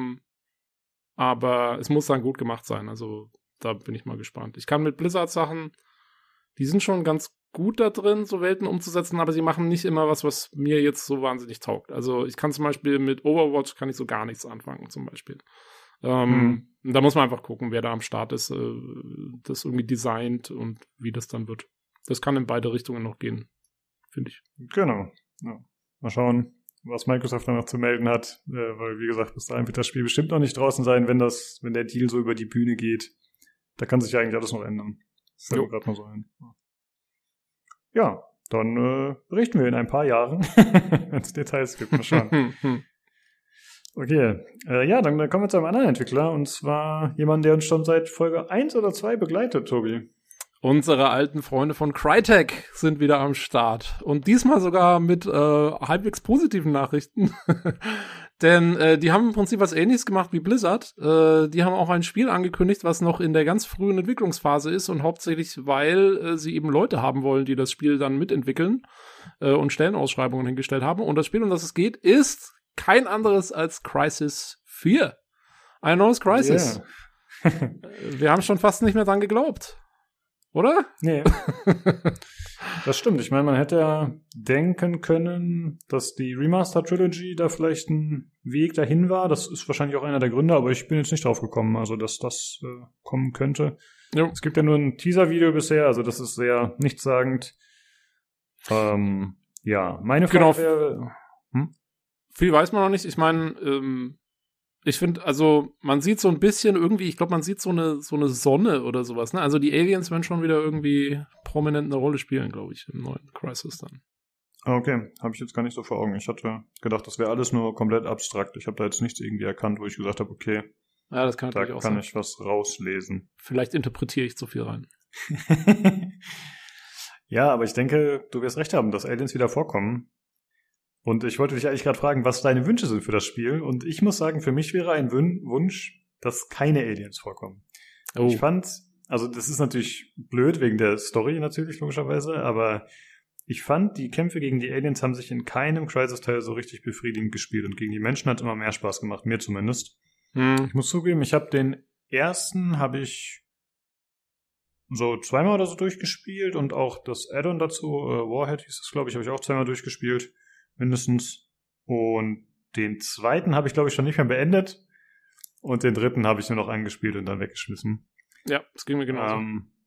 aber es muss dann gut gemacht sein, also da bin ich mal gespannt. Ich kann mit Blizzard-Sachen, die sind schon ganz gut da drin, so Welten umzusetzen, aber sie machen nicht immer was mir jetzt so wahnsinnig taugt. Also ich kann zum Beispiel mit Overwatch kann ich so gar nichts anfangen, zum Beispiel. Da muss man einfach gucken, wer da am Start ist, das irgendwie designt und wie das dann wird. Das kann in beide Richtungen noch gehen, finde ich. Genau. Ja. Mal schauen, was Microsoft dann noch zu melden hat, weil wie gesagt, bis dahin wird das Spiel bestimmt noch nicht draußen sein, wenn der Deal so über die Bühne geht. Da kann sich ja eigentlich alles noch ändern. Das fällt mir gerade mal so ein. Ja, dann berichten wir in ein paar Jahren, wenn es Details gibt. Mal schauen. Okay, dann kommen wir zu einem anderen Entwickler, und zwar jemand, der uns schon seit Folge 1 oder 2 begleitet, Tobi. Unsere alten Freunde von Crytek sind wieder am Start. Und diesmal sogar mit halbwegs positiven Nachrichten. Denn die haben im Prinzip was Ähnliches gemacht wie Blizzard. Die haben auch ein Spiel angekündigt, was noch in der ganz frühen Entwicklungsphase ist. Und hauptsächlich, weil sie eben Leute haben wollen, die das Spiel dann mitentwickeln und Stellenausschreibungen hingestellt haben. Und das Spiel, um das es geht, ist kein anderes als Crysis 4. Ein neues Crysis. Yeah. Wir haben schon fast nicht mehr dran geglaubt. Oder? Nee. Das stimmt. Ich meine, man hätte ja denken können, dass die Remaster-Trilogy da vielleicht ein Weg dahin war. Das ist wahrscheinlich auch einer der Gründe, aber ich bin jetzt nicht drauf gekommen, also dass das kommen könnte. Jo. Es gibt ja nur ein Teaser-Video bisher, also das ist sehr nichtssagend. Meine Frage wäre... Viel weiß man noch nicht. Ich meine, ich finde, also man sieht so ein bisschen irgendwie, ich glaube, man sieht so eine Sonne oder sowas, ne? Also die Aliens werden schon wieder irgendwie prominent eine Rolle spielen, glaube ich, im neuen Crysis dann. Okay, habe ich jetzt gar nicht so vor Augen. Ich hatte gedacht, das wäre alles nur komplett abstrakt. Ich habe da jetzt nichts irgendwie erkannt, wo ich gesagt habe, okay, ja, das kann da natürlich auch kann sein. Ich was rauslesen. Vielleicht interpretiere ich zu viel rein. Ja, aber ich denke, du wirst recht haben, dass Aliens wieder vorkommen. Und ich wollte dich eigentlich gerade fragen, was deine Wünsche sind für das Spiel. Und ich muss sagen, für mich wäre ein Wunsch, dass keine Aliens vorkommen. Oh. Ich fand, also das ist natürlich blöd wegen der Story natürlich logischerweise, aber ich fand, die Kämpfe gegen die Aliens haben sich in keinem Crysis-Teil so richtig befriedigend gespielt. Und gegen die Menschen hat immer mehr Spaß gemacht, mir zumindest. Ich muss zugeben, ich habe den ersten, so zweimal oder so durchgespielt und auch das Add-on dazu, Warhead hieß es, glaube ich, habe ich auch zweimal durchgespielt. Mindestens. Und den zweiten habe ich, glaube ich, schon nicht mehr beendet. Und den dritten habe ich nur noch angespielt und dann weggeschmissen. Ja, das ging mir genauso.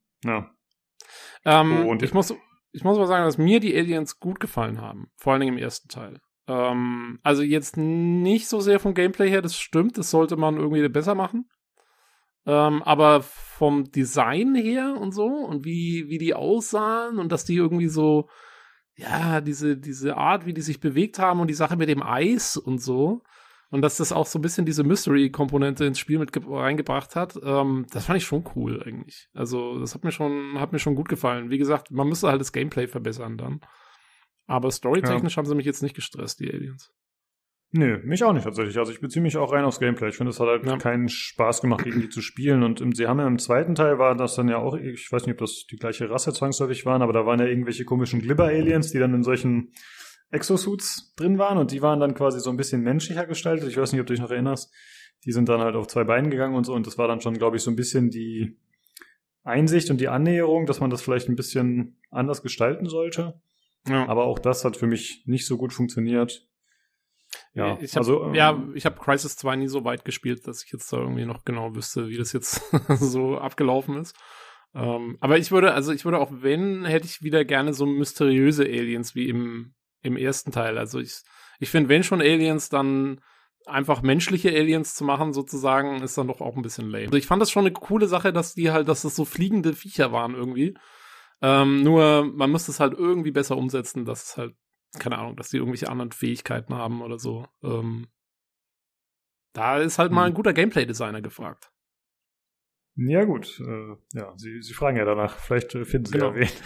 Und ich muss mal sagen, dass mir die Aliens gut gefallen haben. Vor allen Dingen im ersten Teil. Also jetzt nicht so sehr vom Gameplay her, das stimmt. Das sollte man irgendwie besser machen. Aber vom Design her und so und wie die aussahen und dass die irgendwie so ja, diese Art, wie die sich bewegt haben und die Sache mit dem Eis und so. Und dass das auch so ein bisschen diese Mystery-Komponente ins Spiel mit reingebracht hat, das fand ich schon cool eigentlich. Also das hat mir schon gut gefallen. Wie gesagt, man müsste halt das Gameplay verbessern dann. Aber storytechnisch haben sie mich jetzt nicht gestresst, die Aliens. Nö, mich auch nicht tatsächlich. Also ich beziehe mich auch rein aufs Gameplay. Ich finde, es hat halt keinen Spaß gemacht, gegen die zu spielen. Und sie haben ja im zweiten Teil war das dann ja auch, ich weiß nicht, ob das die gleiche Rasse zwangsläufig waren, aber da waren ja irgendwelche komischen Glibber-Aliens, die dann in solchen Exosuits drin waren und die waren dann quasi so ein bisschen menschlicher gestaltet. Ich weiß nicht, ob du dich noch erinnerst. Die sind dann halt auf 2 Beinen gegangen und so und das war dann schon, glaube ich, so ein bisschen die Einsicht und die Annäherung, dass man das vielleicht ein bisschen anders gestalten sollte. Ja. Aber auch das hat für mich nicht so gut funktioniert. Ja, ich habe Crysis 2 nie so weit gespielt, dass ich jetzt da irgendwie noch genau wüsste, wie das jetzt so abgelaufen ist. Aber ich würde auch, wenn, hätte ich wieder gerne so mysteriöse Aliens wie im ersten Teil. Also ich finde, wenn schon Aliens, dann einfach menschliche Aliens zu machen, sozusagen, ist dann doch auch ein bisschen lame. Also ich fand das schon eine coole Sache, dass das so fliegende Viecher waren irgendwie. Nur, man müsste es halt irgendwie besser umsetzen, dass es halt, keine Ahnung, dass die irgendwelche anderen Fähigkeiten haben oder so. Da ist halt mal ein guter Gameplay-Designer gefragt. Ja, gut. Sie fragen ja danach. Vielleicht finden sie ja wen.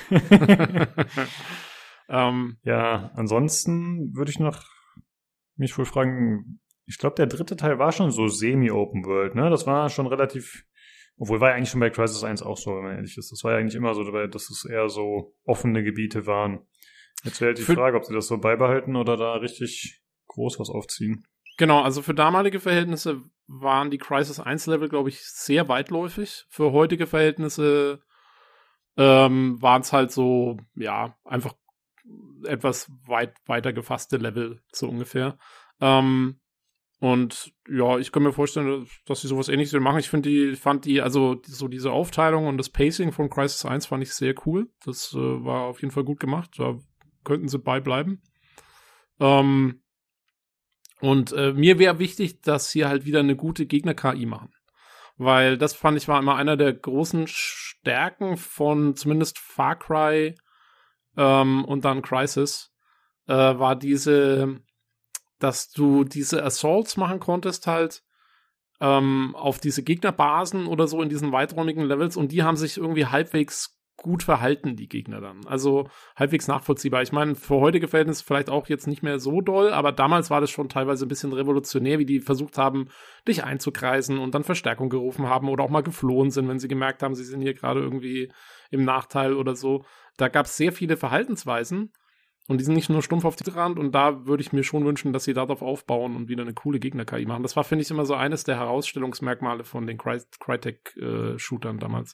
Ja, ansonsten würde ich noch mich wohl fragen, ich glaube, der dritte Teil war schon so semi-Open World, ne? Das war schon relativ, obwohl war ja eigentlich schon bei Crysis 1 auch so, wenn man ehrlich ist. Das war ja eigentlich immer so, dass es eher so offene Gebiete waren. Jetzt wäre halt die Frage, ob sie das so beibehalten oder da richtig groß was aufziehen. Genau, also für damalige Verhältnisse waren die Crysis 1 Level, glaube ich, sehr weitläufig. Für heutige Verhältnisse waren es halt so, ja, einfach etwas weiter gefasste Level, so ungefähr. Und ja, ich kann mir vorstellen, dass sie sowas Ähnliches machen. Ich fand also so diese Aufteilung und das Pacing von Crysis 1 fand ich sehr cool. Das war auf jeden Fall gut gemacht. Da könnten sie beibleiben. Und mir wäre wichtig, dass sie halt wieder eine gute Gegner-KI machen. Weil das fand ich war immer einer der großen Stärken von zumindest Far Cry und dann Crysis, war dass du diese Assaults machen konntest halt auf diese Gegnerbasen oder so in diesen weiträumigen Levels und die haben sich irgendwie halbwegs gut verhalten, die Gegner dann. Also halbwegs nachvollziehbar. Ich meine, für heutige Verhältnisse vielleicht auch jetzt nicht mehr so doll, aber damals war das schon teilweise ein bisschen revolutionär, wie die versucht haben, dich einzukreisen und dann Verstärkung gerufen haben oder auch mal geflohen sind, wenn sie gemerkt haben, sie sind hier gerade irgendwie im Nachteil oder so. Da gab es sehr viele Verhaltensweisen und die sind nicht nur stumpf auf die Rand und da würde ich mir schon wünschen, dass sie darauf aufbauen und wieder eine coole Gegner-KI machen. Das war, finde ich, immer so eines der Herausstellungsmerkmale von den Crytek-Shootern damals.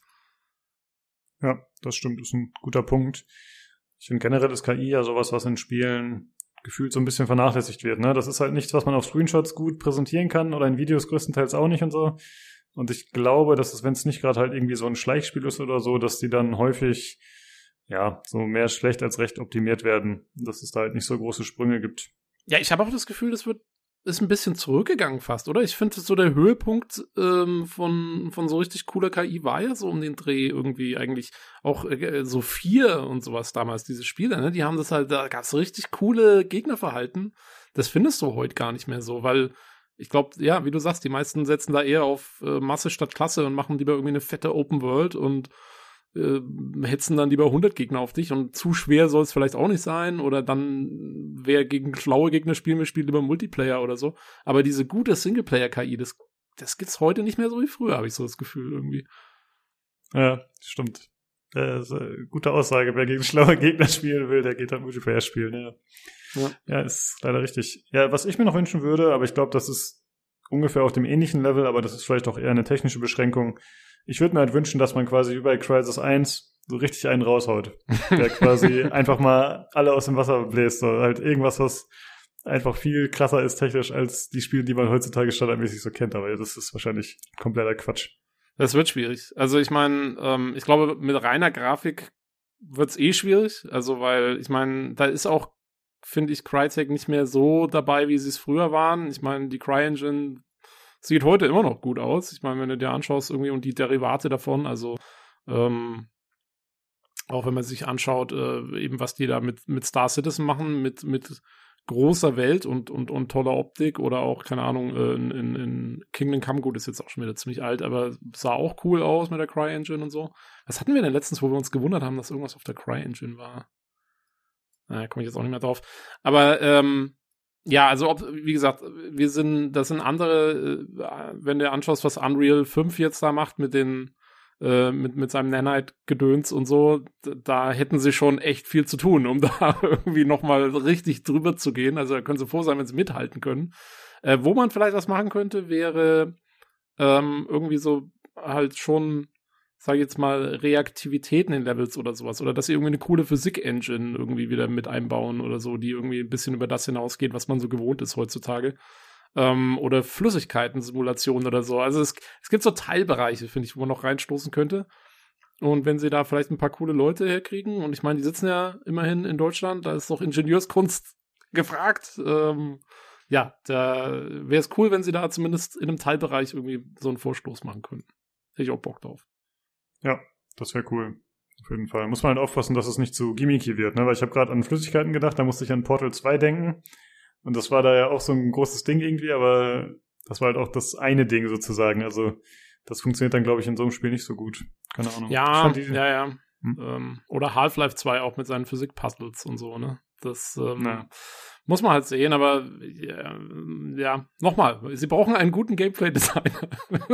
Ja, das stimmt, ist ein guter Punkt. Ich finde generell ist KI ja sowas, was in Spielen gefühlt so ein bisschen vernachlässigt wird, ne? Das ist halt nichts, was man auf Screenshots gut präsentieren kann oder in Videos größtenteils auch nicht und so. Und ich glaube, dass es, wenn es nicht gerade halt irgendwie so ein Schleichspiel ist oder so, dass die dann häufig, ja, so mehr schlecht als recht optimiert werden. Dass es da halt nicht so große Sprünge gibt. Ja, ich habe auch das Gefühl, ist ein bisschen zurückgegangen fast, oder? Ich finde, so der Höhepunkt von so richtig cooler KI war ja so um den Dreh irgendwie eigentlich auch so 4 und sowas damals, diese Spiele, ne? Die haben das halt, da gab es richtig coole Gegnerverhalten. Das findest du heute gar nicht mehr so, weil ich glaube, ja, wie du sagst, die meisten setzen da eher auf Masse statt Klasse und machen lieber irgendwie eine fette Open World und hetzen dann lieber 100 Gegner auf dich und zu schwer soll es vielleicht auch nicht sein oder dann, wer gegen schlaue Gegner spielen will, spielt lieber Multiplayer oder so. Aber diese gute Singleplayer-KI, das gibt's heute nicht mehr so wie früher, habe ich so das Gefühl irgendwie. Ja, stimmt. Das ist eine gute Aussage. Wer gegen schlaue Gegner spielen will, der geht dann Multiplayer spielen, ja, ist leider richtig. Ja, was ich mir noch wünschen würde, aber ich glaube, das ist ungefähr auf dem ähnlichen Level, aber das ist vielleicht auch eher eine technische Beschränkung. Ich würde mir halt wünschen, dass man quasi wie bei Crysis 1 so richtig einen raushaut. Der quasi einfach mal alle aus dem Wasser bläst. So halt irgendwas, was einfach viel krasser ist technisch als die Spiele, die man heutzutage standardmäßig so kennt. Aber das ist wahrscheinlich kompletter Quatsch. Das wird schwierig. Also ich meine, ich glaube, mit reiner Grafik wird's schwierig. Also weil, ich meine, da ist auch, finde ich, Crytek nicht mehr so dabei, wie sie es früher waren. Ich meine, die CryEngine sieht heute immer noch gut aus. Ich meine, wenn du dir anschaust irgendwie und die Derivate davon, also auch wenn man sich anschaut, eben was die da mit Star Citizen machen, mit großer Welt und toller Optik oder auch, keine Ahnung, in Kingdom Come, gut, ist jetzt auch schon wieder ziemlich alt, aber sah auch cool aus mit der CryEngine und so. Was hatten wir denn letztens, wo wir uns gewundert haben, dass irgendwas auf der CryEngine war? Naja, komme ich jetzt auch nicht mehr drauf. Aber Ja, also wie gesagt, das sind andere, wenn du anschaust, was Unreal 5 jetzt da macht mit den mit seinem Nanite-Gedöns und so, da hätten sie schon echt viel zu tun, um da irgendwie nochmal richtig drüber zu gehen. Also da können sie froh sein, wenn sie mithalten können. Wo man vielleicht was machen könnte, wäre irgendwie so halt schon, sag ich jetzt mal, Reaktivitäten in Levels oder sowas. Oder dass sie irgendwie eine coole Physik-Engine irgendwie wieder mit einbauen oder so, die irgendwie ein bisschen über das hinausgeht, was man so gewohnt ist heutzutage. Oder Flüssigkeiten-Simulationen oder so. Also es gibt so Teilbereiche, finde ich, wo man noch reinstoßen könnte. Und wenn sie da vielleicht ein paar coole Leute herkriegen, und ich meine, die sitzen ja immerhin in Deutschland, da ist doch Ingenieurskunst gefragt. Ja, da wäre es cool, wenn sie da zumindest in einem Teilbereich irgendwie so einen Vorstoß machen könnten. Hätte ich auch Bock drauf. Ja, das wäre cool. Auf jeden Fall. Muss man halt aufpassen, dass es nicht zu gimmicky wird, ne? Weil ich habe gerade an Flüssigkeiten gedacht, da musste ich an Portal 2 denken. Und das war da ja auch so ein großes Ding irgendwie, aber das war halt auch das eine Ding sozusagen. Also das funktioniert dann, glaube ich, in so einem Spiel nicht so gut. Keine Ahnung. Ja. Oder Half-Life 2 auch mit seinen Physik-Puzzles und so, ne? Das muss man halt sehen, aber ja, nochmal, sie brauchen einen guten Gameplay-Designer.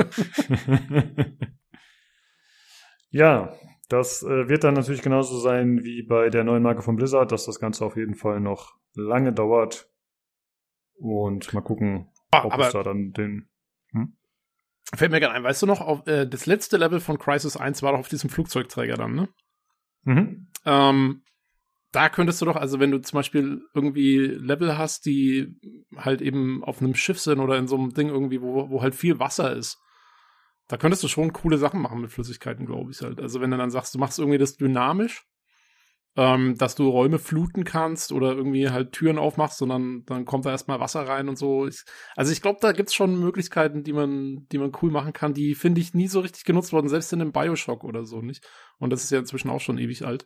Ja, das wird dann natürlich genauso sein wie bei der neuen Marke von Blizzard, dass das Ganze auf jeden Fall noch lange dauert. Und mal gucken, ob es da dann den... Fällt mir gerade ein, weißt du noch, das letzte Level von Crysis 1 war doch auf diesem Flugzeugträger dann, ne? Mhm. Da könntest du doch, also wenn du zum Beispiel irgendwie Level hast, die halt eben auf einem Schiff sind oder in so einem Ding irgendwie, wo halt viel Wasser ist, da könntest du schon coole Sachen machen mit Flüssigkeiten, glaube ich halt. Also wenn du dann sagst, du machst irgendwie das dynamisch, dass du Räume fluten kannst oder irgendwie halt Türen aufmachst und dann kommt da erstmal Wasser rein und so. Also ich glaube, da gibt's schon Möglichkeiten, die man cool machen kann, die, finde ich, nie so richtig genutzt wurden, selbst in einem Bioshock oder so, nicht? Und das ist ja inzwischen auch schon ewig alt.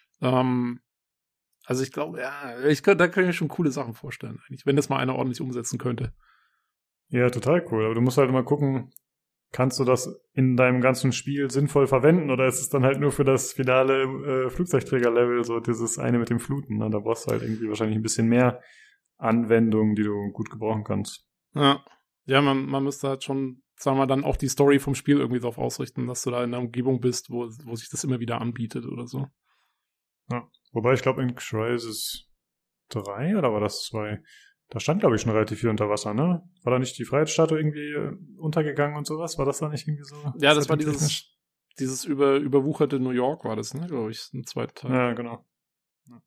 Also ich glaube, ja, da kann ich mir schon coole Sachen vorstellen, eigentlich, wenn das mal einer ordentlich umsetzen könnte. Ja, total cool. Aber du musst halt immer gucken, kannst du das in deinem ganzen Spiel sinnvoll verwenden oder ist es dann halt nur für das finale Flugzeugträger-Level, so dieses eine mit dem Fluten? Ne? Da brauchst du halt irgendwie wahrscheinlich ein bisschen mehr Anwendungen, die du gut gebrauchen kannst. Ja, man müsste halt schon, sagen wir mal, dann auch die Story vom Spiel irgendwie darauf ausrichten, dass du da in einer Umgebung bist, wo sich das immer wieder anbietet oder so. Ja, wobei ich glaube in Crysis 3 oder war das 2? Da stand, glaube ich, schon relativ viel unter Wasser, ne? War da nicht die Freiheitsstatue irgendwie untergegangen und sowas? War das da nicht irgendwie so? Ja, das war dieses überwucherte New York war das, ne? Glaube ich, im zweiten Teil. Ja, genau. Ja.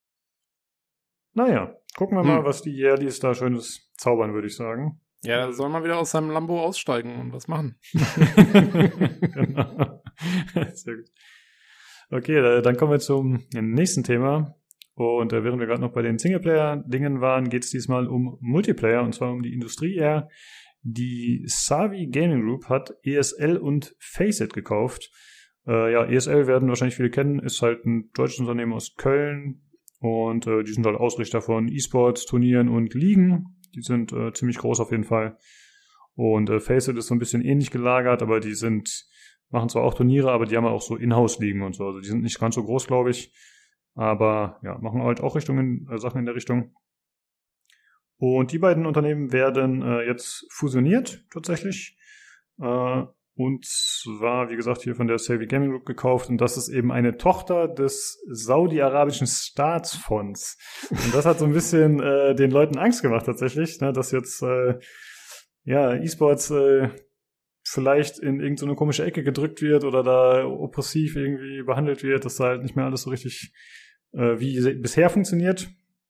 Naja, gucken wir mal, was die Yearlies da Schönes zaubern, würde ich sagen. Ja, da soll man wieder aus seinem Lambo aussteigen und was machen. Genau. Sehr gut. Okay, dann kommen wir zum nächsten Thema. Und während wir gerade noch bei den Singleplayer-Dingen waren, geht es diesmal um Multiplayer, und zwar um die Industrie eher. Die Savvy Gaming Group hat ESL und Faceit gekauft. ESL werden wahrscheinlich viele kennen, ist halt ein deutsches Unternehmen aus Köln. Und die sind halt Ausrichter von E-Sports, Turnieren und Ligen. Die sind ziemlich groß auf jeden Fall. Und Faceit ist so ein bisschen ähnlich gelagert, aber die machen zwar auch Turniere, aber die haben auch so Inhouse-Ligen und so. Also die sind nicht ganz so groß, glaube ich. Aber ja, machen halt auch Sachen in der Richtung. Und die beiden Unternehmen werden jetzt fusioniert, tatsächlich. Und zwar, wie gesagt, hier von der Savvy Gaming Group gekauft. Und das ist eben eine Tochter des saudi-arabischen Staatsfonds. Und das hat so ein bisschen den Leuten Angst gemacht, tatsächlich, ne, dass jetzt E-Sports vielleicht in irgendeine komische Ecke gedrückt wird oder da oppressiv irgendwie behandelt wird, dass da halt nicht mehr alles so richtig wie bisher funktioniert.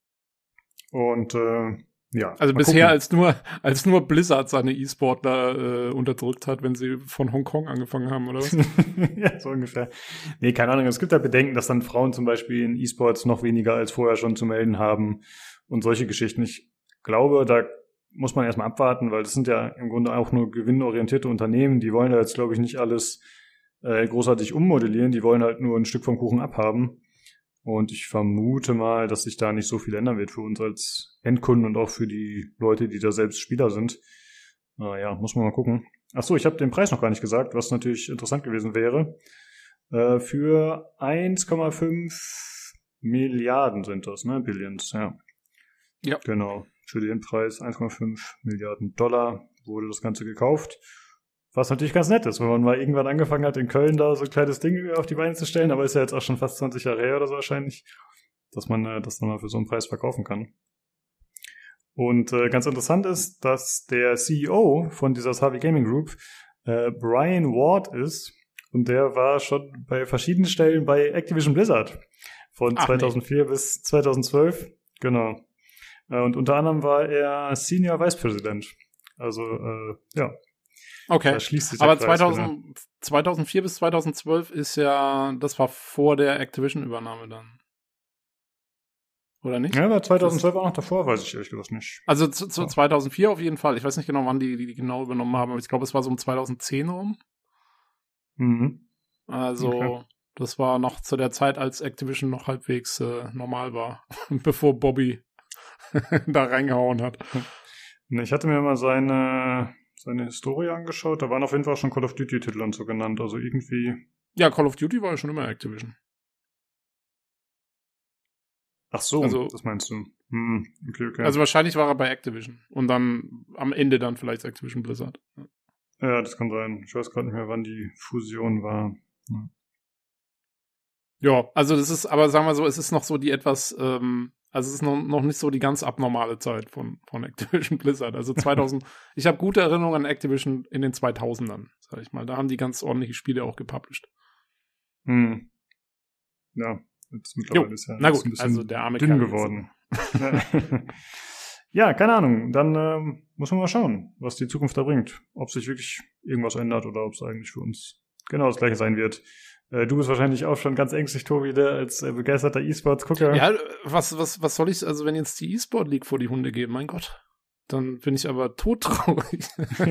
Und also bisher als nur Blizzard seine E-Sportler unterdrückt hat, wenn sie von Hongkong angefangen haben, oder was? Ja, so ungefähr. Nee, keine Ahnung. Es gibt da Bedenken, dass dann Frauen zum Beispiel in E-Sports noch weniger als vorher schon zu melden haben und solche Geschichten. Ich glaube, da muss man erstmal abwarten, weil das sind ja im Grunde auch nur gewinnorientierte Unternehmen. Die wollen da jetzt, glaube ich, nicht alles großartig ummodellieren. Die wollen halt nur ein Stück vom Kuchen abhaben. Und ich vermute mal, dass sich da nicht so viel ändern wird für uns als Endkunden und auch für die Leute, die da selbst Spieler sind. Muss man mal gucken. Achso, ich habe den Preis noch gar nicht gesagt, was natürlich interessant gewesen wäre. Für 1,5 Milliarden sind das, ne? Billions, ja. Ja. Genau. Für den Preis 1,5 Milliarden Dollar wurde das Ganze gekauft. Was natürlich ganz nett ist, wenn man mal irgendwann angefangen hat, in Köln da so ein kleines Ding auf die Beine zu stellen, aber ist ja jetzt auch schon fast 20 Jahre her oder so wahrscheinlich, dass man das dann mal für so einen Preis verkaufen kann. Und ganz interessant ist, dass der CEO von dieser Savvy Gaming Group Brian Ward ist und der war schon bei verschiedenen Stellen bei Activision Blizzard von 2004 bis 2012. Genau. Und unter anderem war er Senior Vice President. Also, ja. Okay, da schließt sich aber Kreis, 2004 bis 2012 ist ja, das war vor der Activision-Übernahme dann. Oder nicht? Ja, aber 2012 auch noch davor, weiß ich ehrlich gesagt nicht. Also zu 2004 auf jeden Fall. Ich weiß nicht genau, wann die genau übernommen haben, aber ich glaube, es war so um 2010 rum. Mhm. Also, okay. Das war noch zu der Zeit, als Activision noch halbwegs normal war, bevor Bobby da reingehauen hat. Ich hatte mir mal seine Historie angeschaut, da waren auf jeden Fall schon Call of Duty-Titel und so genannt, also irgendwie... Ja, Call of Duty war ja schon immer Activision. Ach so, also, das meinst du. Okay. Also wahrscheinlich war er bei Activision und dann am Ende dann vielleicht Activision Blizzard. Ja, das kann sein. Ich weiß gerade nicht mehr, wann die Fusion war. Ja, also das ist, aber sagen wir so, es ist noch so die etwas, also es ist noch nicht so die ganz abnormale Zeit von Activision Blizzard. Also 2000, ich habe gute Erinnerungen an Activision in den 2000ern, sag ich mal. Da haben die ganz ordentliche Spiele auch gepublished. Ja, jetzt mittlerweile ist ja na gut, ein bisschen also der arme dünn Kerl geworden. Ja, keine Ahnung. Dann muss man mal schauen, was die Zukunft da bringt. Ob sich wirklich irgendwas ändert oder ob es eigentlich für uns genau das Gleiche sein wird. Du bist wahrscheinlich auch schon ganz ängstlich, Tobi, der als begeisterter E-Sports-Gucker. Ja, was soll ich, also wenn jetzt die E-Sport League vor die Hunde geben, mein Gott, dann bin ich aber todtraurig.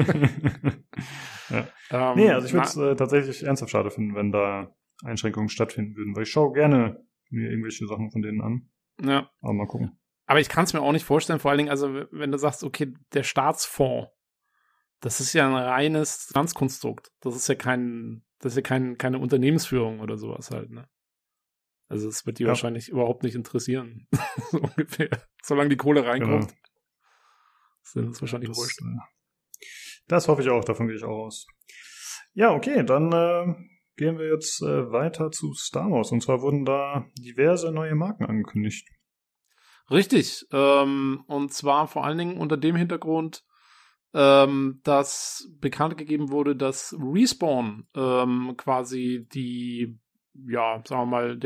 Ja. Nee, also ich würde es tatsächlich ernsthaft schade finden, wenn da Einschränkungen stattfinden würden, weil ich schaue gerne mir irgendwelche Sachen von denen an. Ja. Aber mal gucken. Aber ich kann es mir auch nicht vorstellen, vor allen Dingen, also wenn du sagst, okay, der Staatsfonds, das ist ja ein reines Finanzkonstrukt. Das ist ja keine Unternehmensführung oder sowas halt, ne? Also es wird die wahrscheinlich überhaupt nicht interessieren. So ungefähr. Solange die Kohle reinkommt. Genau. Sind es wahrscheinlich wurscht. Das hoffe ich auch, davon gehe ich auch aus. Ja, okay, dann gehen wir jetzt weiter zu Star Wars. Und zwar wurden da diverse neue Marken angekündigt. Richtig. Und zwar vor allen Dingen unter dem Hintergrund, dass bekannt gegeben wurde, dass Respawn quasi die, ja, sagen wir mal,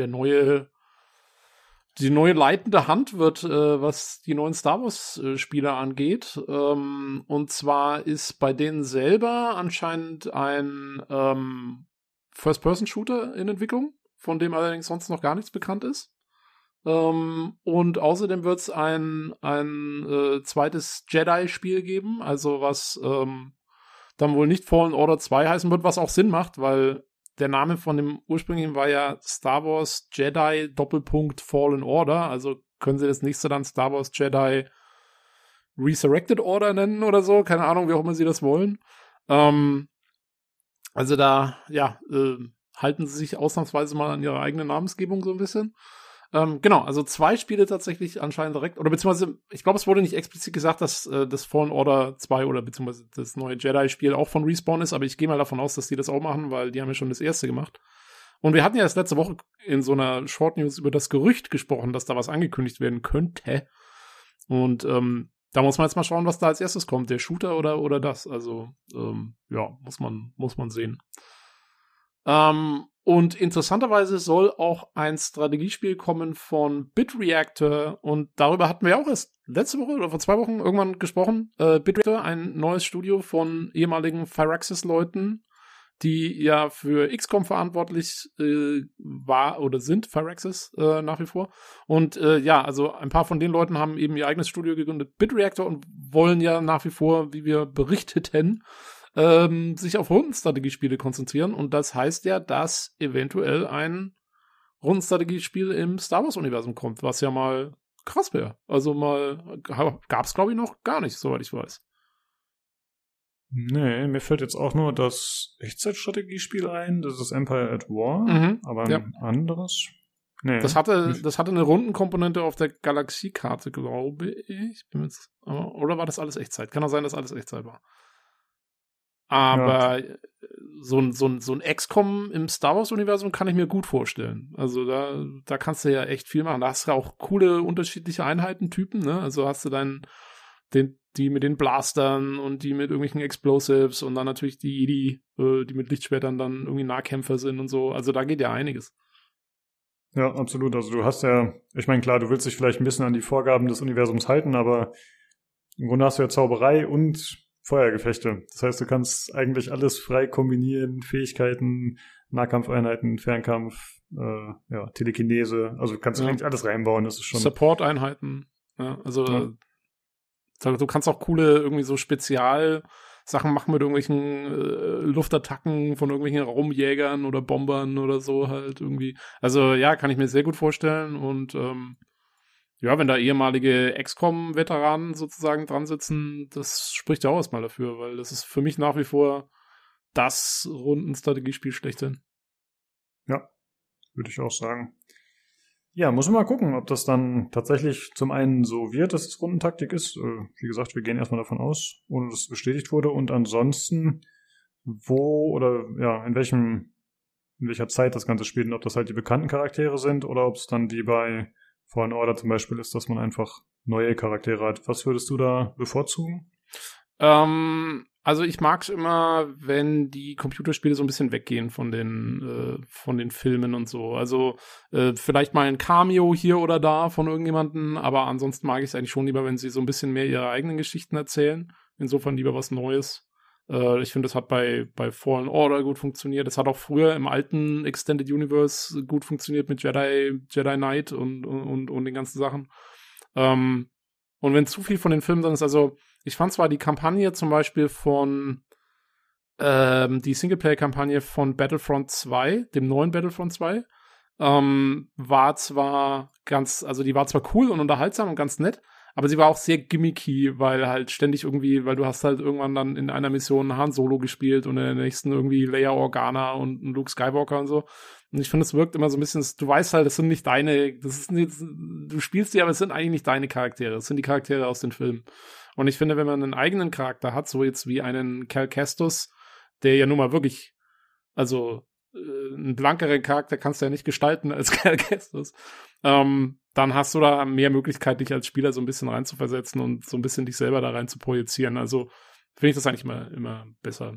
die neue leitende Hand wird, was die neuen Star Wars Spiele angeht. Und zwar ist bei denen selber anscheinend ein First-Person-Shooter in Entwicklung, von dem allerdings sonst noch gar nichts bekannt ist. Und außerdem wird es ein zweites Jedi-Spiel geben, also was dann wohl nicht Fallen Order 2 heißen wird, was auch Sinn macht, weil der Name von dem ursprünglichen war ja Star Wars Jedi Fallen Order, also können sie das nächste dann Star Wars Jedi Resurrected Order nennen oder so, keine Ahnung, wie auch immer sie das wollen. Also da, ja, halten sie sich ausnahmsweise mal an ihre eigene Namensgebung so ein bisschen. Genau, also 2 Spiele tatsächlich anscheinend direkt, oder beziehungsweise, ich glaube, es wurde nicht explizit gesagt, dass das Fallen Order 2 oder beziehungsweise das neue Jedi-Spiel auch von Respawn ist, aber ich gehe mal davon aus, dass die das auch machen, weil die haben ja schon das erste gemacht. Und wir hatten ja erst letzte Woche in so einer Short News über das Gerücht gesprochen, dass da was angekündigt werden könnte. Und da muss man jetzt mal schauen, was da als erstes kommt, der Shooter oder das. Also, ja, muss man sehen. Und interessanterweise soll auch ein Strategiespiel kommen von BitReactor und darüber hatten wir auch erst letzte Woche oder vor 2 Wochen irgendwann gesprochen. BitReactor, ein neues Studio von ehemaligen Firaxis-Leuten, die ja für XCOM verantwortlich war oder sind, Firaxis nach wie vor. Und ja, also ein paar von den Leuten haben eben ihr eigenes Studio gegründet, BitReactor, und wollen ja nach wie vor, wie wir berichteten, sich auf Rundenstrategiespiele konzentrieren, und das heißt ja, dass eventuell ein Rundenstrategiespiel im Star Wars-Universum kommt, was ja mal krass wäre. Also gab's glaube ich noch gar nicht, soweit ich weiß. Nee, mir fällt jetzt auch nur das Echtzeitstrategiespiel ein, das ist Empire at War, aber ein anderes Nee. Das hatte eine Rundenkomponente auf der Galaxiekarte, glaube ich. Oder war das alles Echtzeit? Kann auch sein, dass alles Echtzeit war. Aber so ein XCOM im Star Wars-Universum kann ich mir gut vorstellen. Also da kannst du ja echt viel machen. Da hast du ja auch coole unterschiedliche Einheitentypen, ne? Also hast du die mit den Blastern und die mit irgendwelchen Explosives und dann natürlich die Jedi, die mit Lichtschwertern dann irgendwie Nahkämpfer sind und so. Also da geht ja einiges. Ja, absolut. Also du hast ja, ich meine, klar, du willst dich vielleicht ein bisschen an die Vorgaben des Universums halten, aber im Grunde hast du ja Zauberei und Feuergefechte. Das heißt, du kannst eigentlich alles frei kombinieren, Fähigkeiten, Nahkampfeinheiten, Fernkampf, Telekinese. Also du kannst eigentlich alles reinbauen. Das ist schon Support-Einheiten. Ja, also du kannst auch coole irgendwie so Spezialsachen machen mit irgendwelchen Luftattacken von irgendwelchen Raumjägern oder Bombern oder so halt irgendwie. Also ja, kann ich mir sehr gut vorstellen und wenn da ehemalige XCOM-Veteranen sozusagen dran sitzen, das spricht ja auch erstmal dafür, weil das ist für mich nach wie vor das Rundenstrategiespiel schlechthin. Ja, würde ich auch sagen. Ja, muss man mal gucken, ob das dann tatsächlich zum einen so wird, dass es Rundentaktik ist. Wie gesagt, wir gehen erstmal davon aus, ohne dass es bestätigt wurde. Und ansonsten, in welcher Zeit das Ganze spielt und ob das halt die bekannten Charaktere sind oder ob es dann die bei Fallen Order zum Beispiel ist, dass man einfach neue Charaktere hat. Was würdest du da bevorzugen? Also ich mag es immer, wenn die Computerspiele so ein bisschen weggehen von den Filmen und so. Also vielleicht mal ein Cameo hier oder da von irgendjemandem, aber ansonsten mag ich es eigentlich schon lieber, wenn sie so ein bisschen mehr ihre eigenen Geschichten erzählen. Insofern lieber was Neues. Ich finde, das hat bei Fallen Order gut funktioniert. Das hat auch früher im alten Extended Universe gut funktioniert mit Jedi Knight und den ganzen Sachen. Und wenn zu viel von den Filmen dann ist, also ich fand zwar die Kampagne zum Beispiel von die Singleplayer-Kampagne von Battlefront 2, dem neuen Battlefront 2, war zwar die war zwar cool und unterhaltsam und ganz nett, aber sie war auch sehr gimmicky, weil halt ständig irgendwie, weil du hast halt irgendwann dann in einer Mission Han Solo gespielt und in der nächsten irgendwie Leia Organa und Luke Skywalker und so. Und ich finde, es wirkt immer so ein bisschen, du weißt halt, du spielst die, aber es sind eigentlich nicht deine Charaktere, es sind die Charaktere aus den Filmen. Und ich finde, wenn man einen eigenen Charakter hat, so jetzt wie einen Cal Kestis, der ja nun mal wirklich, also einen blankeren Charakter kannst du ja nicht gestalten als Cal Kestis, dann hast du da mehr Möglichkeit, dich als Spieler so ein bisschen reinzuversetzen und so ein bisschen dich selber da rein zu projizieren. Also finde ich das eigentlich immer besser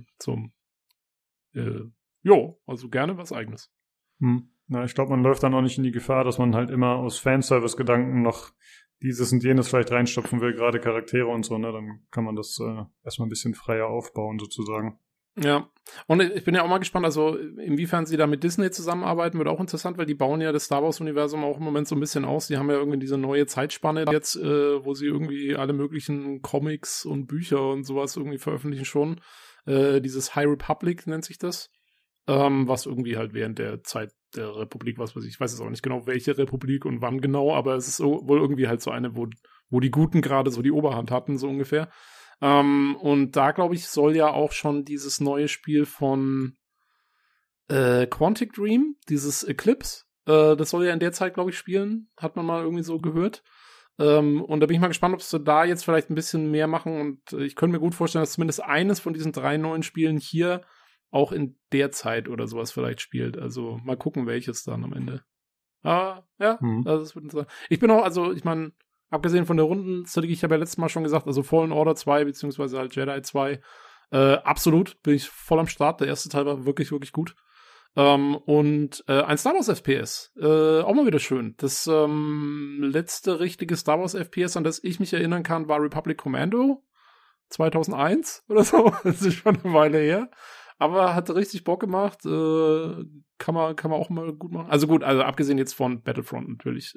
also gerne was Eigenes. Na, ich glaube, man läuft dann auch nicht in die Gefahr, dass man halt immer aus Fanservice-Gedanken noch dieses und jenes vielleicht reinstopfen will, gerade Charaktere und so, ne? Dann kann man das erstmal ein bisschen freier aufbauen, sozusagen. Ja, und ich bin ja auch mal gespannt, also inwiefern sie da mit Disney zusammenarbeiten, wird auch interessant, weil die bauen ja das Star Wars-Universum auch im Moment so ein bisschen aus. Die haben ja irgendwie diese neue Zeitspanne jetzt, wo sie irgendwie alle möglichen Comics und Bücher und sowas irgendwie veröffentlichen schon. Dieses High Republic nennt sich das, was irgendwie halt während der Zeit der Republik, was weiß ich weiß jetzt auch nicht genau, welche Republik und wann genau, aber es ist wohl irgendwie halt so eine, wo die Guten gerade so die Oberhand hatten, so ungefähr. Und da, glaube ich, soll ja auch schon dieses neue Spiel von Quantic Dream, dieses Eclipse, das soll ja in der Zeit, glaube ich, spielen, hat man mal irgendwie so gehört. Und da bin ich mal gespannt, ob sie da jetzt vielleicht ein bisschen mehr machen und ich könnte mir gut vorstellen, dass zumindest eines von diesen 3 neuen Spielen hier auch in der Zeit oder sowas vielleicht spielt. Also mal gucken, welches dann am Ende. Also das wird interessant. Ich bin auch, also ich meine, abgesehen von der Rundenstrategie, ich habe ja letztes Mal schon gesagt, also Fallen Order 2, beziehungsweise halt Jedi 2, absolut, bin ich voll am Start. Der erste Teil war wirklich, wirklich gut. Und ein Star Wars FPS, auch mal wieder schön. Das letzte richtige Star Wars FPS, an das ich mich erinnern kann, war Republic Commando 2001 oder so. Das ist schon eine Weile her. Aber hat richtig Bock gemacht. Kann man auch mal gut machen. Also gut, also abgesehen jetzt von Battlefront natürlich.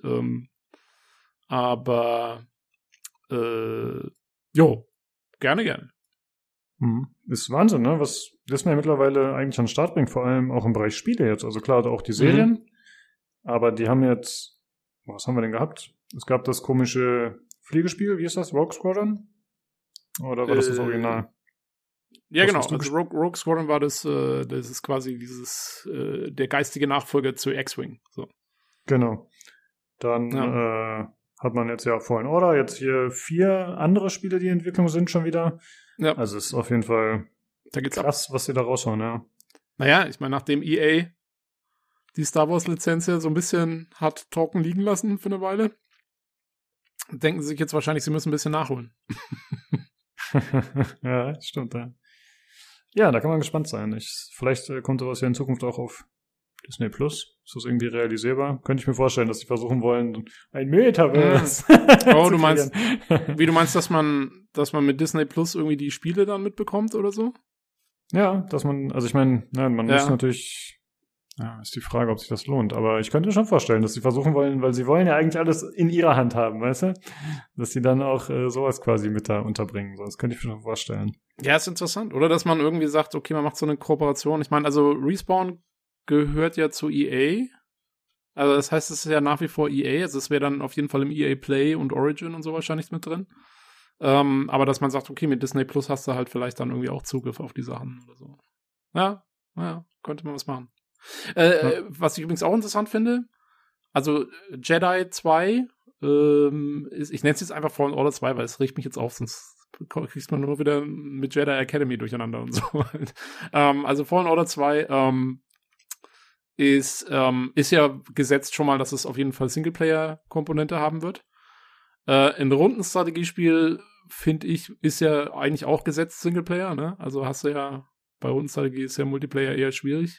Aber gerne. Ist Wahnsinn, ne? Was Disney mittlerweile eigentlich an den Start bringt, vor allem auch im Bereich Spiele jetzt. Also klar, auch die Serien. Aber die haben jetzt, was haben wir denn gehabt? Es gab das komische Fliegespiel, wie ist das? Rogue Squadron? Oder war das Original? Ja, genau. Also Rogue Squadron war das ist quasi der geistige Nachfolger zu X-Wing. So. Genau. Dann hat man jetzt ja Fallen Order, jetzt hier 4 andere Spiele, die in Entwicklung sind schon wieder. Ja. Also es ist auf jeden Fall da geht's krass, was sie da raushauen, ja. Naja, ich meine, nachdem EA die Star Wars-Lizenz ja so ein bisschen hat trocken liegen lassen für eine Weile, denken sie sich jetzt wahrscheinlich, sie müssen ein bisschen nachholen. Ja, stimmt, ja. Ja, da kann man gespannt sein. Vielleicht kommt sowas ja in Zukunft auch auf Disney Plus. Ist das irgendwie realisierbar? Könnte ich mir vorstellen, dass sie versuchen wollen, ein Metaverse. Oh, du meinst, dass man mit Disney Plus irgendwie die Spiele dann mitbekommt oder so? Ja, dass man, also ich meine, man muss natürlich, ist die Frage, ob sich das lohnt. Aber ich könnte mir schon vorstellen, dass sie versuchen wollen, weil sie wollen ja eigentlich alles in ihrer Hand haben, weißt du? Dass sie dann auch sowas quasi mit da unterbringen. So, das könnte ich mir schon vorstellen. Ja, ist interessant. Oder dass man irgendwie sagt, okay, man macht so eine Kooperation. Ich meine, also Respawn gehört ja zu EA. Also das heißt, es ist ja nach wie vor EA. Also es wäre dann auf jeden Fall im EA Play und Origin und so wahrscheinlich mit drin. Aber dass man sagt, okay, mit Disney Plus hast du halt vielleicht dann irgendwie auch Zugriff auf die Sachen oder so. Ja, könnte man was machen. Was ich übrigens auch interessant finde, also Jedi 2, ich nenne es jetzt einfach Fallen Order 2, weil es riecht mich jetzt auf, sonst kriegst man nur wieder mit Jedi Academy durcheinander und so. Also Fallen Order 2 ist ja gesetzt schon mal, dass es auf jeden Fall Singleplayer-Komponente haben wird. Ein Rundenstrategiespiel, finde ich, ist ja eigentlich auch gesetzt Singleplayer, ne? Also hast du ja, bei Rundenstrategie ist ja Multiplayer eher schwierig.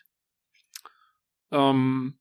Und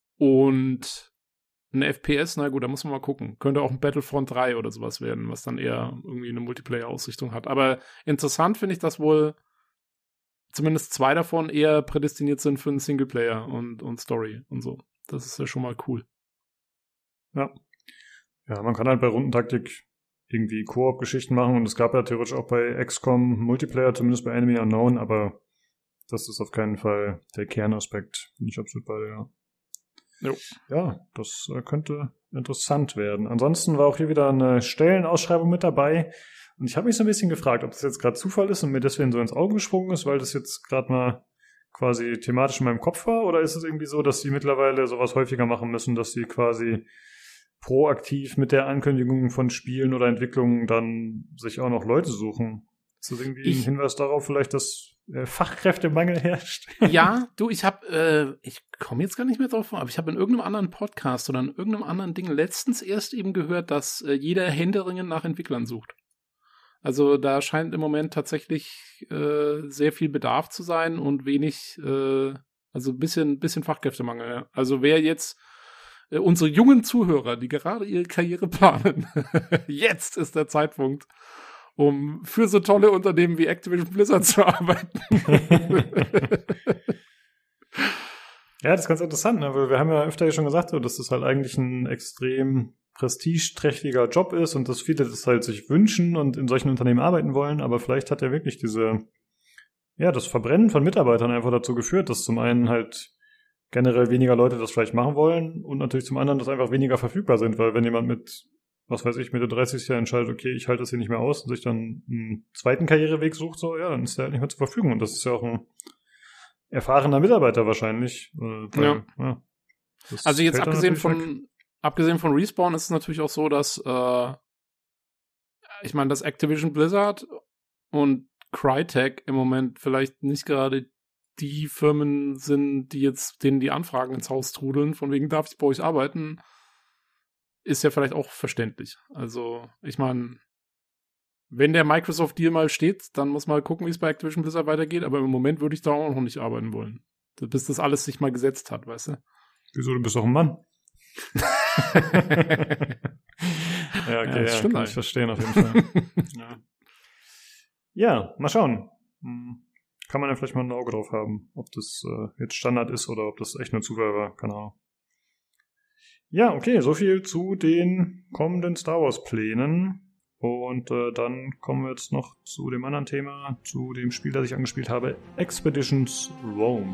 ein FPS, na gut, da muss man mal gucken. Könnte auch ein Battlefront 3 oder sowas werden, was dann eher irgendwie eine Multiplayer-Ausrichtung hat. Aber interessant finde ich, dass wohl zumindest 2 davon eher prädestiniert sind für einen Singleplayer und Story und so. Das ist ja schon mal cool. Ja. Ja, man kann halt bei Rundentaktik irgendwie Koop-Geschichten machen und es gab ja theoretisch auch bei XCOM Multiplayer, zumindest bei Enemy Unknown, aber das ist auf keinen Fall der Kernaspekt. Bin ich absolut bei dir. Jo. Ja, das könnte interessant werden. Ansonsten war auch hier wieder eine Stellenausschreibung mit dabei. Und ich habe mich so ein bisschen gefragt, ob das jetzt gerade Zufall ist und mir deswegen so ins Auge gesprungen ist, weil das jetzt gerade mal quasi thematisch in meinem Kopf war. Oder ist es irgendwie so, dass sie mittlerweile sowas häufiger machen müssen, dass sie quasi proaktiv mit der Ankündigung von Spielen oder Entwicklungen dann sich auch noch Leute suchen? Ist das irgendwie ein Hinweis darauf vielleicht, dass Fachkräftemangel herrscht? Ja, du, ich komme jetzt gar nicht mehr drauf vor, aber ich habe in irgendeinem anderen Podcast oder in irgendeinem anderen Ding letztens erst eben gehört, dass jeder händeringend nach Entwicklern sucht. Also da scheint im Moment tatsächlich sehr viel Bedarf zu sein und wenig, also ein bisschen Fachkräftemangel. Ja. Also wer jetzt unsere jungen Zuhörer, die gerade ihre Karriere planen, jetzt ist der Zeitpunkt, um für so tolle Unternehmen wie Activision Blizzard zu arbeiten. Ja, das ist ganz interessant, ne? Weil wir haben ja öfter schon gesagt, so, dass das halt eigentlich ein extrem prestigeträchtiger Job ist und dass viele das halt sich wünschen und in solchen Unternehmen arbeiten wollen, aber vielleicht hat ja wirklich das Verbrennen von Mitarbeitern einfach dazu geführt, dass zum einen halt generell weniger Leute das vielleicht machen wollen und natürlich zum anderen, dass einfach weniger verfügbar sind, weil wenn jemand mit, was weiß ich, Mitte 30 Jahren entscheidet, okay, ich halte das hier nicht mehr aus und sich dann einen zweiten Karriereweg sucht, so, ja, dann ist der halt nicht mehr zur Verfügung und das ist ja auch ein erfahrener Mitarbeiter wahrscheinlich. Also jetzt abgesehen von Respawn ist es natürlich auch so, dass ich meine, dass Activision Blizzard und Crytek im Moment vielleicht nicht gerade die Firmen sind, denen die Anfragen ins Haus trudeln, von wegen, darf ich bei euch arbeiten, ist ja vielleicht auch verständlich. Also, ich meine, wenn der Microsoft-Deal mal steht, dann muss man gucken, wie es bei Activision Blizzard weitergeht, aber im Moment würde ich da auch noch nicht arbeiten wollen. Bis das alles sich mal gesetzt hat, weißt du? Wieso, du bist doch ein Mann. Ja, okay, das stimmt kann halt. Ich verstehen auf jeden Fall. Ja, mal schauen. Kann man ja vielleicht mal ein Auge drauf haben, ob das jetzt Standard ist oder ob das echt nur Zufall war. Keine Ahnung. Ja, okay, so viel zu den kommenden Star Wars Plänen. Und dann kommen wir jetzt noch zu dem anderen Thema, zu dem Spiel, das ich angespielt habe, Expeditions Rome.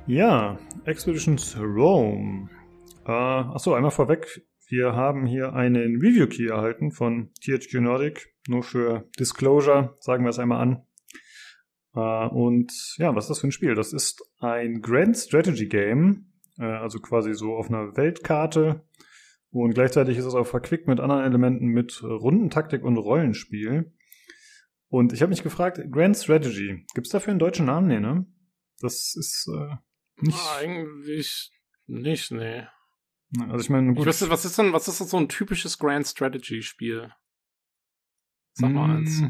Ja, Expeditions Rome. Achso, einmal vorweg. Wir haben hier einen Review-Key erhalten von THQ Nordic. Nur für Disclosure, sagen wir es einmal an. Und ja, was ist das für ein Spiel? Das ist ein Grand Strategy Game. Also quasi so auf einer Weltkarte. Und gleichzeitig ist es auch verquickt mit anderen Elementen, mit Rundentaktik und Rollenspiel. Und ich habe mich gefragt, Grand Strategy, gibt's dafür einen deutschen Namen? Nee, ne? Das ist nicht... Eigentlich nicht, nee. Also ich meine, gut. Was ist denn so ein typisches Grand Strategy Spiel? Sag mal eins.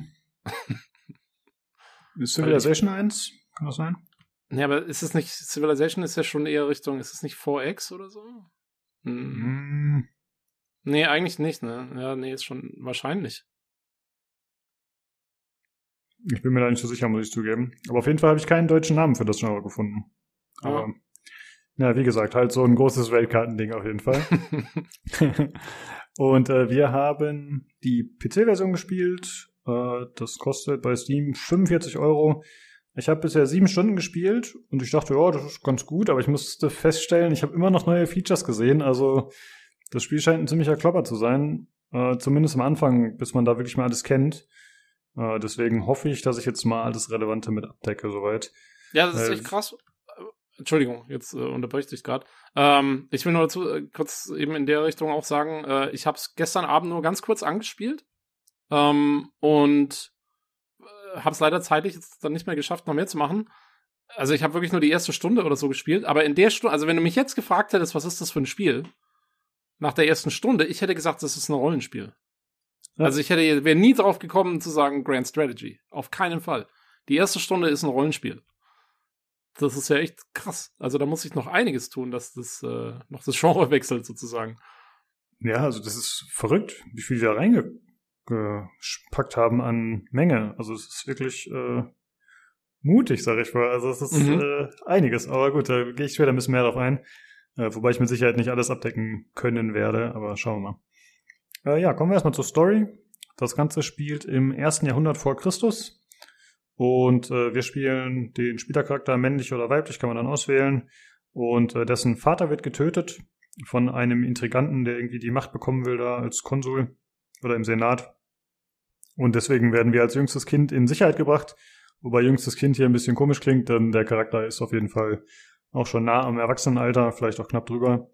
Ist Civilization 1? Kann das sein? Nee, aber ist es nicht, Civilization ist ja schon eher Richtung, ist es nicht 4X oder so? Nee, eigentlich nicht, ne? Ja, nee, ist schon wahrscheinlich. Ich bin mir da nicht so sicher, muss ich zugeben. Aber auf jeden Fall habe ich keinen deutschen Namen für das Genre gefunden. Aber, ja, wie gesagt, halt so ein großes Weltkartending auf jeden Fall. Und wir haben die PC-Version gespielt. Das kostet bei Steam 45 €. Ich habe bisher 7 Stunden gespielt und ich dachte, ja, das ist ganz gut, aber ich musste feststellen, ich habe immer noch neue Features gesehen. Also das Spiel scheint ein ziemlicher Klopper zu sein. Zumindest am Anfang, bis man da wirklich mal alles kennt. Deswegen hoffe ich, dass ich jetzt mal alles Relevante mit abdecke, soweit. Ja, das ist echt krass. Entschuldigung, jetzt unterbreche ich dich gerade. Ich will nur dazu kurz eben in der Richtung auch sagen, ich habe es gestern Abend nur ganz kurz angespielt und habe es leider zeitlich jetzt dann nicht mehr geschafft, noch mehr zu machen. Also ich habe wirklich nur die erste Stunde oder so gespielt, aber in der Stunde, also wenn du mich jetzt gefragt hättest, was ist das für ein Spiel, nach der ersten Stunde, ich hätte gesagt, das ist ein Rollenspiel. Ja. Also wäre nie drauf gekommen zu sagen Grand Strategy. Auf keinen Fall. Die erste Stunde ist ein Rollenspiel. Das ist ja echt krass. Also da muss ich noch einiges tun, dass das noch das Genre wechselt sozusagen. Ja, also das ist verrückt, wie viel die da reingepackt haben an Menge. Also es ist wirklich mutig, sag ich mal. Also es ist einiges. Aber gut, da gehe ich später ein bisschen mehr drauf ein. Wobei ich mit Sicherheit nicht alles abdecken können werde, aber schauen wir mal. Ja, kommen wir erstmal zur Story. Das Ganze spielt im 1. Jahrhundert vor Christus. Und wir spielen den Spielercharakter, männlich oder weiblich, kann man dann auswählen. Und dessen Vater wird getötet von einem Intriganten, der irgendwie die Macht bekommen will da als Konsul oder im Senat. Und deswegen werden wir als jüngstes Kind in Sicherheit gebracht. Wobei jüngstes Kind hier ein bisschen komisch klingt, denn der Charakter ist auf jeden Fall auch schon nah am Erwachsenenalter, vielleicht auch knapp drüber.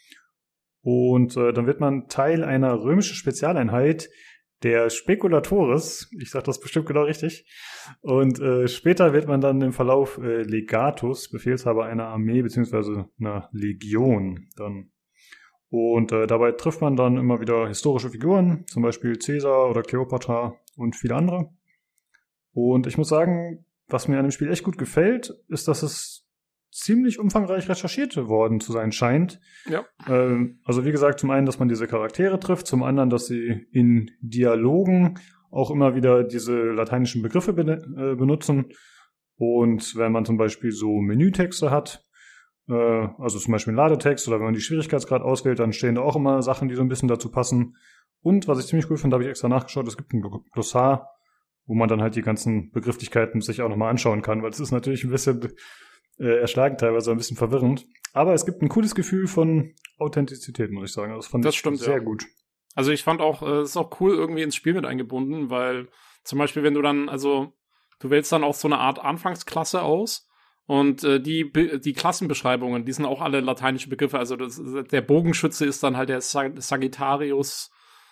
Und dann wird man Teil einer römischen Spezialeinheit, der Speculatores. Ich sag das bestimmt genau richtig. Und später wird man dann im Verlauf Legatus, Befehlshaber einer Armee beziehungsweise einer Legion dann. Und dabei trifft man dann immer wieder historische Figuren, zum Beispiel Caesar oder Kleopatra und viele andere. Und ich muss sagen, was mir an dem Spiel echt gut gefällt, ist, dass es ziemlich umfangreich recherchiert worden zu sein scheint. Ja. Also wie gesagt, zum einen, dass man diese Charaktere trifft, zum anderen, dass sie in Dialogen auch immer wieder diese lateinischen Begriffe benutzen. Und wenn man zum Beispiel so Menütexte hat, also zum Beispiel einen Ladetext oder wenn man die Schwierigkeitsgrad auswählt, dann stehen da auch immer Sachen, die so ein bisschen dazu passen. Und was ich ziemlich cool finde, habe ich extra nachgeschaut, es gibt ein Glossar, wo man dann halt die ganzen Begrifflichkeiten sich auch nochmal anschauen kann, weil es ist natürlich ein bisschen erschlagend, teilweise ein bisschen verwirrend. Aber es gibt ein cooles Gefühl von Authentizität, muss ich sagen. Das fand ich sehr gut. Also ich fand auch, es ist auch cool irgendwie ins Spiel mit eingebunden, weil zum Beispiel, wenn du dann, also du wählst dann auch so eine Art Anfangsklasse aus und die Klassenbeschreibungen, die sind auch alle lateinische Begriffe. Also der Bogenschütze ist dann halt der Sagittarius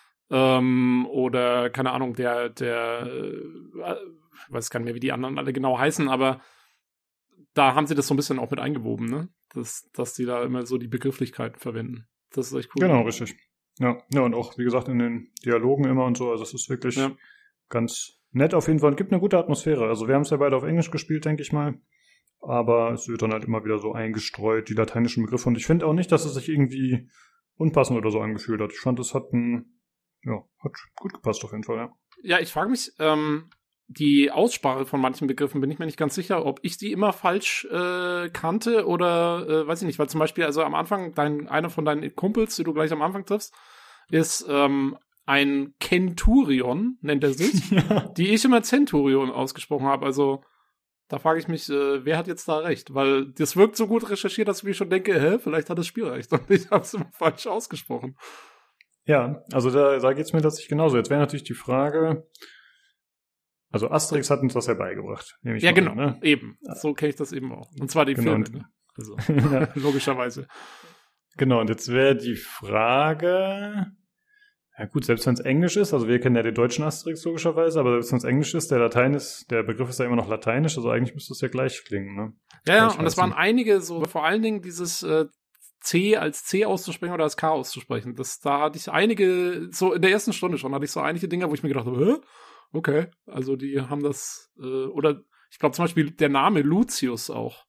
oder keine Ahnung, der ich weiß gar nicht mehr, wie die anderen alle genau heißen, aber da haben sie das so ein bisschen auch mit eingewoben, ne? Dass die da immer so die Begrifflichkeiten verwenden. Das ist echt cool. Genau, richtig. Ja, und auch, wie gesagt, in den Dialogen immer und so. Also es ist wirklich ganz nett auf jeden Fall und gibt eine gute Atmosphäre. Also wir haben es ja beide auf Englisch gespielt, denke ich mal. Aber es wird dann halt immer wieder so eingestreut, die lateinischen Begriffe. Und ich finde auch nicht, dass es sich irgendwie unpassend oder so angefühlt hat. Ich fand, es hat gut gepasst auf jeden Fall, ja. Ja, ich frage mich, die Aussprache von manchen Begriffen bin ich mir nicht ganz sicher, ob ich die immer falsch kannte oder weiß ich nicht, weil zum Beispiel, also am Anfang, einer von deinen Kumpels, die du gleich am Anfang triffst, ist ein Kenturion, nennt er sich, die ich immer Centurion ausgesprochen habe, also Da frage ich mich, wer hat jetzt da recht? Weil das wirkt so gut recherchiert, dass ich mir schon denke, vielleicht hat das Spiel recht. Und ich habe es immer falsch ausgesprochen. Ja, also da geht's mir tatsächlich genauso. Jetzt wäre natürlich die Frage, also Asterix hat uns das ja beigebracht. Nehme ich Ja, mal genau, an, ne? eben. So kenne ich das eben auch. Und zwar die Genau, Filme, und- ne? Also, Ja. logischerweise. Genau, und jetzt wäre die Frage, ja gut, selbst wenn es Englisch ist, also wir kennen ja den deutschen Asterix logischerweise, aber selbst wenn es Englisch ist, der Begriff ist ja immer noch lateinisch, also eigentlich müsste es ja gleich klingen, ne? Ja, Ich und es weiß waren nicht. einige so, vor allen Dingen dieses C als C auszusprechen oder als K auszusprechen. Da hatte ich einige, so in der ersten Stunde schon, hatte ich so einige Dinge, wo ich mir gedacht habe, hä? Okay, also die haben das, oder ich glaube zum Beispiel der Name Lucius auch,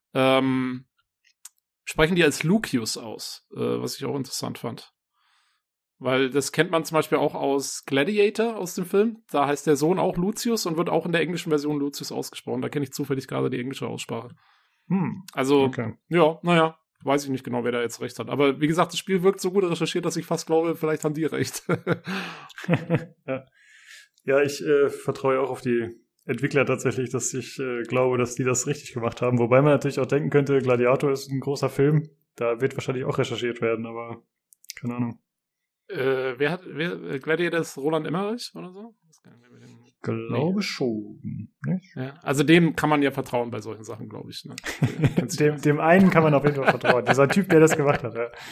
sprechen die als Lucius aus, was ich auch interessant fand. Weil das kennt man zum Beispiel auch aus Gladiator, aus dem Film. Da heißt der Sohn auch Lucius und wird auch in der englischen Version Lucius ausgesprochen. Da kenne ich zufällig gerade die englische Aussprache. Also, Okay. ja, naja, weiß ich nicht genau, wer da jetzt recht hat. Aber wie gesagt, das Spiel wirkt so gut recherchiert, dass ich fast glaube, vielleicht haben die recht. Ja, ich vertraue auch auf die Entwickler tatsächlich, dass ich glaube, dass die das richtig gemacht haben. Wobei man natürlich auch denken könnte, Gladiator ist ein großer Film. Da wird wahrscheinlich auch recherchiert werden, aber keine Ahnung. Wer Gladiator ist Roland Emmerich oder so? Glaube schon. Nicht? Ja, also dem kann man ja vertrauen bei solchen Sachen, glaube ich. Ne? dem einen kann man auf jeden Fall vertrauen. Dieser Typ, der das gemacht hat. Ja.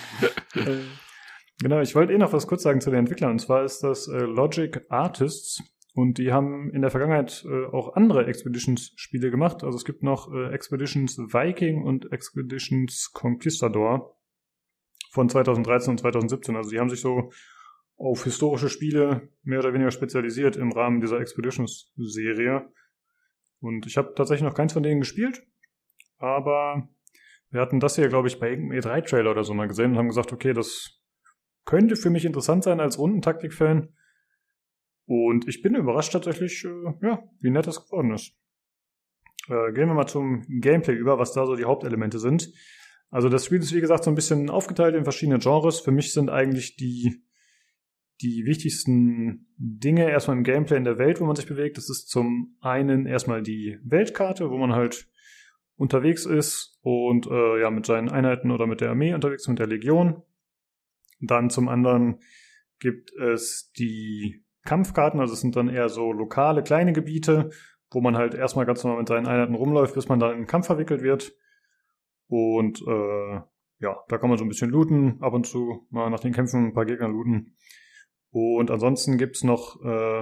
Genau, ich wollte noch was kurz sagen zu den Entwicklern. Und zwar ist das Logic Artists. Und die haben in der Vergangenheit auch andere Expeditions-Spiele gemacht. Also es gibt noch Expeditions Viking und Expeditions Conquistador von 2013 und 2017. Also die haben sich so auf historische Spiele mehr oder weniger spezialisiert im Rahmen dieser Expeditions-Serie. Und ich habe tatsächlich noch keins von denen gespielt, aber wir hatten das hier, glaube ich, bei irgendeinem E3-Trailer oder so mal gesehen und haben gesagt, okay, das könnte für mich interessant sein als Rundentaktik-Fan. Und ich bin überrascht tatsächlich, wie nett das geworden ist. Gehen wir mal zum Gameplay über, was da so die Hauptelemente sind. Also das Spiel ist, wie gesagt, so ein bisschen aufgeteilt in verschiedene Genres. Für mich sind eigentlich die wichtigsten Dinge erstmal im Gameplay in der Welt, wo man sich bewegt. Das ist zum einen erstmal die Weltkarte, wo man halt unterwegs ist und mit seinen Einheiten oder mit der Armee unterwegs ist, mit der Legion. Dann zum anderen gibt es die Kampfkarten, also es sind dann eher so lokale, kleine Gebiete, wo man halt erstmal ganz normal mit seinen Einheiten rumläuft, bis man dann in den Kampf verwickelt wird. Und da kann man so ein bisschen looten, ab und zu mal nach den Kämpfen ein paar Gegner looten. Und ansonsten gibt's noch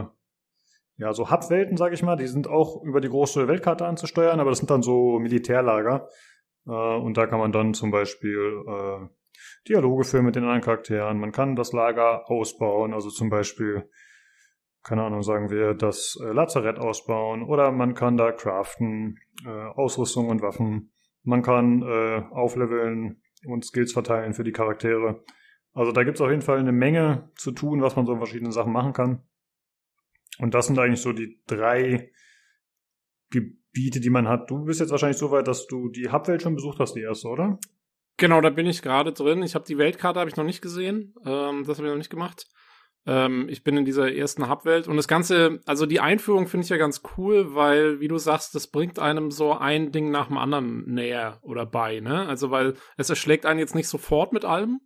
so Hub-Welten, sag ich mal, die sind auch über die große Weltkarte anzusteuern, aber das sind dann so Militärlager. Und da kann man dann zum Beispiel Dialoge führen mit den anderen Charakteren. Man kann das Lager ausbauen, also zum Beispiel, keine Ahnung, sagen wir, das Lazarett ausbauen, oder man kann da craften, Ausrüstung und Waffen. Man kann aufleveln und Skills verteilen für die Charaktere. Also da gibt's auf jeden Fall eine Menge zu tun, was man so in verschiedenen Sachen machen kann. Und das sind eigentlich so die 3 Gebiete, die man hat. Du bist jetzt wahrscheinlich so weit, dass du die Hubwelt schon besucht hast, die erste, oder? Genau, da bin ich gerade drin. Ich habe die Weltkarte habe ich noch nicht gesehen. Das habe ich noch nicht gemacht. Ich bin in dieser ersten Hubwelt und das Ganze, also die Einführung finde ich ja ganz cool, weil, wie du sagst, das bringt einem so ein Ding nach dem anderen näher oder bei, ne? Also, weil es erschlägt einen jetzt nicht sofort mit allem,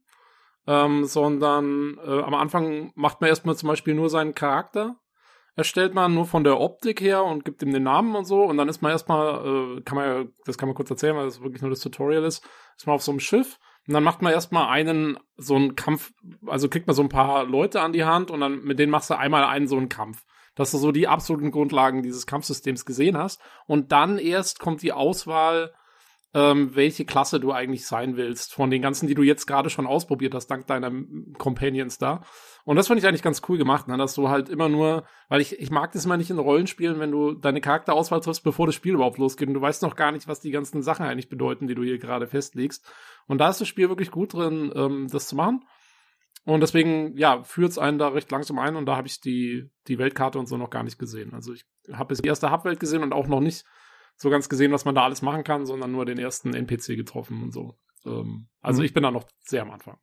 sondern am Anfang macht man erstmal zum Beispiel nur seinen Charakter, erstellt man nur von der Optik her und gibt ihm den Namen und so und dann ist man erstmal, das kann man kurz erzählen, weil das wirklich nur das Tutorial ist man auf so einem Schiff. Und dann macht man erstmal so einen Kampf, also kriegt man so ein paar Leute an die Hand und dann mit denen machst du einmal so einen Kampf. Dass du so die absoluten Grundlagen dieses Kampfsystems gesehen hast. Und dann erst kommt die Auswahl, welche Klasse du eigentlich sein willst, von den ganzen, die du jetzt gerade schon ausprobiert hast, dank deiner Companions da. Und das fand ich eigentlich ganz cool gemacht, ne? Dass du halt immer nur, weil ich mag das immer nicht in Rollenspielen, wenn du deine Charakterauswahl triffst, bevor das Spiel überhaupt losgeht und du weißt noch gar nicht, was die ganzen Sachen eigentlich bedeuten, die du hier gerade festlegst. Und da ist das Spiel wirklich gut drin, das zu machen. Und deswegen, führt es einen da recht langsam ein und da habe ich die Weltkarte und so noch gar nicht gesehen. Also ich habe jetzt die erste Hubwelt gesehen und auch noch nicht so ganz gesehen, was man da alles machen kann, sondern nur den ersten NPC getroffen und so. Also ich bin da noch sehr am Anfang.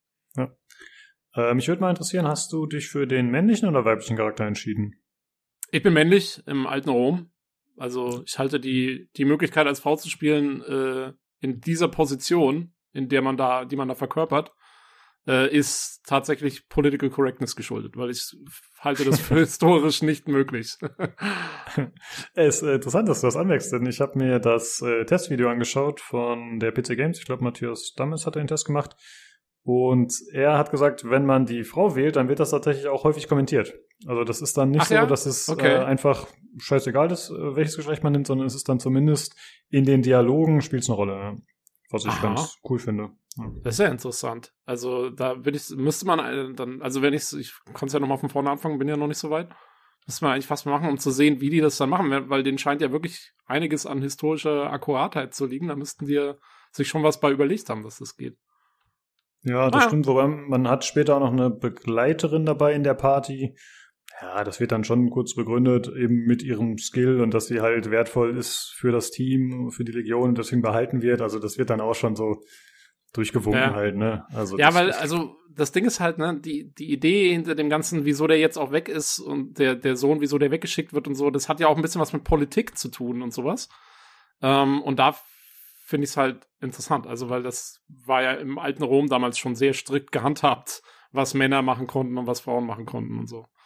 Ja. Mich würde mal interessieren, hast du dich für den männlichen oder weiblichen Charakter entschieden? Ich bin männlich im alten Rom. Also ich halte die Möglichkeit, als Frau zu spielen, in dieser Position, die man da verkörpert, ist tatsächlich Political Correctness geschuldet, weil ich halte das für historisch nicht möglich. Es ist interessant, dass du das anmerkst, denn ich habe mir das Testvideo angeschaut von der PC Games. Ich glaube, Matthias Dammes hat den Test gemacht. Und er hat gesagt, wenn man die Frau wählt, dann wird das tatsächlich auch häufig kommentiert. Also das ist dann nicht dass es einfach scheißegal ist, welches Geschlecht man nimmt, sondern es ist dann zumindest in den Dialogen spielt es eine Rolle. Ja. Was ich ganz cool finde. Ja. Das ist ja interessant. Also da müsste man dann, also wenn ich kann es ja nochmal von vorne anfangen, bin ja noch nicht so weit, müsste man eigentlich fast mal machen, um zu sehen, wie die das dann machen, weil denen scheint ja wirklich einiges an historischer Akkuratheit zu liegen. Da müssten die sich schon was bei überlegt haben, dass das geht. Ja, das stimmt, wobei man hat später auch noch eine Begleiterin dabei in der Party. Ja, das wird dann schon kurz begründet, eben mit ihrem Skill und dass sie halt wertvoll ist für das Team, für die Legion und deswegen behalten wird. Also das wird dann auch schon so durchgewunken halt, ne? Also ja, also das Ding ist halt, ne, die Idee hinter dem Ganzen, wieso der jetzt auch weg ist und der Sohn, wieso der weggeschickt wird und so, das hat ja auch ein bisschen was mit Politik zu tun und sowas. Und da finde ich es halt interessant, also weil das war ja im alten Rom damals schon sehr strikt gehandhabt, was Männer machen konnten und was Frauen machen konnten und so.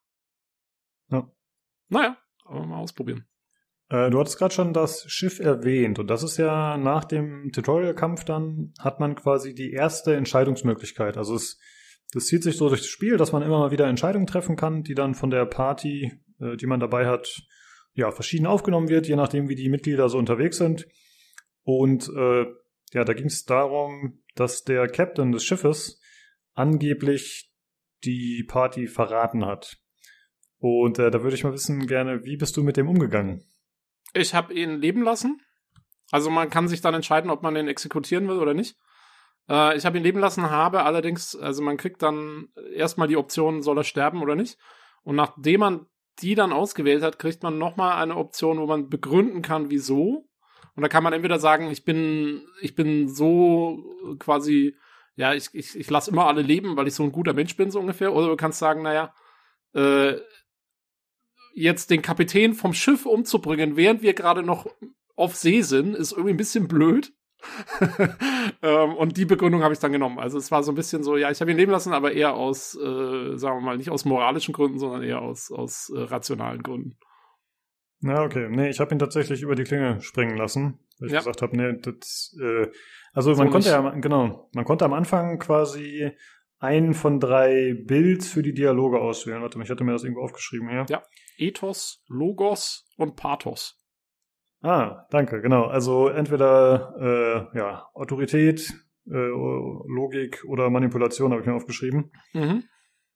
Ja. Naja, aber mal ausprobieren. Du hattest gerade schon das Schiff erwähnt und das ist ja nach dem Tutorial-Kampf dann, hat man quasi die erste Entscheidungsmöglichkeit. Also das zieht sich so durch das Spiel, dass man immer mal wieder Entscheidungen treffen kann, die dann von der Party, die man dabei hat, ja, verschieden aufgenommen wird, je nachdem, wie die Mitglieder so unterwegs sind. Und da ging es darum, dass der Captain des Schiffes angeblich die Party verraten hat. Und da würde ich mal wissen gerne, wie bist du mit dem umgegangen? Ich habe ihn leben lassen. Also man kann sich dann entscheiden, ob man ihn exekutieren will oder nicht. Ich habe ihn leben lassen, habe allerdings, also man kriegt dann erstmal die Option, soll er sterben oder nicht. Und nachdem man die dann ausgewählt hat, kriegt man nochmal eine Option, wo man begründen kann, wieso. Und da kann man entweder sagen, ich bin so quasi, ja, ich lasse immer alle leben, weil ich so ein guter Mensch bin, so ungefähr. Oder du kannst sagen, naja, jetzt den Kapitän vom Schiff umzubringen, während wir gerade noch auf See sind, ist irgendwie ein bisschen blöd. Und die Begründung habe ich dann genommen. Also es war so ein bisschen so, ja, ich habe ihn leben lassen, aber eher aus, sagen wir mal, nicht aus moralischen Gründen, sondern eher aus rationalen Gründen. Na, okay. Nee, ich habe ihn tatsächlich über die Klinge springen lassen, weil ich gesagt habe, nee, das, also man konnte man konnte am Anfang quasi einen von 3 Builds für die Dialoge auswählen. Warte mal, ich hatte mir das irgendwo aufgeschrieben hier. Ja, Ethos, Logos und Pathos. Ah, danke, genau. Also entweder Autorität, Logik oder Manipulation habe ich mir aufgeschrieben. Mhm.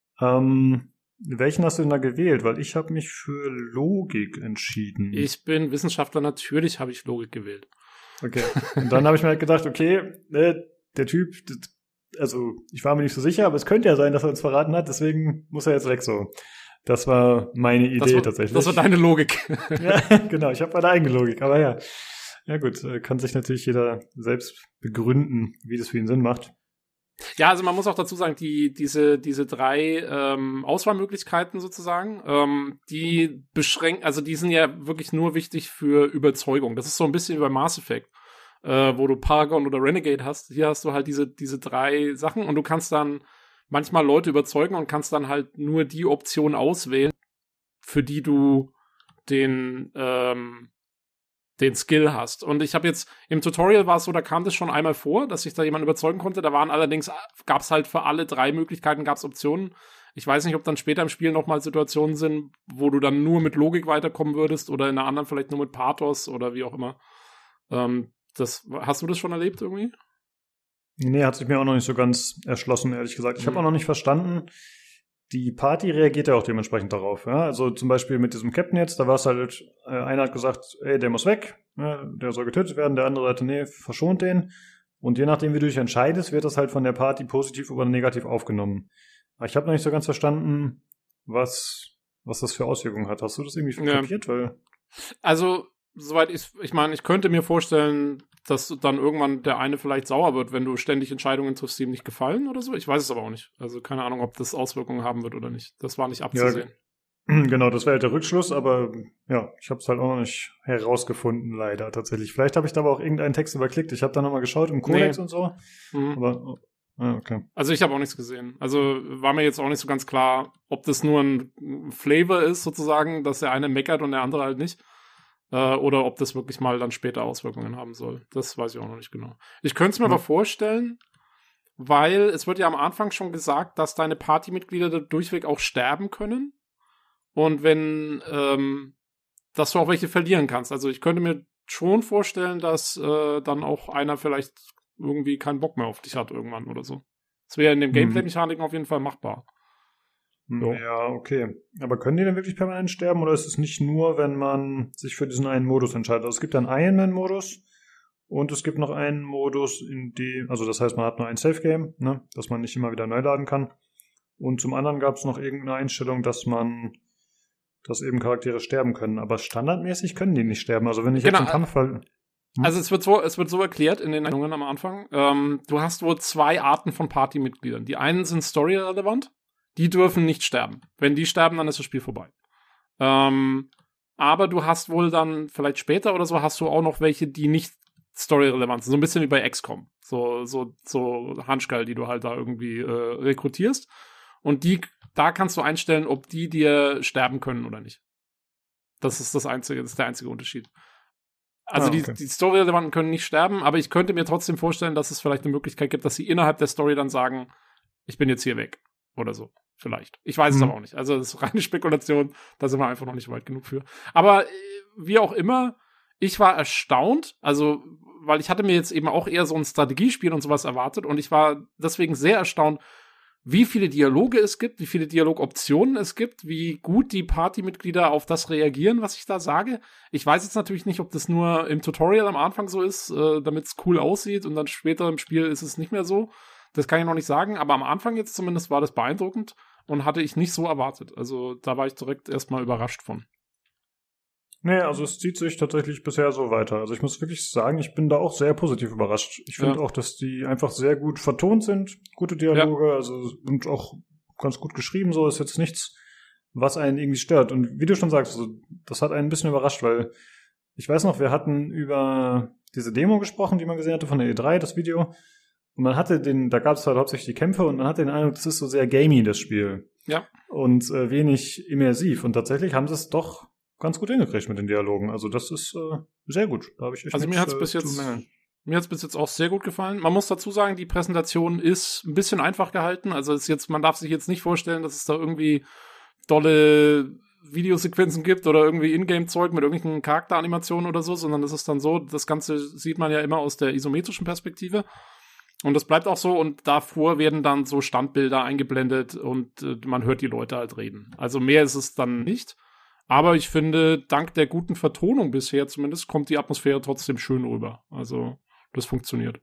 Welchen hast du denn da gewählt? Weil ich habe mich für Logik entschieden. Ich bin Wissenschaftler, natürlich habe ich Logik gewählt. Okay, und dann habe ich mir halt gedacht, okay, der Typ, also ich war mir nicht so sicher, aber es könnte ja sein, dass er uns verraten hat, deswegen muss er jetzt weg so. Das war meine Idee tatsächlich. Das war deine Logik. Ja, genau, ich habe meine eigene Logik, aber ja. Ja gut, kann sich natürlich jeder selbst begründen, wie das für ihn Sinn macht. Ja, also man muss auch dazu sagen, diese 3 Auswahlmöglichkeiten sozusagen, die beschränken, also die sind ja wirklich nur wichtig für Überzeugung. Das ist so ein bisschen wie bei Mass Effect, wo du Paragon oder Renegade hast. Hier hast du halt diese 3 Sachen und du kannst dann manchmal Leute überzeugen und kannst dann halt nur die Option auswählen, für die du den Skill hast. Und ich habe jetzt, im Tutorial war es so, da kam das schon einmal vor, dass ich da jemanden überzeugen konnte. Da waren allerdings, gab es halt für alle 3 Möglichkeiten, gab es Optionen. Ich weiß nicht, ob dann später im Spiel nochmal Situationen sind, wo du dann nur mit Logik weiterkommen würdest oder in der anderen vielleicht nur mit Pathos oder wie auch immer. Hast du das schon erlebt irgendwie? Nee, hat sich mir auch noch nicht so ganz erschlossen, ehrlich gesagt. Ich habe auch noch nicht verstanden, die Party reagiert ja auch dementsprechend darauf. Ja? Also zum Beispiel mit diesem Captain jetzt, da war es halt, einer hat gesagt, ey, der muss weg, ja, der soll getötet werden, der andere sagte, nee, verschont den. Und je nachdem, wie du dich entscheidest, wird das halt von der Party positiv oder negativ aufgenommen. Aber ich habe noch nicht so ganz verstanden, was das für Auswirkungen hat. Hast du das irgendwie kapiert? Weil also, soweit ich meine, ich könnte mir vorstellen, dass dann irgendwann der eine vielleicht sauer wird, wenn du ständig Entscheidungen triffst, die ihm nicht gefallen oder so. Ich weiß es aber auch nicht. Also keine Ahnung, ob das Auswirkungen haben wird oder nicht. Das war nicht abzusehen. Genau, das wäre halt der Rückschluss, aber ja, ich habe es halt auch noch nicht herausgefunden, leider tatsächlich. Vielleicht habe ich da aber auch irgendeinen Text überklickt. Ich habe da nochmal geschaut im Codex und so. Aber, okay. Also ich habe auch nichts gesehen. Also war mir jetzt auch nicht so ganz klar, ob das nur ein Flavor ist sozusagen, dass der eine meckert und der andere halt nicht. Oder ob das wirklich mal dann später Auswirkungen haben soll. Das weiß ich auch noch nicht genau. Ich könnte es mir aber vorstellen, weil es wird ja am Anfang schon gesagt, dass deine Partymitglieder da durchweg auch sterben können. Und wenn, dass du auch welche verlieren kannst. Also ich könnte mir schon vorstellen, dass dann auch einer vielleicht irgendwie keinen Bock mehr auf dich hat irgendwann oder so. Das wäre in den Gameplay-Mechaniken auf jeden Fall machbar. So. Ja, okay. Aber können die denn wirklich permanent sterben oder ist es nicht nur, wenn man sich für diesen einen Modus entscheidet? Also es gibt einen Ironman-Modus und es gibt noch einen Modus, also das heißt, man hat nur ein Safe-Game, ne, dass man nicht immer wieder neu laden kann. Und zum anderen gab es noch irgendeine Einstellung, dass eben Charaktere sterben können. Aber standardmäßig können die nicht sterben. Also wenn ich jetzt einen Kampf Also es wird so erklärt in den Einstellungen am Anfang. Du hast wohl 2 Arten von Partymitgliedern. Die einen sind storyrelevant. Die dürfen nicht sterben. Wenn die sterben, dann ist das Spiel vorbei. Aber du hast wohl dann, vielleicht später oder so, hast du auch noch welche, die nicht storyrelevant sind. So ein bisschen wie bei XCOM. So Hanschkerl, die du halt da irgendwie rekrutierst. Und da kannst du einstellen, ob die dir sterben können oder nicht. Das ist der einzige Unterschied. Also okay. Die Story-Relevanten können nicht sterben, aber ich könnte mir trotzdem vorstellen, dass es vielleicht eine Möglichkeit gibt, dass sie innerhalb der Story dann sagen, ich bin jetzt hier weg. Oder so. Vielleicht. Ich weiß es aber auch nicht. Also das ist reine Spekulation, da sind wir einfach noch nicht weit genug für. Aber wie auch immer, ich war erstaunt, also weil ich hatte mir jetzt eben auch eher so ein Strategiespiel und sowas erwartet und ich war deswegen sehr erstaunt, wie viele Dialoge es gibt, wie viele Dialogoptionen es gibt, wie gut die Partymitglieder auf das reagieren, was ich da sage. Ich weiß jetzt natürlich nicht, ob das nur im Tutorial am Anfang so ist, damit es cool aussieht und dann später im Spiel ist es nicht mehr so. Das kann ich noch nicht sagen, aber am Anfang jetzt zumindest war das beeindruckend und hatte ich nicht so erwartet. Also da war ich direkt erstmal überrascht von. Nee, also es zieht sich tatsächlich bisher so weiter. Also ich muss wirklich sagen, ich bin da auch sehr positiv überrascht. Ich finde auch, dass die einfach sehr gut vertont sind, gute Dialoge, also und auch ganz gut geschrieben, so ist jetzt nichts, was einen irgendwie stört. Und wie du schon sagst, also, das hat einen ein bisschen überrascht, weil ich weiß noch, wir hatten über diese Demo gesprochen, die man gesehen hatte von der E3, das Video. Und man hatte da gab es halt hauptsächlich die Kämpfe und man hatte den Eindruck, das ist so sehr gamey, das Spiel. Ja. Und wenig immersiv. Und tatsächlich haben sie es doch ganz gut hingekriegt mit den Dialogen. Also das ist sehr gut. Da habe ich echt mir hat's bis jetzt auch sehr gut gefallen. Man muss dazu sagen, die Präsentation ist ein bisschen einfach gehalten. Also man darf sich jetzt nicht vorstellen, dass es da irgendwie dolle Videosequenzen gibt oder irgendwie Ingame-Zeug mit irgendwelchen Charakteranimationen oder so, sondern es ist dann so, das Ganze sieht man ja immer aus der isometrischen Perspektive. Und das bleibt auch so und davor werden dann so Standbilder eingeblendet und man hört die Leute halt reden. Also mehr ist es dann nicht. Aber ich finde, dank der guten Vertonung bisher zumindest, kommt die Atmosphäre trotzdem schön rüber. Also, das funktioniert.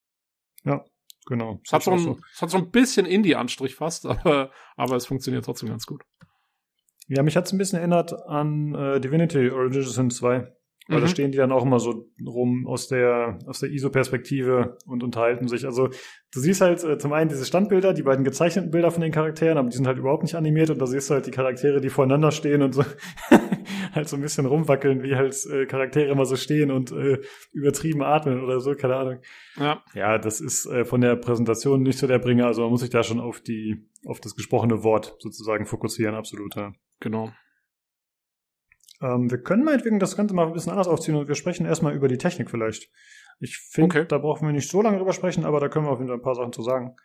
Ja, genau. Es hat so ein bisschen Indie-Anstrich fast, aber es funktioniert trotzdem ganz gut. Ja, mich hat's ein bisschen erinnert an Divinity Original Sin 2. Weil da stehen die dann auch immer so rum aus der ISO-Perspektive und unterhalten sich. Also du siehst halt zum einen diese Standbilder, die beiden gezeichneten Bilder von den Charakteren, aber die sind halt überhaupt nicht animiert und da siehst du halt die Charaktere, die voreinander stehen und so halt so ein bisschen rumwackeln, wie halt Charaktere immer so stehen und übertrieben atmen oder so, keine Ahnung. Ja, das ist von der Präsentation nicht so der Bringer, also man muss sich da schon auf das gesprochene Wort sozusagen fokussieren, absolut. Ja. Genau. Wir können meinetwegen das Ganze mal ein bisschen anders aufziehen und wir sprechen erstmal über die Technik vielleicht. Ich finde, Da brauchen wir nicht so lange drüber sprechen, aber da können wir auf jeden Fall ein paar Sachen zu sagen.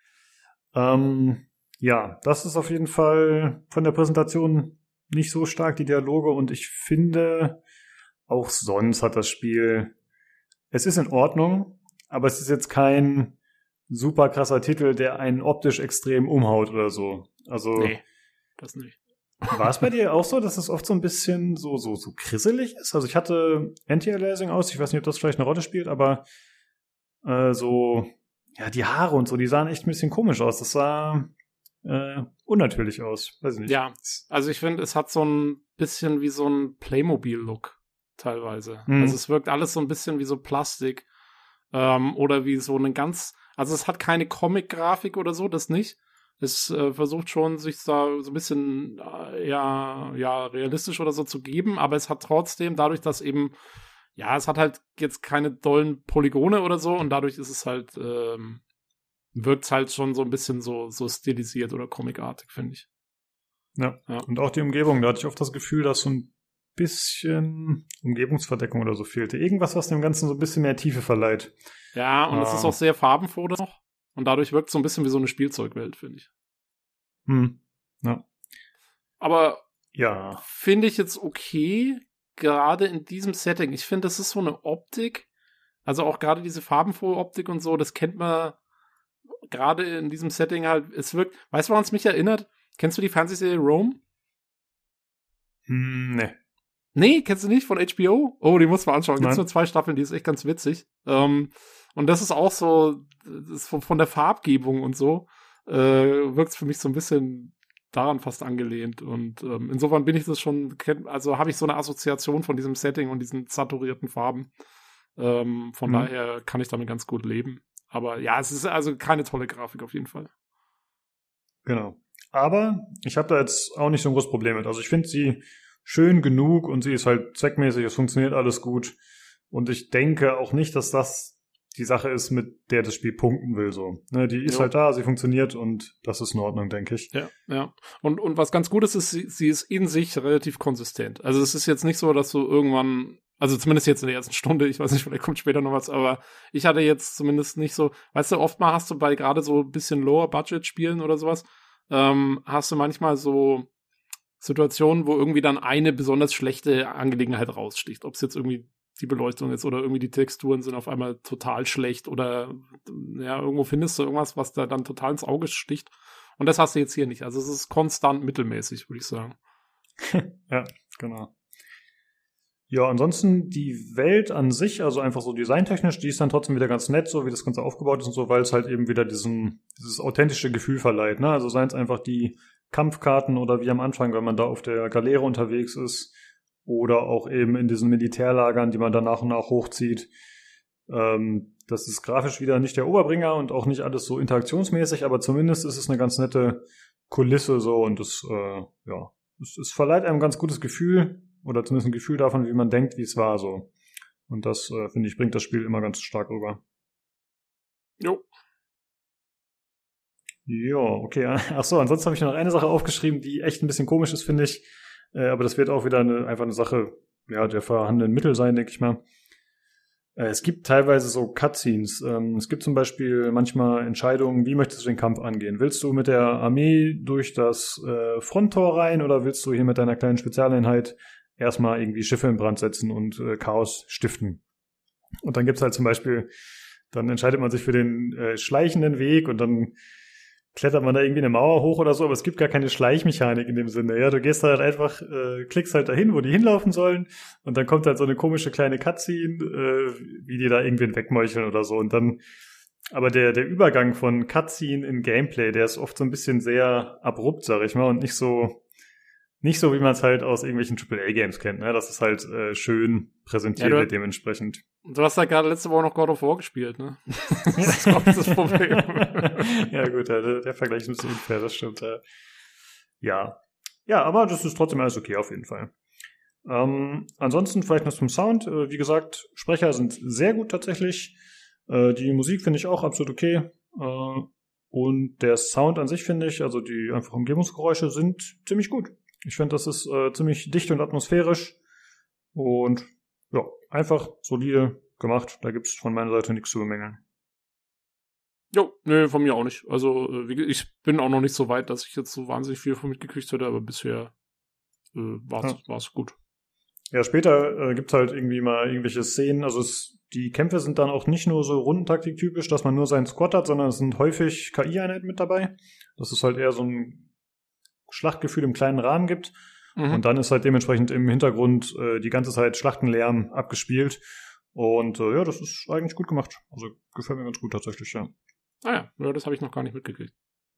Ja, das ist auf jeden Fall von der Präsentation nicht so stark, die Dialoge, und ich finde, auch sonst hat das Spiel, es ist in Ordnung, aber es ist jetzt kein super krasser Titel, der einen optisch extrem umhaut oder so. Also, nee, das nicht. War es bei dir auch so, dass es oft so ein bisschen so krisselig ist? Also ich hatte Anti-Aliasing aus, ich weiß nicht, ob das vielleicht eine Rolle spielt, aber die Haare und so, die sahen echt ein bisschen komisch aus. Das sah unnatürlich aus, weiß ich nicht. Ja, also ich finde, es hat so ein bisschen wie so ein Playmobil-Look teilweise. Also es wirkt alles so ein bisschen wie so Plastik oder wie so also es hat keine Comic-Grafik oder so, das nicht. Es versucht schon, sich da so ein bisschen realistisch oder so zu geben, aber es hat trotzdem, dadurch, dass eben, es hat halt jetzt keine dollen Polygone oder so und dadurch ist es halt, wirkt es halt schon so ein bisschen so stilisiert oder comicartig, finde ich. Ja, und auch die Umgebung, da hatte ich oft das Gefühl, dass so ein bisschen Umgebungsverdeckung oder so fehlte. Irgendwas, was dem Ganzen so ein bisschen mehr Tiefe verleiht. Ja, und es ist auch sehr farbenfroh noch. Und dadurch wirkt es so ein bisschen wie so eine Spielzeugwelt, finde ich. Ja. Aber ja, finde ich jetzt okay, gerade in diesem Setting. Ich finde, das ist so eine Optik, also auch gerade diese farbenfrohe Optik und so, das kennt man gerade in diesem Setting halt. Es wirkt, weißt du, woran es mich erinnert? Kennst du die Fernsehserie Rome? Nee. Nee, kennst du nicht von HBO? Oh, die muss man anschauen. Gibt's Nein. nur 2 Staffeln, die ist echt ganz witzig. Und das ist auch so, das ist von der Farbgebung und so, wirkt's für mich so ein bisschen daran fast angelehnt. Und insofern bin ich das schon, also habe ich so eine Assoziation von diesem Setting und diesen saturierten Farben. Von daher kann ich damit ganz gut leben. Aber ja, es ist also keine tolle Grafik auf jeden Fall. Genau. Aber ich habe da jetzt auch nicht so ein großes Problem mit. Also ich finde sie schön genug und sie ist halt zweckmäßig, es funktioniert alles gut. Und ich denke auch nicht, dass das die Sache ist, mit der das Spiel punkten will. So, ne, die ist halt da, sie funktioniert und das ist in Ordnung, denke ich. Ja. Und was ganz gut ist, sie ist in sich relativ konsistent. Also es ist jetzt nicht so, dass du irgendwann, also zumindest jetzt in der ersten Stunde, ich weiß nicht, vielleicht kommt später noch was, aber ich hatte jetzt zumindest nicht so, weißt du, oft mal hast du bei gerade so ein bisschen Lower-Budget-Spielen oder sowas, hast du manchmal so Situationen, wo irgendwie dann eine besonders schlechte Angelegenheit raussticht. Ob es jetzt irgendwie die Beleuchtung ist oder irgendwie die Texturen sind auf einmal total schlecht oder irgendwo findest du irgendwas, was da dann total ins Auge sticht. Und das hast du jetzt hier nicht. Also es ist konstant mittelmäßig, würde ich sagen. Ja, genau. Ja, ansonsten die Welt an sich, also einfach so designtechnisch, die ist dann trotzdem wieder ganz nett, so wie das Ganze aufgebaut ist und so, weil es halt eben wieder dieses authentische Gefühl verleiht, ne? Also seien es einfach die Kampfkarten oder wie am Anfang, wenn man da auf der Galeere unterwegs ist oder auch eben in diesen Militärlagern, die man dann nach und nach hochzieht. Das ist grafisch wieder nicht der Oberbringer und auch nicht alles so interaktionsmäßig, aber zumindest ist es eine ganz nette Kulisse so und es verleiht einem ein ganz gutes Gefühl oder zumindest ein Gefühl davon, wie man denkt, wie es war so. Und das, finde ich, bringt das Spiel immer ganz stark rüber. Jo. Ja, okay. Ach so, ansonsten habe ich noch eine Sache aufgeschrieben, die echt ein bisschen komisch ist, finde ich. Aber das wird auch wieder einfach eine Sache, der vorhandenen Mittel sein, denke ich mal. Es gibt teilweise so Cutscenes. Es gibt zum Beispiel manchmal Entscheidungen, wie möchtest du den Kampf angehen? Willst du mit der Armee durch das Fronttor rein oder willst du hier mit deiner kleinen Spezialeinheit erstmal irgendwie Schiffe in Brand setzen und Chaos stiften? Und dann gibt's halt zum Beispiel, dann entscheidet man sich für den schleichenden Weg und dann klettert man da irgendwie eine Mauer hoch oder so, aber es gibt gar keine Schleichmechanik in dem Sinne. Ja, du gehst halt einfach, klickst halt dahin, wo die hinlaufen sollen und dann kommt halt so eine komische kleine Cutscene, wie die da irgendwen wegmeucheln oder so. Und dann, aber der Übergang von Cutscene in Gameplay, der ist oft so ein bisschen sehr abrupt, sag ich mal, und nicht so, wie man es halt aus irgendwelchen AAA-Games kennt. Ne? Das ist halt schön präsentiert wird dementsprechend. Du hast ja gerade letzte Woche noch God of War gespielt, ne? Das ist auch das Problem. Ja gut, der Vergleich ist ein bisschen unfair, das stimmt. Ja, aber das ist trotzdem alles okay auf jeden Fall. Ansonsten vielleicht noch zum Sound. Wie gesagt, Sprecher sind sehr gut tatsächlich. Die Musik finde ich auch absolut okay. Und der Sound an sich finde ich, also die einfach Umgebungsgeräusche sind ziemlich gut. Ich finde, das ist ziemlich dicht und atmosphärisch. Und ja, einfach solide gemacht. Da gibt's von meiner Seite nichts zu bemängeln. Jo, nee, von mir auch nicht. Also ich bin auch noch nicht so weit, dass ich jetzt so wahnsinnig viel von mitgekriegt hätte, aber bisher war's gut. Ja, später gibt's halt irgendwie mal irgendwelche Szenen. Also die Kämpfe sind dann auch nicht nur so rundentaktik-typisch, dass man nur seinen Squad hat, sondern es sind häufig KI-Einheiten mit dabei. Das ist halt eher so ein Schlachtgefühl im kleinen Rahmen gibt. Und dann ist halt dementsprechend im Hintergrund die ganze Zeit Schlachtenlärm abgespielt. Und das ist eigentlich gut gemacht. Also gefällt mir ganz gut tatsächlich, ja. Ah ja, das habe ich noch gar nicht mitgekriegt.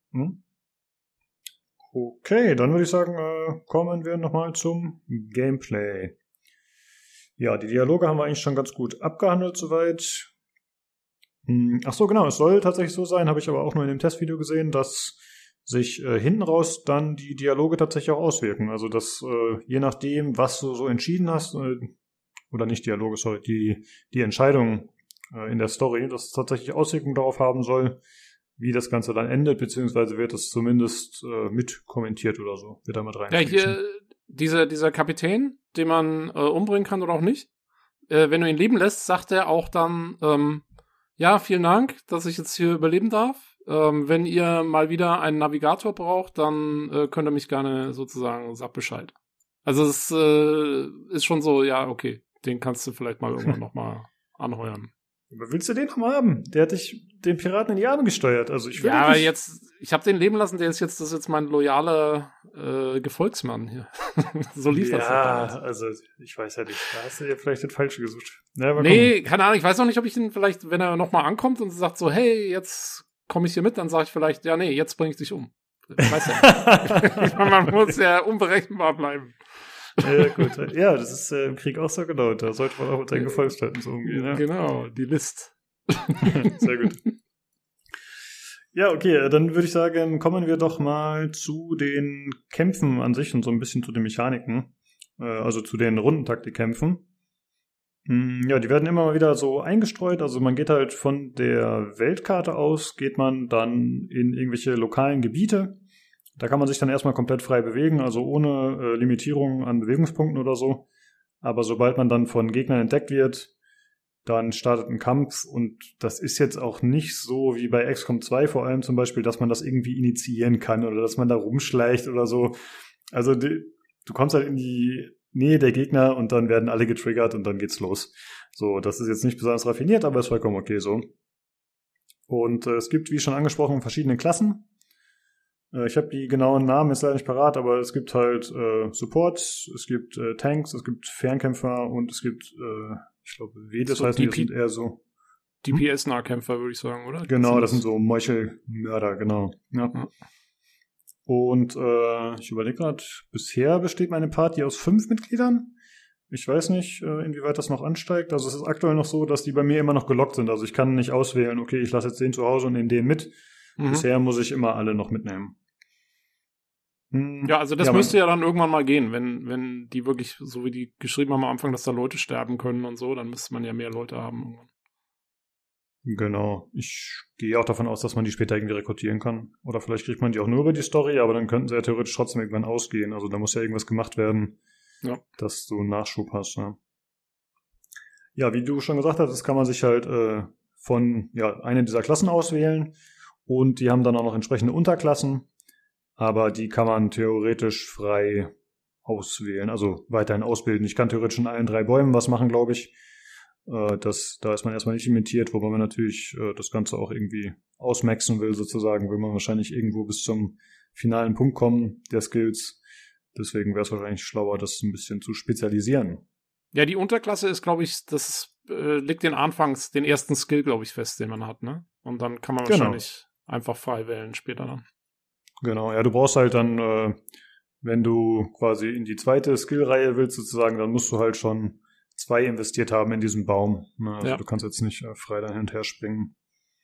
Okay, dann würde ich sagen, kommen wir nochmal zum Gameplay. Ja, die Dialoge haben wir eigentlich schon ganz gut abgehandelt soweit. Ach so, genau, es soll tatsächlich so sein, habe ich aber auch nur in dem Testvideo gesehen, dass sich hinten raus dann die Dialoge tatsächlich auch auswirken. Also dass je nachdem, was du so entschieden hast, oder nicht Dialoge, sorry, die Entscheidung in der Story, dass es tatsächlich Auswirkungen darauf haben soll, wie das Ganze dann endet, beziehungsweise wird es zumindest mit kommentiert oder so, wird da mit rein. Ja, hier dieser Kapitän, den man umbringen kann oder auch nicht, wenn du ihn leben lässt, sagt er auch dann, ja, vielen Dank, dass ich jetzt hier überleben darf. Wenn ihr mal wieder einen Navigator braucht, dann könnt ihr mich gerne sozusagen, sagt Bescheid. Also es ist schon so, ja, okay, den kannst du vielleicht mal irgendwann nochmal anheuern. Aber willst du den noch mal haben? Der hat dich den Piraten in die Arme gesteuert. Also ich will ja, aber nicht. jetzt, ich habe den leben lassen, das ist jetzt mein loyaler Gefolgsmann hier. So lief das. Ja, also ich weiß ja nicht. Da hast du ja vielleicht den Falschen gesucht. Ja, nee, keine Ahnung, ich weiß auch nicht, ob ich ihn vielleicht, wenn er nochmal ankommt und sagt so, hey, jetzt komme ich hier mit, dann sage ich vielleicht, ja, nee, jetzt bringe ich dich um. Ich weiß ja nicht. Man muss ja unberechenbar bleiben. Ja, gut. Ja, das ist im Krieg auch so genau. Da sollte man auch mit seinen Gefolgsleuten so umgehen. Ja. Genau, die List. Sehr gut. Ja, okay, dann würde ich sagen, kommen wir doch mal zu den Kämpfen an sich und so ein bisschen zu den Mechaniken. Also zu den Rundentaktikkämpfen. Ja, die werden immer mal wieder so eingestreut. Also man geht halt von der Weltkarte aus, geht man dann in irgendwelche lokalen Gebiete. Da kann man sich dann erstmal komplett frei bewegen, also ohne Limitierung an Bewegungspunkten oder so. Aber sobald man dann von Gegnern entdeckt wird, dann startet ein Kampf und das ist jetzt auch nicht so wie bei XCOM 2 vor allem zum Beispiel, dass man das irgendwie initiieren kann oder dass man da rumschleicht oder so. Also du kommst halt in die Nähe der Gegner und dann werden alle getriggert und dann geht's los. So, das ist jetzt nicht besonders raffiniert, aber ist vollkommen okay so. Und es gibt, wie schon angesprochen, verschiedene Klassen. Ich habe die genauen Namen jetzt leider nicht parat, aber es gibt halt Support, es gibt Tanks, es gibt Fernkämpfer und es gibt, ich glaube, das so heißt, die sind eher so DPS-Nahkämpfer, würde ich sagen, oder? Genau, das sind so Meuchelmörder, genau. Ja. Und ich überlege gerade, bisher besteht meine Party aus 5 Mitgliedern. Ich weiß nicht, inwieweit das noch ansteigt. Also es ist aktuell noch so, dass die bei mir immer noch gelockt sind. Also ich kann nicht auswählen, okay, ich lasse jetzt den zu Hause und nehme den mit. Bisher muss ich immer alle noch mitnehmen. Ja, also das müsste ja dann irgendwann mal gehen, wenn die wirklich, so wie die geschrieben haben am Anfang, dass da Leute sterben können und so, dann müsste man ja mehr Leute haben irgendwann. Genau. Ich gehe auch davon aus, dass man die später irgendwie rekrutieren kann. Oder vielleicht kriegt man die auch nur über die Story, aber dann könnten sie ja theoretisch trotzdem irgendwann ausgehen. Also da muss ja irgendwas gemacht werden, dass du Nachschub hast. Ja, wie du schon gesagt hast, das kann man sich halt von einer dieser Klassen auswählen. Und die haben dann auch noch entsprechende Unterklassen. Aber die kann man theoretisch frei auswählen, also weiterhin ausbilden. Ich kann theoretisch in allen 3 Bäumen was machen, glaube ich. Da ist man erstmal nicht limitiert, wobei man natürlich das Ganze auch irgendwie ausmaxen will, sozusagen, will man wahrscheinlich irgendwo bis zum finalen Punkt kommen der Skills. Deswegen wäre es wahrscheinlich schlauer, das ein bisschen zu spezialisieren. Ja, die Unterklasse ist, glaube ich, das legt den ersten Skill, glaube ich, fest, den man hat, ne? Und dann kann man wahrscheinlich einfach frei wählen später dann. Genau, ja, du brauchst halt dann, wenn du quasi in die zweite Skillreihe willst sozusagen, dann musst du halt schon 2 investiert haben in diesen Baum. Ne? Also du kannst jetzt nicht frei da hin und her springen.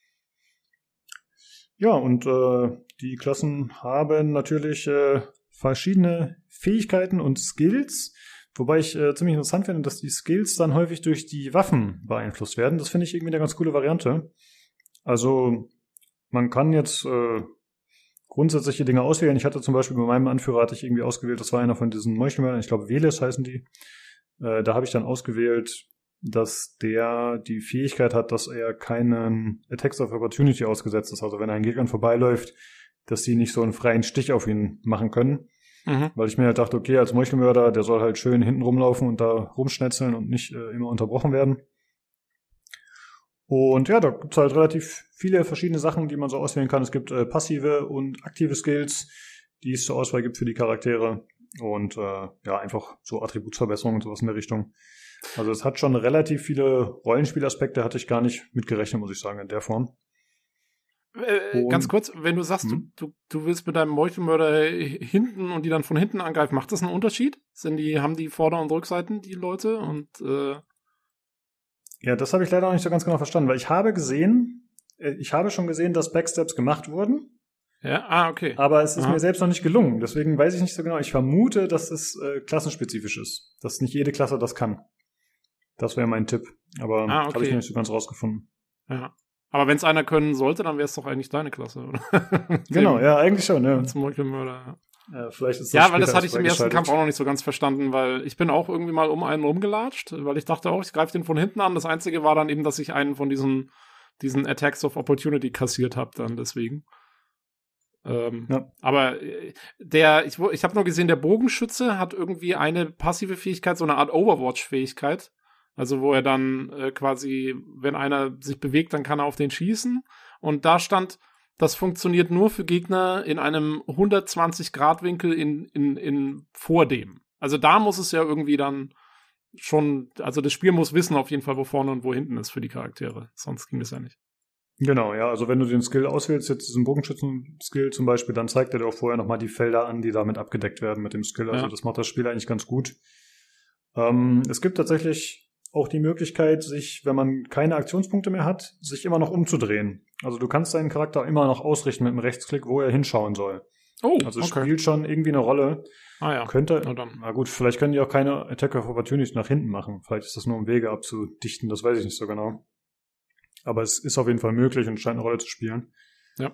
Ja, und die Klassen haben natürlich verschiedene Fähigkeiten und Skills, wobei ich ziemlich interessant finde, dass die Skills dann häufig durch die Waffen beeinflusst werden. Das finde ich irgendwie eine ganz coole Variante. Also man kann jetzt grundsätzliche Dinge auswählen. Ich hatte zum Beispiel bei meinem Anführer hatte ich irgendwie ausgewählt, das war einer von diesen Meuchelmördern, ich glaube Veles heißen die. Da habe ich dann ausgewählt, dass der die Fähigkeit hat, dass er keinen Attacks of Opportunity ausgesetzt ist. Also wenn er an Gegnern vorbeiläuft, dass die nicht so einen freien Stich auf ihn machen können. Weil ich mir halt dachte, okay, als Meuchelmörder, der soll halt schön hinten rumlaufen und da rumschnetzeln und nicht immer unterbrochen werden. Und ja, da gibt es halt relativ viele verschiedene Sachen, die man so auswählen kann. Es gibt passive und aktive Skills, die es zur Auswahl gibt für die Charaktere. Und einfach so Attributsverbesserungen und sowas in der Richtung. Also es hat schon relativ viele Rollenspielaspekte, hatte ich gar nicht mitgerechnet, muss ich sagen, in der Form. Ganz kurz, wenn du sagst, du willst mit deinem Meuchelmörder hinten und die dann von hinten angreifen, macht das einen Unterschied? Haben die Vorder- und Rückseiten, die Leute? Und ja, das habe ich leider auch nicht so ganz genau verstanden, weil ich habe schon gesehen, dass Backstabs gemacht wurden. Ja, okay. Aber es ist mir selbst noch nicht gelungen. Deswegen weiß ich nicht so genau. Ich vermute, dass es klassenspezifisch ist. Dass nicht jede Klasse das kann. Das wäre mein Tipp. Aber okay. habe ich noch nicht so ganz rausgefunden. Ja. Aber wenn es einer können sollte, dann wäre es doch eigentlich deine Klasse, oder? Genau, ja, eigentlich schon, ja. Zum Mörder. Vielleicht ist das ja, weil das hatte ich im ersten Kampf auch noch nicht so ganz verstanden, weil ich bin auch irgendwie mal um einen rumgelatscht, weil ich dachte auch, ich greife den von hinten an. Das Einzige war dann eben, dass ich einen von diesen Attacks of Opportunity kassiert habe dann deswegen. Aber ich habe nur gesehen, der Bogenschütze hat irgendwie eine passive Fähigkeit, so eine Art Overwatch-Fähigkeit. Also wo er dann quasi, wenn einer sich bewegt, dann kann er auf den schießen. Und da stand, das funktioniert nur für Gegner in einem 120-Grad-Winkel in vor dem. Also da muss es ja irgendwie dann schon, also das Spiel muss wissen auf jeden Fall, wo vorne und wo hinten ist für die Charaktere. Sonst ging das ja nicht. Genau, ja, also wenn du den Skill auswählst, jetzt diesen Bogenschützen-Skill zum Beispiel, dann zeigt er dir auch vorher nochmal die Felder an, die damit abgedeckt werden mit dem Skill. Also das macht das Spiel eigentlich ganz gut. Es gibt tatsächlich auch die Möglichkeit, sich, wenn man keine Aktionspunkte mehr hat, sich immer noch umzudrehen. Also du kannst deinen Charakter immer noch ausrichten mit einem Rechtsklick, wo er hinschauen soll. Oh, also es spielt schon irgendwie eine Rolle. Ja. Na gut, vielleicht können die auch keine Attack of Opportunity nach hinten machen. Vielleicht ist das nur um Wege abzudichten, das weiß ich nicht so genau. Aber es ist auf jeden Fall möglich und scheint eine Rolle zu spielen. Ja.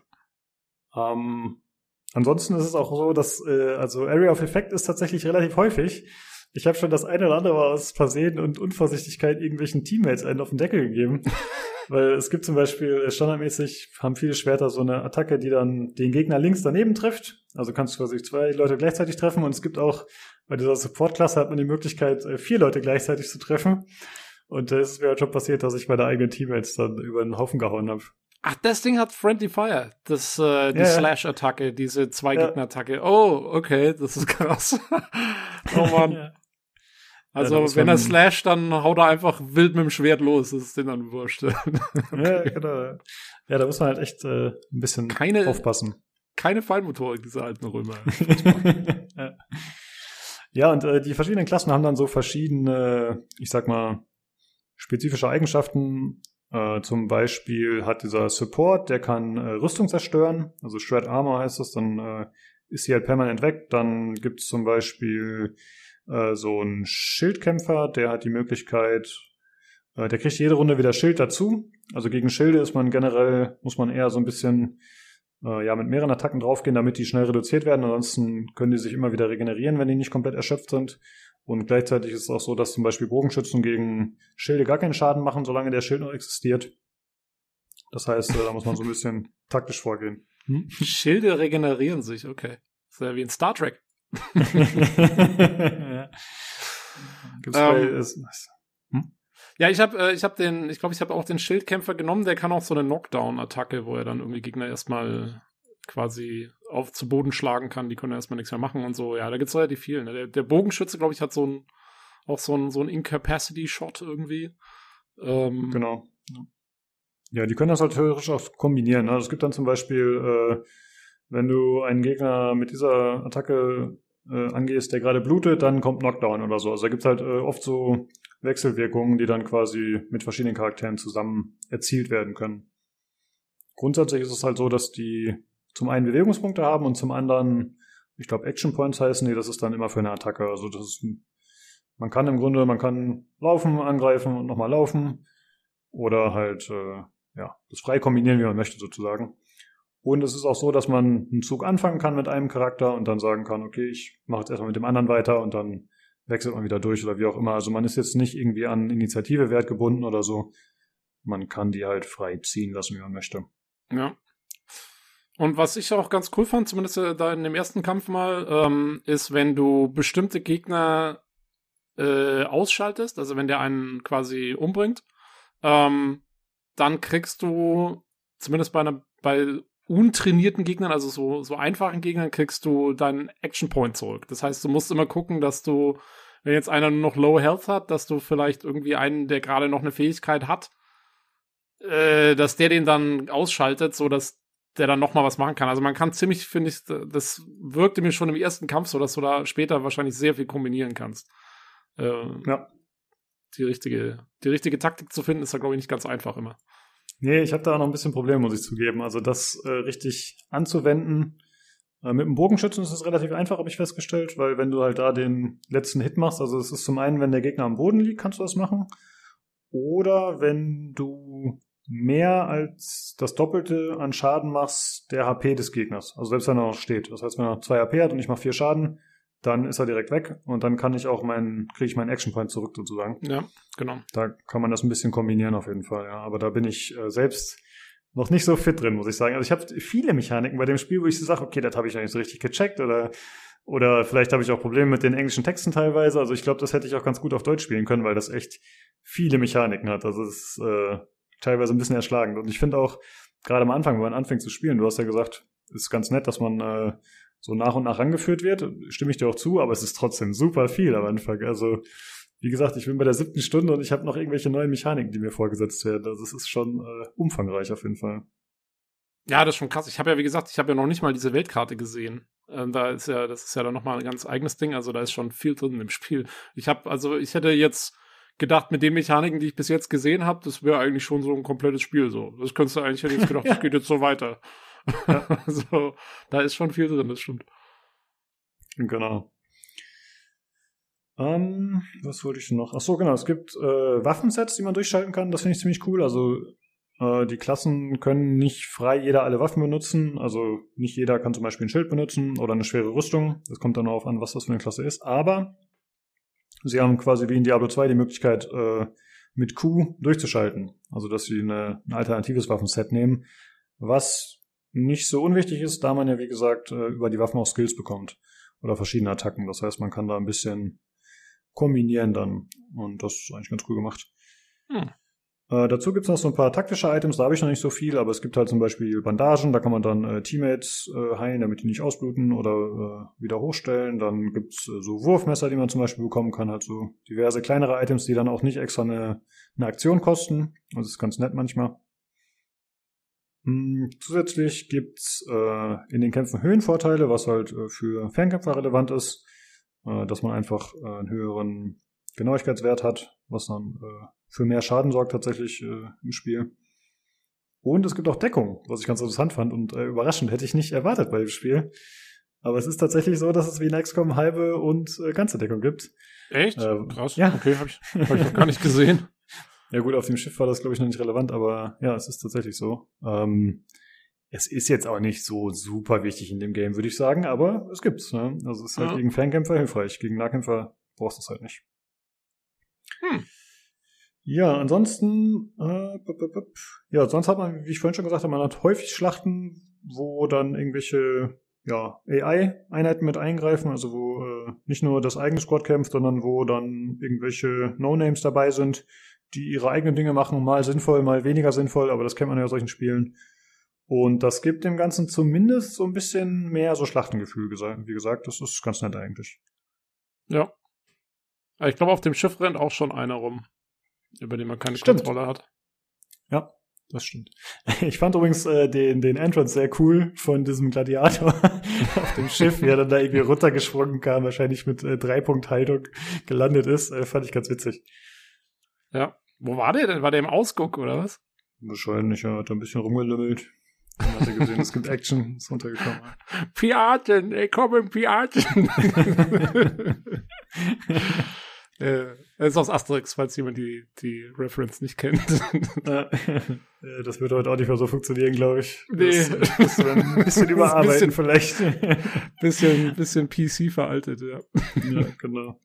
Ansonsten ist es auch so, dass also Area of Effect ist tatsächlich relativ häufig. Ich habe schon das eine oder andere Mal aus Versehen und Unvorsichtigkeit irgendwelchen Teammates einen auf den Deckel gegeben. Weil es gibt zum Beispiel standardmäßig, haben viele Schwerter so eine Attacke, die dann den Gegner links daneben trifft. Also kannst du quasi 2 Leute gleichzeitig treffen. Und es gibt auch, bei dieser Support-Klasse hat man die Möglichkeit, 4 Leute gleichzeitig zu treffen. Und es ist mir halt schon passiert, dass ich meine eigenen Teammates dann über den Haufen gehauen habe. Ach, das Ding hat Friendly Fire. Die Slash-Attacke, diese 2-Gegner-Attacke. Oh, okay, das ist krass. Oh Mann. Ja. Also, wenn er slasht, dann haut er einfach wild mit dem Schwert los. Das ist denen dann wurscht. Okay. Ja, genau. Ja, da muss man halt echt ein bisschen aufpassen. Keine Feinmotorik, diese alten Römer. Ja, und die verschiedenen Klassen haben dann so verschiedene, ich sag mal, spezifische Eigenschaften. Zum Beispiel hat dieser Support, der kann Rüstung zerstören. Also Shred Armor heißt das, dann ist sie halt permanent weg. Dann gibt es zum Beispiel so ein Schildkämpfer, der hat die Möglichkeit, der kriegt jede Runde wieder Schild dazu. Also gegen Schilde muss man eher so ein bisschen mit mehreren Attacken draufgehen, damit die schnell reduziert werden. Ansonsten können die sich immer wieder regenerieren, wenn die nicht komplett erschöpft sind. Und gleichzeitig ist es auch so, dass zum Beispiel Bogenschützen gegen Schilde gar keinen Schaden machen, solange der Schild noch existiert. Das heißt, da muss man so ein bisschen taktisch vorgehen. Schilde regenerieren sich, okay. Das ist ja wie in Star Trek. Ja, ich habe auch den Schildkämpfer genommen, der kann auch so eine Knockdown-Attacke, wo er dann irgendwie Gegner erstmal quasi zu Boden schlagen kann, die können erstmal nichts mehr machen und so. Ja, da gibt's relativ viel. Ne? Der Bogenschütze, glaube ich, hat so ein Incapacity-Shot irgendwie. Genau. Ja, die können das halt theoretisch auch kombinieren. Also es gibt dann zum Beispiel, wenn du einen Gegner mit dieser Attacke angehst, der gerade blutet, dann kommt Knockdown oder so. Also da gibt's halt oft so Wechselwirkungen, die dann quasi mit verschiedenen Charakteren zusammen erzielt werden können. Grundsätzlich ist es halt so, dass die zum einen Bewegungspunkte haben und zum anderen, ich glaube, Action Points heißen die, das ist dann immer für eine Attacke. Also man kann laufen, angreifen und nochmal laufen oder halt das frei kombinieren, wie man möchte sozusagen. Und es ist auch so, dass man einen Zug anfangen kann mit einem Charakter und dann sagen kann, okay, ich mache jetzt erstmal mit dem anderen weiter und dann wechselt man wieder durch oder wie auch immer. Also man ist jetzt nicht irgendwie an Initiativewert gebunden oder so. Man kann die halt frei ziehen lassen, wie man möchte. Ja. Und was ich auch ganz cool fand, zumindest da in dem ersten Kampf mal, ist, wenn du bestimmte Gegner ausschaltest, also wenn der einen quasi umbringt, dann kriegst du, zumindest bei untrainierten Gegnern, also so einfachen Gegnern, kriegst du deinen Action Point zurück. Das heißt, du musst immer gucken, dass du, wenn jetzt einer nur noch Low Health hat, dass du vielleicht irgendwie einen, der gerade noch eine Fähigkeit hat, dass der den dann ausschaltet, so dass der dann nochmal was machen kann. Also man kann ziemlich, finde ich, das wirkte mir schon im ersten Kampf so, dass du da später wahrscheinlich sehr viel kombinieren kannst. Die richtige Taktik zu finden, ist da, glaube ich, nicht ganz einfach immer. Nee, ich habe da auch noch ein bisschen Probleme, muss ich zugeben. Also das richtig anzuwenden. Mit dem Bogenschützen ist es relativ einfach, habe ich festgestellt, weil wenn du halt da den letzten Hit machst, also es ist zum einen, wenn der Gegner am Boden liegt, kannst du das machen. Oder wenn du mehr als das Doppelte an Schaden machst der HP des Gegners. Also selbst wenn er noch steht. Das heißt, wenn er noch 2 HP hat und ich mache 4 Schaden, dann ist er direkt weg und dann kann ich auch kriege ich meinen Action Point zurück sozusagen. Ja, genau. Da kann man das ein bisschen kombinieren auf jeden Fall, ja. Aber da bin ich selbst noch nicht so fit drin, muss ich sagen. Also ich habe viele Mechaniken bei dem Spiel, wo ich so sage, okay, das habe ich noch nicht so richtig gecheckt oder vielleicht habe ich auch Probleme mit den englischen Texten teilweise. Also ich glaube, das hätte ich auch ganz gut auf Deutsch spielen können, weil das echt viele Mechaniken hat. Also es ist teilweise ein bisschen erschlagend. Und ich finde auch, gerade am Anfang, wenn man anfängt zu spielen, du hast ja gesagt, ist ganz nett, dass man so nach und nach rangeführt wird. Stimme ich dir auch zu, aber es ist trotzdem super viel am Anfang. Also wie gesagt, ich bin bei der 7. Stunde und ich habe noch irgendwelche neuen Mechaniken, die mir vorgesetzt werden. Also es ist schon umfangreich auf jeden Fall. Ja, das ist schon krass. Ich habe ja noch nicht mal diese Weltkarte gesehen. Das ist ja dann nochmal ein ganz eigenes Ding. Also da ist schon viel drin im Spiel. Ich hätte jetzt gedacht, mit den Mechaniken, die ich bis jetzt gesehen habe, das wäre eigentlich schon so ein komplettes Spiel so. Das könntest du eigentlich, hätte ich jetzt gedacht, das geht jetzt so weiter. Ja. Also, da ist schon viel drin, das stimmt. Genau. Was wollte ich denn noch? Ach so, genau, es gibt Waffensets, die man durchschalten kann. Das finde ich ziemlich cool. Also die Klassen können nicht frei jeder alle Waffen benutzen. Also nicht jeder kann zum Beispiel ein Schild benutzen oder eine schwere Rüstung. Das kommt dann darauf an, was das für eine Klasse ist. Aber sie haben quasi wie in Diablo 2 die Möglichkeit, mit Q durchzuschalten. Also dass sie ein alternatives Waffenset nehmen, was nicht so unwichtig ist, da man ja, wie gesagt, über die Waffen auch Skills bekommt. Oder verschiedene Attacken. Das heißt, man kann da ein bisschen kombinieren dann. Und das ist eigentlich ganz cool gemacht. Dazu gibt es noch so ein paar taktische Items, da habe ich noch nicht so viel, aber es gibt halt zum Beispiel Bandagen, da kann man dann Teammates heilen, damit die nicht ausbluten oder wieder hochstellen. Dann gibt es so Wurfmesser, die man zum Beispiel bekommen kann, halt so diverse kleinere Items, die dann auch nicht extra eine Aktion kosten. Das ist ganz nett manchmal. Zusätzlich gibt's in den Kämpfen Höhenvorteile, was halt für Fernkämpfer relevant ist, dass man einfach einen höheren Genauigkeitswert hat, was dann für mehr Schaden sorgt tatsächlich im Spiel. Und es gibt auch Deckung, was ich ganz interessant fand und überraschend hätte ich nicht erwartet bei dem Spiel. Aber es ist tatsächlich so, dass es wie in XCOM halbe und ganze Deckung gibt. Echt? Krass. Ja. Okay, hab ich noch gar nicht gesehen. Ja gut, auf dem Schiff war das, glaube ich, noch nicht relevant, aber ja, es ist tatsächlich so. Es ist jetzt auch nicht so super wichtig in dem Game, würde ich sagen, aber es gibt's. Ne? Also es ist halt gegen Fernkämpfer hilfreich. Gegen Nahkämpfer brauchst du es halt nicht. Ja, ansonsten sonst hat man, wie ich vorhin schon gesagt habe, man hat häufig Schlachten, wo dann irgendwelche AI-Einheiten mit eingreifen, also wo nicht nur das eigene Squad kämpft, sondern wo dann irgendwelche No-Names dabei sind, die ihre eigenen Dinge machen, mal sinnvoll, mal weniger sinnvoll, aber das kennt man ja aus solchen Spielen. Und das gibt dem Ganzen zumindest so ein bisschen mehr so Schlachtengefühl, wie gesagt, das ist ganz nett eigentlich. Ja. Aber ich glaube, auf dem Schiff rennt auch schon einer rum, über den man keine Kontrolle hat. Ja, das stimmt. Ich fand übrigens den Entrance sehr cool von diesem Gladiator auf dem Schiff, wie er dann da irgendwie runtergesprungen kam, wahrscheinlich mit 3-Punkt-Haltung gelandet ist. Fand ich ganz witzig. Ja. Wo war der denn? War der im Ausguck, oder was? Wahrscheinlich, ja. Hat ein bisschen rumgelümmelt. Dann hat er gesehen, es gibt Action, ist runtergekommen. Piraten, kommen Piraten. Das ist aus Asterix, falls jemand die Reference nicht kennt. Das wird heute auch nicht mehr so funktionieren, glaube ich. Nee. Das musst du dann ein bisschen überarbeiten vielleicht. Bisschen PC veraltet, ja. Ja, genau.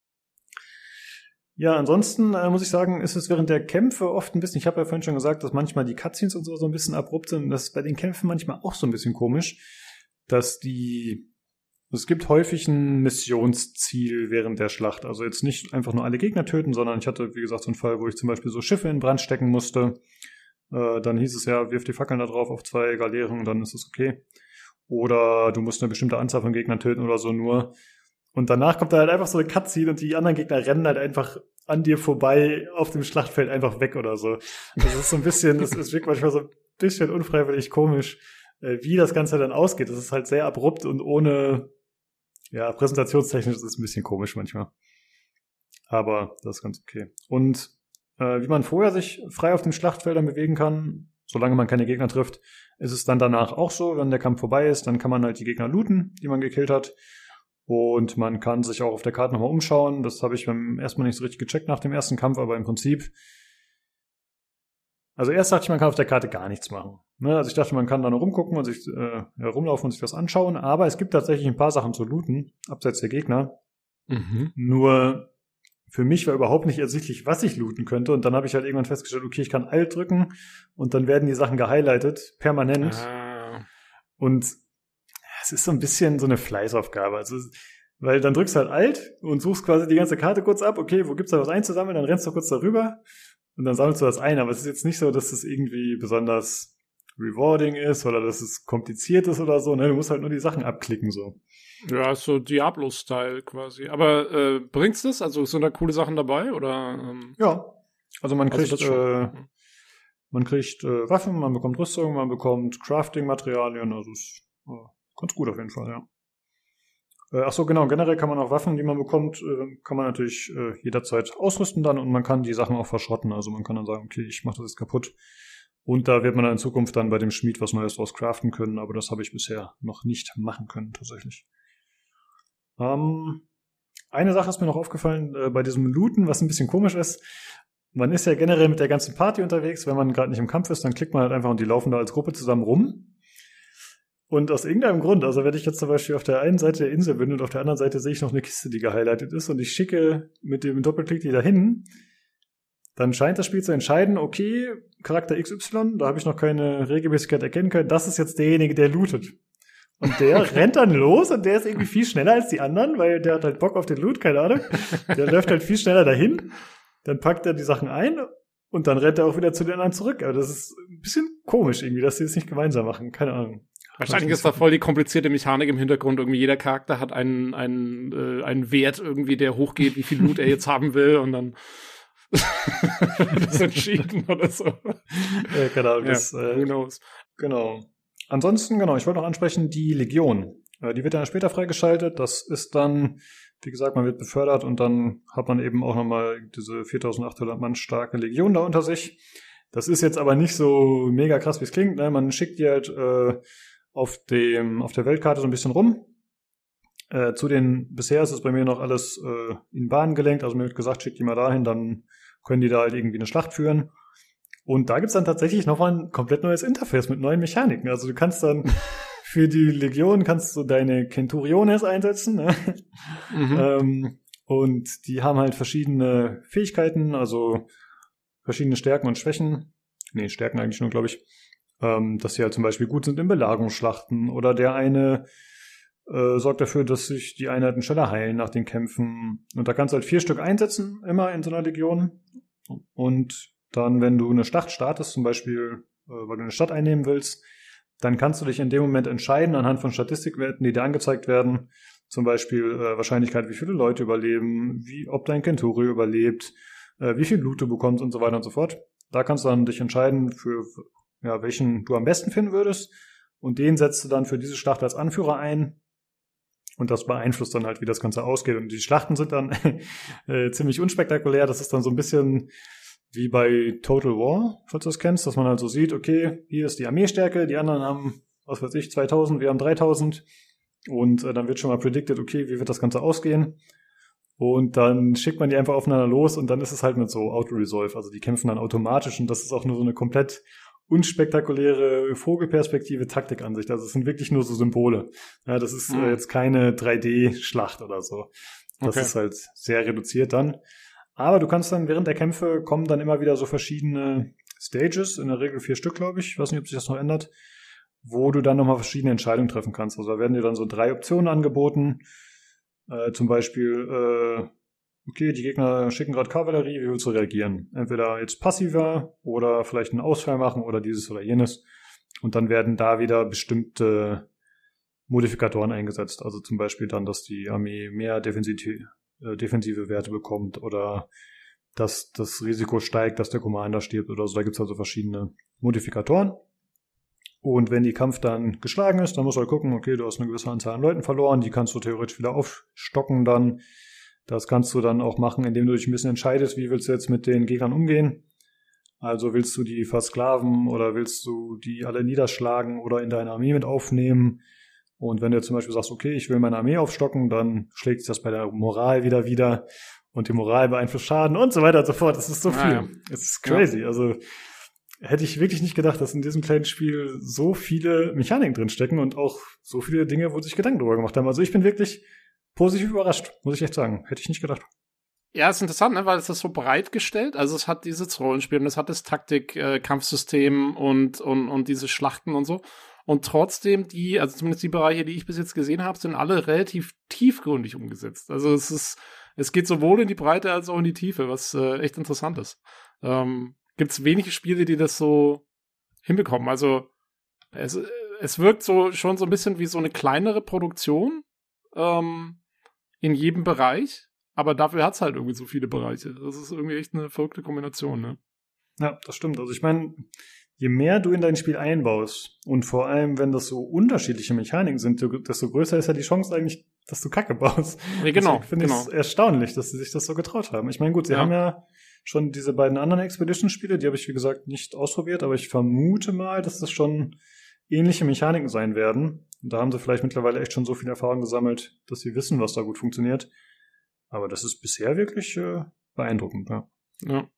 Ja, ansonsten muss ich sagen, ist es während der Kämpfe oft ein bisschen, ich habe ja vorhin schon gesagt, dass manchmal die Cutscenes und so ein bisschen abrupt sind und das ist bei den Kämpfen manchmal auch so ein bisschen komisch, dass es gibt häufig ein Missionsziel während der Schlacht. Also jetzt nicht einfach nur alle Gegner töten, sondern ich hatte, wie gesagt, so einen Fall, wo ich zum Beispiel so Schiffe in Brand stecken musste. Dann hieß es ja, wirf die Fackeln da drauf auf 2 Galeeren, dann ist es okay. Oder du musst eine bestimmte Anzahl von Gegnern töten oder so nur. Und danach kommt da halt einfach so eine Cutscene und die anderen Gegner rennen halt einfach an dir vorbei auf dem Schlachtfeld einfach weg oder so. Das ist so ein bisschen, das wirkt manchmal so ein bisschen unfreiwillig komisch, wie das Ganze dann ausgeht. Das ist halt sehr abrupt und ohne, präsentationstechnisch ist es ein bisschen komisch manchmal. Aber das ist ganz okay. Und wie man vorher sich frei auf den Schlachtfeldern bewegen kann, solange man keine Gegner trifft, ist es dann danach auch so. Wenn der Kampf vorbei ist, dann kann man halt die Gegner looten, die man gekillt hat. Und man kann sich auch auf der Karte nochmal umschauen. Das habe ich beim ersten Mal nicht so richtig gecheckt nach dem ersten Kampf, aber im Prinzip... Also erst dachte ich, man kann auf der Karte gar nichts machen. Ne? Also ich dachte, man kann da nur rumgucken und sich rumlaufen und sich das anschauen. Aber es gibt tatsächlich ein paar Sachen zu looten, abseits der Gegner. Mhm. Nur für mich war überhaupt nicht ersichtlich, was ich looten könnte. Und dann habe ich halt irgendwann festgestellt, okay, ich kann Alt drücken und dann werden die Sachen gehighlightet, permanent. Und es ist so ein bisschen so eine Fleißaufgabe. Also, weil dann drückst du halt Alt und suchst quasi die ganze Karte kurz ab. Okay, wo gibt's da was einzusammeln? Dann rennst du kurz darüber und dann sammelst du das ein. Aber es ist jetzt nicht so, dass das irgendwie besonders rewarding ist oder dass es kompliziert ist oder so. Ne? Du musst halt nur die Sachen abklicken so. Ja, so Diablo-Style quasi. Aber bringt's das? Also sind da coole Sachen dabei? Oder? Ja, also man kriegt, Also Waffen, man bekommt Rüstung, man bekommt Crafting-Materialien. Also ist ganz gut auf jeden Fall, ja. Ach so, genau. Generell kann man auch Waffen, die man bekommt, kann man natürlich jederzeit ausrüsten dann und man kann die Sachen auch verschrotten. Also man kann dann sagen, okay, ich mache das jetzt kaputt. Und da wird man dann in Zukunft dann bei dem Schmied was Neues draus craften können, aber das habe ich bisher noch nicht machen können, tatsächlich. Eine Sache ist mir noch aufgefallen bei diesem Looten, was ein bisschen komisch ist. Man ist ja generell mit der ganzen Party unterwegs. Wenn man gerade nicht im Kampf ist, dann klickt man halt einfach und die laufen da als Gruppe zusammen rum. Und aus irgendeinem Grund, also wenn ich jetzt zum Beispiel auf der einen Seite der Insel bin und auf der anderen Seite sehe ich noch eine Kiste, die gehighlightet ist und ich schicke mit dem Doppelklick die dahin, dann scheint das Spiel zu entscheiden, okay, Charakter XY, da habe ich noch keine Regelmäßigkeit erkennen können, das ist jetzt derjenige, der lootet. Und der rennt dann los und der ist irgendwie viel schneller als die anderen, weil der hat halt Bock auf den Loot, keine Ahnung. Der läuft halt viel schneller dahin, dann packt er die Sachen ein und dann rennt er auch wieder zu den anderen zurück. Aber das ist ein bisschen komisch irgendwie, dass sie das nicht gemeinsam machen, keine Ahnung. Wahrscheinlich ist da voll die komplizierte Mechanik im Hintergrund. Irgendwie jeder Charakter hat einen Wert irgendwie, der hochgeht, wie viel Loot er jetzt haben will und dann das entschieden oder so. Keine Ahnung, who knows. Genau. Ansonsten, genau, ich wollte noch ansprechen, die Legion. Die wird dann später freigeschaltet. Das ist dann, wie gesagt, man wird befördert und dann hat man eben auch nochmal diese 4.800 Mann starke Legion da unter sich. Das ist jetzt aber nicht so mega krass, wie es klingt. Ne? Man schickt die halt auf der Weltkarte so ein bisschen rum. Bisher ist es bei mir noch alles in Bahnen gelenkt. Also mir wird gesagt, schickt die mal dahin, dann können die da halt irgendwie eine Schlacht führen. Und da gibt's dann tatsächlich nochmal ein komplett neues Interface mit neuen Mechaniken. Also du kannst dann für die Legion kannst du deine Centuriones einsetzen. Ne? Mhm. Und die haben halt verschiedene Fähigkeiten, also verschiedene Stärken und Schwächen. Nee, Stärken eigentlich nur, glaube ich. Dass sie halt zum Beispiel gut sind in Belagerungsschlachten oder der eine sorgt dafür, dass sich die Einheiten schneller heilen nach den Kämpfen. Und da kannst du halt 4 Stück einsetzen, immer in so einer Legion. Und dann, wenn du eine Schlacht startest, zum Beispiel, weil du eine Stadt einnehmen willst, dann kannst du dich in dem Moment entscheiden, anhand von Statistikwerten, die dir angezeigt werden, zum Beispiel Wahrscheinlichkeit, wie viele Leute überleben, ob dein Kenturi überlebt, wie viel Loot du bekommst und so weiter und so fort. Da kannst du dann dich entscheiden, für welchen du am besten finden würdest. Und den setzt du dann für diese Schlacht als Anführer ein. Und das beeinflusst dann halt, wie das Ganze ausgeht. Und die Schlachten sind dann ziemlich unspektakulär. Das ist dann so ein bisschen wie bei Total War, falls du das kennst, dass man halt so sieht, okay, hier ist die Armeestärke, die anderen haben, was weiß ich, 2000, wir haben 3000. Und dann wird schon mal predicted, okay, wie wird das Ganze ausgehen? Und dann schickt man die einfach aufeinander los und dann ist es halt mit so Auto-Resolve. Also die kämpfen dann automatisch und das ist auch nur so eine komplett unspektakuläre Vogelperspektive Taktikansicht. Also es sind wirklich nur so Symbole. Ja, das ist jetzt keine 3D-Schlacht oder so. Das ist halt sehr reduziert dann. Aber du kannst dann während der Kämpfe kommen dann immer wieder so verschiedene Stages, in der Regel 4 Stück, glaube ich. Ich weiß nicht, ob sich das noch ändert, wo du dann nochmal verschiedene Entscheidungen treffen kannst. Also da werden dir dann so 3 Optionen angeboten. Zum Beispiel, okay, die Gegner schicken gerade Kavallerie, wie willst du reagieren? Entweder jetzt passiver oder vielleicht einen Ausfall machen oder dieses oder jenes. Und dann werden da wieder bestimmte Modifikatoren eingesetzt. Also zum Beispiel dann, dass die Armee mehr defensive Werte bekommt oder dass das Risiko steigt, dass der Commander stirbt oder so. Da gibt's also verschiedene Modifikatoren. Und wenn die Kampf dann geschlagen ist, dann musst du halt gucken, okay, du hast eine gewisse Anzahl an Leuten verloren, die kannst du theoretisch wieder aufstocken dann. Das kannst du dann auch machen, indem du dich ein bisschen entscheidest, wie willst du jetzt mit den Gegnern umgehen. Also willst du die versklaven oder willst du die alle niederschlagen oder in deine Armee mit aufnehmen? Und wenn du jetzt zum Beispiel sagst, okay, ich will meine Armee aufstocken, dann schlägt sich das bei der Moral wieder und die Moral beeinflusst Schaden und so weiter und so fort. Das ist so viel. Ja. Es ist crazy. Ja. Also hätte ich wirklich nicht gedacht, dass in diesem kleinen Spiel so viele Mechaniken drinstecken und auch so viele Dinge, wo sich Gedanken drüber gemacht haben. Also ich bin wirklich positiv überrascht, muss ich echt sagen. Hätte ich nicht gedacht. Ja, ist interessant, ne, weil es ist so breit gestellt. Also es hat dieses Rollenspiel und es hat das Taktik-Kampfsystem und diese Schlachten und so. Und trotzdem also zumindest die Bereiche, die ich bis jetzt gesehen habe, sind alle relativ tiefgründig umgesetzt. Also es geht sowohl in die Breite als auch in die Tiefe, was echt interessant ist. Gibt's wenige Spiele, die das so hinbekommen. Also es wirkt so schon so ein bisschen wie so eine kleinere Produktion in jedem Bereich, aber dafür hat's halt irgendwie so viele Bereiche. Das ist irgendwie echt eine verrückte Kombination, ne? Ja, das stimmt. Also ich meine, je mehr du in dein Spiel einbaust und vor allem, wenn das so unterschiedliche Mechaniken sind, desto größer ist ja die Chance eigentlich, dass du Kacke baust. Ja, genau. Ich finde es erstaunlich, dass sie sich das so getraut haben. Ich meine, gut, sie haben ja schon diese beiden anderen Expedition-Spiele, die habe ich, wie gesagt, nicht ausprobiert, aber ich vermute mal, dass das schon ähnliche Mechaniken sein werden. Und da haben sie vielleicht mittlerweile echt schon so viel Erfahrung gesammelt, dass sie wissen, was da gut funktioniert. Aber das ist bisher wirklich beeindruckend, ja. Ja.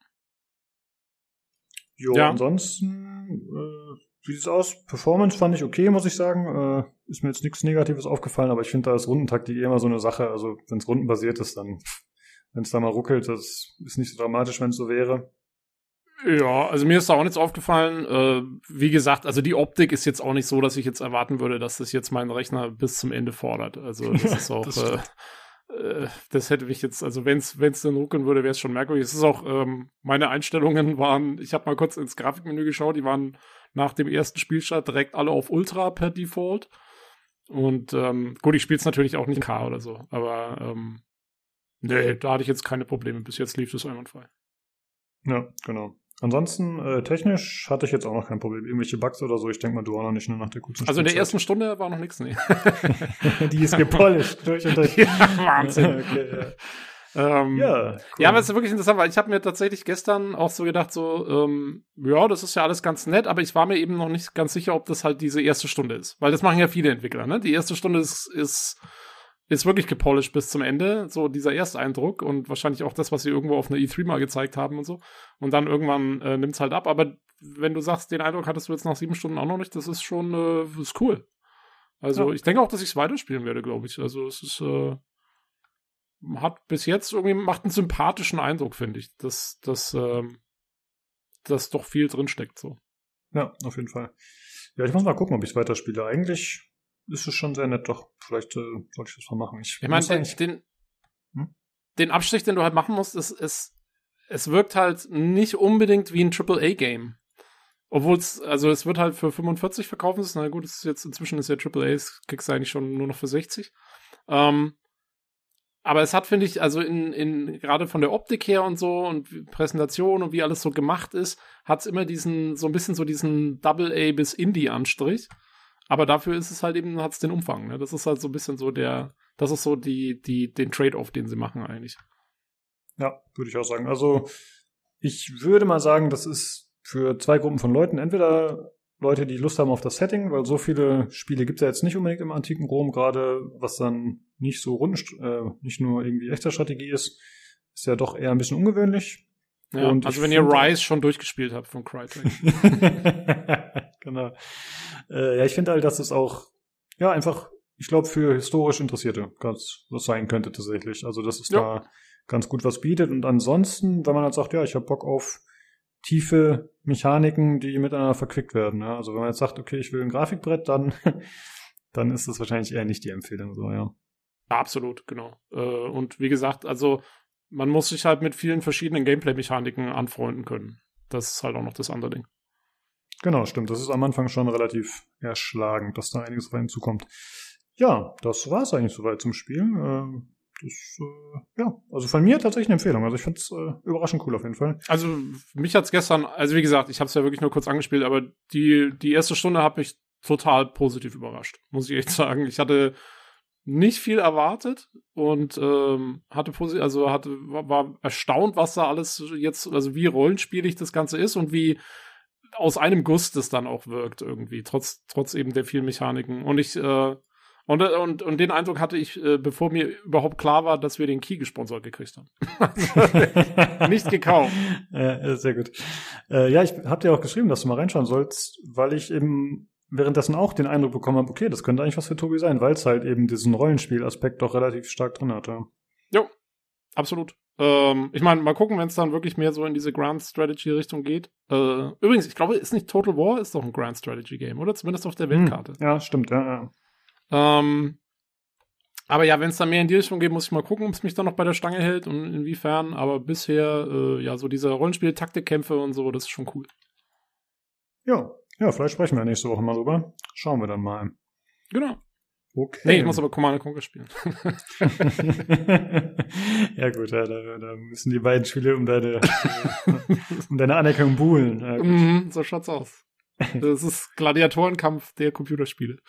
Jo, ansonsten, wie sieht's aus? Performance fand ich okay, muss ich sagen. Ist mir jetzt nichts Negatives aufgefallen, aber ich finde, da ist Rundentaktik immer so eine Sache. Also, wenn es rundenbasiert ist, dann, wenn es da mal ruckelt, das ist nicht so dramatisch, wenn es so wäre. Ja, also mir ist da auch nichts aufgefallen. Wie gesagt, also die Optik ist jetzt auch nicht so, dass ich jetzt erwarten würde, dass das jetzt meinen Rechner bis zum Ende fordert. Also, das ist auch... das hätte mich jetzt, also wenn es dann ruckeln würde, wäre es schon merkwürdig. Es ist auch, meine Einstellungen waren, ich habe mal kurz ins Grafikmenü geschaut, die waren nach dem ersten Spielstart direkt alle auf Ultra per Default. Und gut, ich spiele es natürlich auch nicht in K oder so, aber nee, da hatte ich jetzt keine Probleme. Bis jetzt lief das einwandfrei. Ja, genau. Ansonsten, technisch hatte ich jetzt auch noch kein Problem. Irgendwelche Bugs oder so, ich denke mal, du auch noch nicht, nur nach der kurzen Also in der ersten Stunde war noch nichts, nee. Die ist gepolished, durch und durch. Ja, Wahnsinn. Okay, ja. Ja, cool. Ja, aber es ist wirklich interessant, weil ich habe mir tatsächlich gestern auch so gedacht, so, ja, das ist ja alles ganz nett, aber ich war mir eben noch nicht ganz sicher, ob das halt diese erste Stunde ist. Weil das machen ja viele Entwickler, ne? Die erste Stunde ist wirklich gepolished bis zum Ende, so dieser Ersteindruck und wahrscheinlich auch das, was sie irgendwo auf einer E3 mal gezeigt haben und so. Und dann irgendwann nimmt's halt ab. Aber wenn du sagst, den Eindruck hattest du jetzt nach 7 Stunden auch noch nicht, das ist schon ist cool. Also ich denke auch, dass ich es weiterspielen werde, glaube ich. Also es ist hat bis jetzt irgendwie macht einen sympathischen Eindruck, finde ich, dass doch viel drinsteckt so. Ja, auf jeden Fall. Ja, ich muss mal gucken, ob ich es weiterspiele. Eigentlich ist es schon sehr nett, doch. Vielleicht sollte ich das mal machen. Ich meine, den Abstrich, den du halt machen musst, es wirkt halt nicht unbedingt wie ein AAA-Game. Obwohl es wird halt für 45 verkaufen. Na gut, inzwischen ist ja AAA, das kriegst du eigentlich schon nur noch für 60. Aber es hat, finde ich, also in gerade von der Optik her und so und Präsentation und wie alles so gemacht ist, hat es immer so ein bisschen so diesen Double-A bis Indie-Anstrich. Aber dafür ist es halt eben, hat es den Umfang, ne? Das ist halt so ein bisschen so das ist so den Trade-off, den sie machen eigentlich. Ja, würde ich auch sagen. Also, ich würde mal sagen, das ist für 2 Gruppen von Leuten. Entweder Leute, die Lust haben auf das Setting, weil so viele Spiele gibt es ja jetzt nicht unbedingt im antiken Rom, gerade was dann nicht so nicht nur irgendwie echter Strategie ist ja doch eher ein bisschen ungewöhnlich. Ja, und also wenn ihr Rise schon durchgespielt habt von Crytek. Genau. Ja, ich finde halt, dass es auch, ja, einfach, ich glaube, für historisch Interessierte was sein könnte tatsächlich. Also, dass es da ganz gut was bietet. Und ansonsten, wenn man halt sagt, ja, ich habe Bock auf tiefe Mechaniken, die miteinander verquickt werden. Ja? Also, wenn man jetzt sagt, okay, ich will ein Grafikbrett, dann ist das wahrscheinlich eher nicht die Empfehlung. So, ja. Absolut, genau. Und wie gesagt, also man muss sich halt mit vielen verschiedenen Gameplay-Mechaniken anfreunden können. Das ist halt auch noch das andere Ding. Genau, stimmt. Das ist am Anfang schon relativ erschlagend, dass da einiges auf einen zukommt. Ja, das war es eigentlich soweit zum Spiel. Also von mir tatsächlich eine Empfehlung. Also ich finde es überraschend cool auf jeden Fall. Also mich hat's gestern, also wie gesagt, ich habe es ja wirklich nur kurz angespielt, aber die erste Stunde hat mich total positiv überrascht, muss ich echt sagen. Ich hatte nicht viel erwartet und war erstaunt, was da alles jetzt, also wie rollenspielig das Ganze ist und wie aus einem Guss das dann auch wirkt irgendwie, trotz eben der vielen Mechaniken. Und ich und den Eindruck hatte ich, bevor mir überhaupt klar war, dass wir den Key gesponsert gekriegt haben. Nicht gekauft. Sehr gut. Ja, ich habe dir auch geschrieben, dass du mal reinschauen sollst, weil ich eben währenddessen auch den Eindruck bekommen habe, okay, das könnte eigentlich was für Tobi sein, weil es halt eben diesen Rollenspielaspekt doch relativ stark drin hatte. Jo, absolut. Ich meine, mal gucken, wenn es dann wirklich mehr so in diese Grand Strategy Richtung geht. Übrigens, ich glaube, ist nicht Total War, ist doch ein Grand Strategy Game, oder? Zumindest auf der Weltkarte. Ja, stimmt, ja. Aber ja, wenn es dann mehr in die Richtung geht, muss ich mal gucken, ob es mich dann noch bei der Stange hält und inwiefern. Aber bisher, ja, so diese Rollenspiel-Taktikkämpfe und so, das ist schon cool. Ja, vielleicht sprechen wir nächste Woche mal drüber. Schauen wir dann mal. Genau. Okay. Nee, ich muss aber Command & Conquer spielen. Ja gut, ja, da müssen die beiden Spiele um deine Anerkennung buhlen. Ja, so schaut's aus. Das ist Gladiatorenkampf der Computerspiele.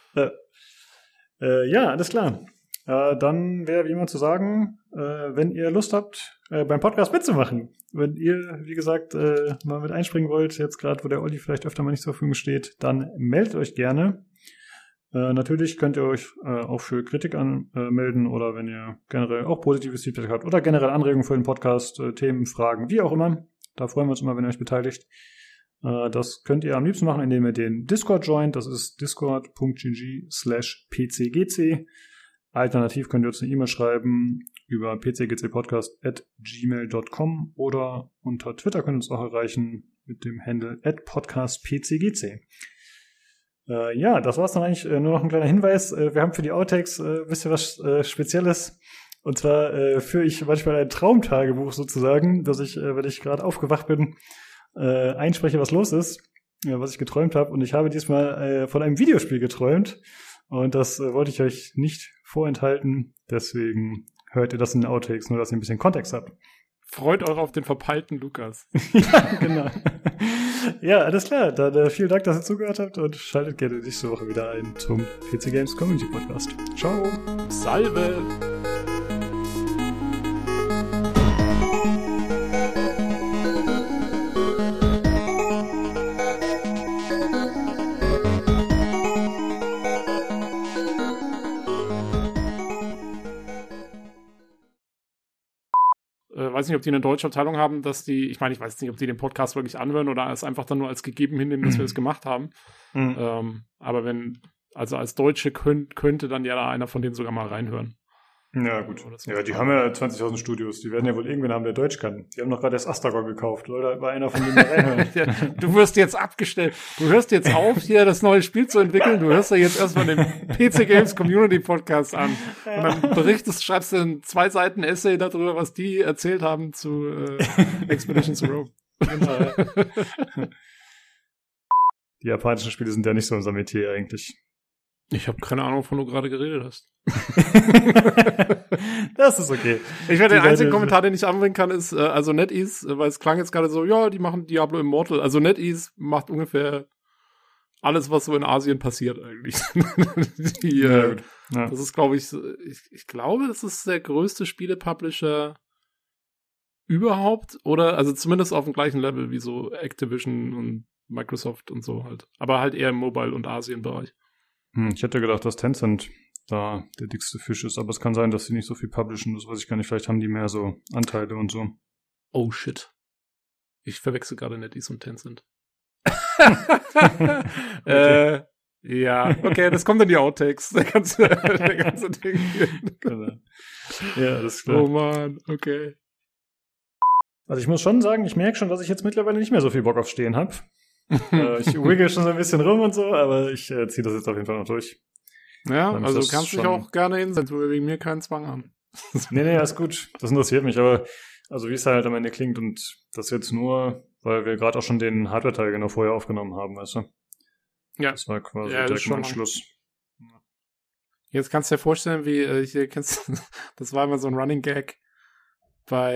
Ja, alles klar. Dann wäre wie immer zu sagen, wenn ihr Lust habt, beim Podcast mitzumachen, wenn ihr, wie gesagt, mal mit einspringen wollt, jetzt gerade, wo der Olli vielleicht öfter mal nicht zur Verfügung steht, dann meldet euch gerne. Natürlich könnt ihr euch auch für Kritik anmelden oder wenn ihr generell auch positives Feedback habt oder generell Anregungen für den Podcast, Themen, Fragen, wie auch immer. Da freuen wir uns immer, wenn ihr euch beteiligt. Das könnt ihr am liebsten machen, indem ihr den Discord joint. Das ist discord.gg/pcgc. Alternativ könnt ihr uns eine E-Mail schreiben über pcgcpodcast@gmail.com oder unter Twitter könnt ihr uns auch erreichen mit dem Handle @podcastpcgc. Ja, das war's dann eigentlich. Nur noch ein kleiner Hinweis. Wir haben für die Outtakes ein bisschen was Spezielles. Und zwar führe ich manchmal ein Traumtagebuch sozusagen, dass ich, wenn ich gerade aufgewacht bin, einspreche, was los ist, was ich geträumt habe. Und ich habe diesmal von einem Videospiel geträumt. Und das wollte ich euch nicht vorenthalten. Deswegen hört ihr das in den Outtakes, nur dass ihr ein bisschen Kontext habt. Freut euch auf den verpeilten Lukas. Ja, genau. Ja, alles klar. Dann vielen Dank, dass ihr zugehört habt und schaltet gerne nächste Woche wieder ein zum PC Games Community Podcast. Ciao. Salve. Weiß nicht, ob die eine deutsche Abteilung haben, dass die, ich weiß nicht, ob die den Podcast wirklich anhören oder es einfach dann nur als gegeben hinnehmen, dass wir das gemacht haben. Aber also als Deutsche könnte dann ja einer von denen sogar mal reinhören. Ja, gut. Ja, die haben ja 20.000 Studios. Die werden ja wohl irgendwen haben, der Deutsch kann. Die haben doch gerade erst Astragon gekauft. Oder war einer von denen da reinhören? Ja, du wirst jetzt abgestellt. Du hörst jetzt auf, hier das neue Spiel zu entwickeln. Du hörst ja jetzt erstmal den PC Games Community Podcast an. Und dann schreibst du ein 2 Seiten Essay darüber, was die erzählt haben zu Expedition to Rome. Genau. Die japanischen Spiele sind ja nicht so unser Metier eigentlich. Ich habe keine Ahnung, wovon du gerade geredet hast. Das ist okay. Ich werde den einzigen Kommentar, den ich anbringen kann, ist, also NetEase, weil es klang jetzt gerade so, ja, die machen Diablo Immortal. Also NetEase macht ungefähr alles, was so in Asien passiert eigentlich. Das ist, glaube ich glaube, das ist der größte Spiele-Publisher überhaupt. Oder, also zumindest auf dem gleichen Level wie so Activision und Microsoft und so halt. Aber halt eher im Mobile- und Asien-Bereich. Ich hätte gedacht, dass Tencent da der dickste Fisch ist, aber es kann sein, dass sie nicht so viel publishen, das weiß ich gar nicht, vielleicht haben die mehr so Anteile und so. Oh shit. Ich verwechsel gerade NetEase und Tencent. Okay. Ja, okay, das kommt in die Outtakes, der ganze Ding. Genau. Ja, das ist klar. Oh man, okay. Also ich muss schon sagen, ich merke schon, dass ich jetzt mittlerweile nicht mehr so viel Bock auf Stehen habe. Ich wiggle schon so ein bisschen rum und so, aber ich ziehe das jetzt auf jeden Fall noch durch. Ja, also du kannst dich auch gerne hinsetzen, wo wir wegen mir keinen Zwang haben. Nee, ist gut. Das interessiert mich, aber also wie es halt am Ende klingt und das jetzt nur, weil wir gerade auch schon den Hardware-Teil genau vorher aufgenommen haben, weißt du? Ja. Das war quasi direkt mein Schluss. Jetzt kannst du dir vorstellen, das war immer so ein Running Gag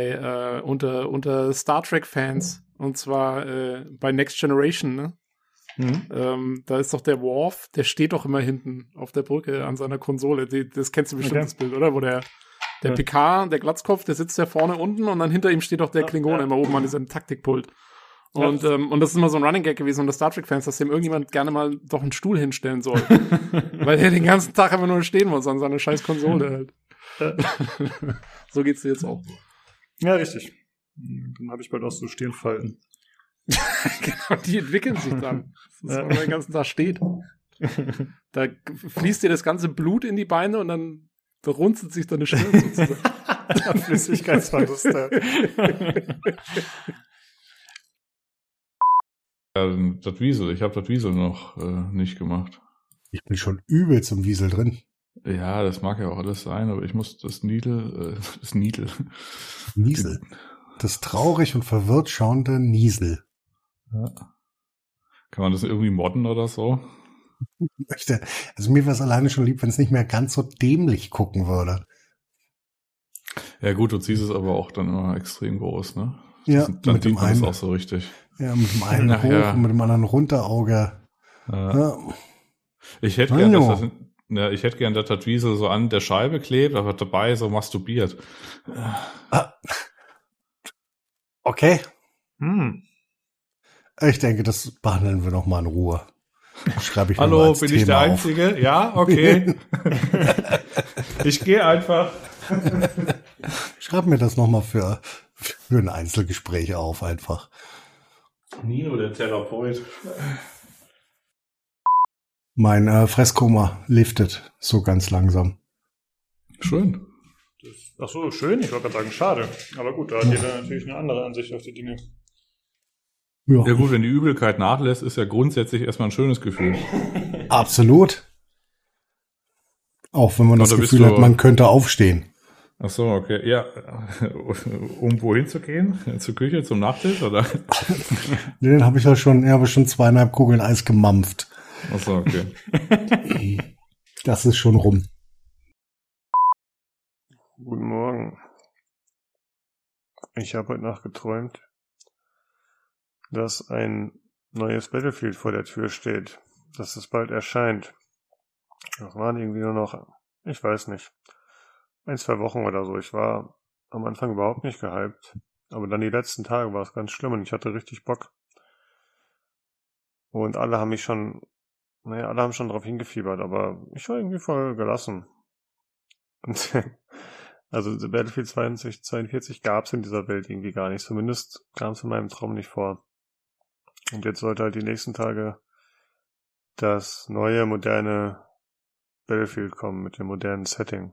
unter Star Trek-Fans. Und zwar bei Next Generation, ne? Da ist doch der Worf, der steht doch immer hinten auf der Brücke an seiner Konsole. Das kennst du bestimmt, das Bild, oder? Wo der Picard, der Glatzkopf, der sitzt ja vorne unten und dann hinter ihm steht doch der Klingone immer oben an diesem Taktikpult. Und das ist immer so ein Running Gag gewesen unter Star Trek-Fans, dass dem irgendjemand gerne mal doch einen Stuhl hinstellen soll. Weil der den ganzen Tag einfach nur stehen muss an seiner scheiß Konsole halt. So geht's dir jetzt auch. Ja, richtig. Dann habe ich bald auch so Stirnfalten. Genau, die entwickeln sich dann. Das ist, wenn man den ganzen Tag steht. Da fließt dir das ganze Blut in die Beine und dann runzelt sich deine Stirn sozusagen. Flüssigkeitsverlust. Das Wiesel. Ich habe das Wiesel noch nicht gemacht. Ich bin schon übel zum Wiesel drin. Ja, das mag ja auch alles sein, aber ich muss das Niesel. Niesel. Das traurig und verwirrt schauende Niesel. Ja. Kann man das irgendwie modden oder so? Also mir wäre es alleine schon lieb, wenn es nicht mehr ganz so dämlich gucken würde. Ja gut, du ziehst es aber auch dann immer extrem groß, ne? Ja, Dann mit dem sieht man einen das auch so richtig. Ja, mit dem einen hoch und mit dem anderen Runterauge. Ja. Ich hätte gern, dass das Wiesel so an der Scheibe klebt, aber dabei so masturbiert. Okay. Ich denke, das behandeln wir noch mal in Ruhe. Schreibe ich mir Hallo, mal als bin Thema ich der auf. Einzige? Ja, okay. Ich gehe einfach. Schreib mir das noch mal für ein Einzelgespräch auf einfach. Nino, der Therapeut. Mein Fresskoma liftet so ganz langsam. Schön. Ach so, schön. Ich wollte gerade sagen, schade. Aber gut, da hat jeder natürlich eine andere Ansicht auf die Dinge. Ja gut, wenn die Übelkeit nachlässt, ist ja grundsätzlich erstmal ein schönes Gefühl. Absolut. Auch wenn man das Gefühl hat, man könnte aufstehen. Ach so, okay. Ja, um wohin zu gehen? Zur Küche, zum Nachtisch, oder? Den habe ich ja schon 2,5 Kugeln Eis gemampft. Ach so, okay. Das ist schon rum. Guten Morgen. Ich habe heute Nacht geträumt, dass ein neues Battlefield vor der Tür steht, dass es bald erscheint. Das waren irgendwie nur noch, ich weiß nicht, 1-2 Wochen oder so. Ich war am Anfang überhaupt nicht gehypt, aber dann die letzten Tage war es ganz schlimm und ich hatte richtig Bock. Und alle haben schon drauf hingefiebert, aber ich war irgendwie voll gelassen. Und also Battlefield 2042 gab es in dieser Welt irgendwie gar nicht. Zumindest kam es in meinem Traum nicht vor. Und jetzt sollte halt die nächsten Tage das neue, moderne Battlefield kommen mit dem modernen Setting.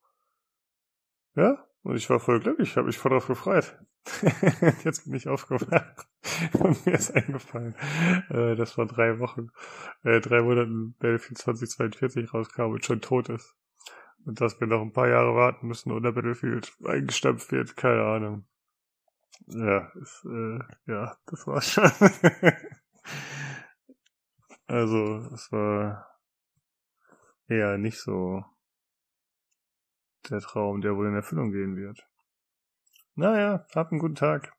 Ja, und ich war voll glücklich. Ich habe mich voll drauf gefreut. Jetzt bin ich aufgewacht und mir ist eingefallen, dass vor 3 Monaten Battlefield 2042 rauskam und schon tot ist. Und dass wir noch ein paar Jahre warten müssen, oder Battlefield eingestampft wird, keine Ahnung. Ja, das war's schon. Also, es war eher nicht so der Traum, der wohl in Erfüllung gehen wird. Naja, habt einen guten Tag.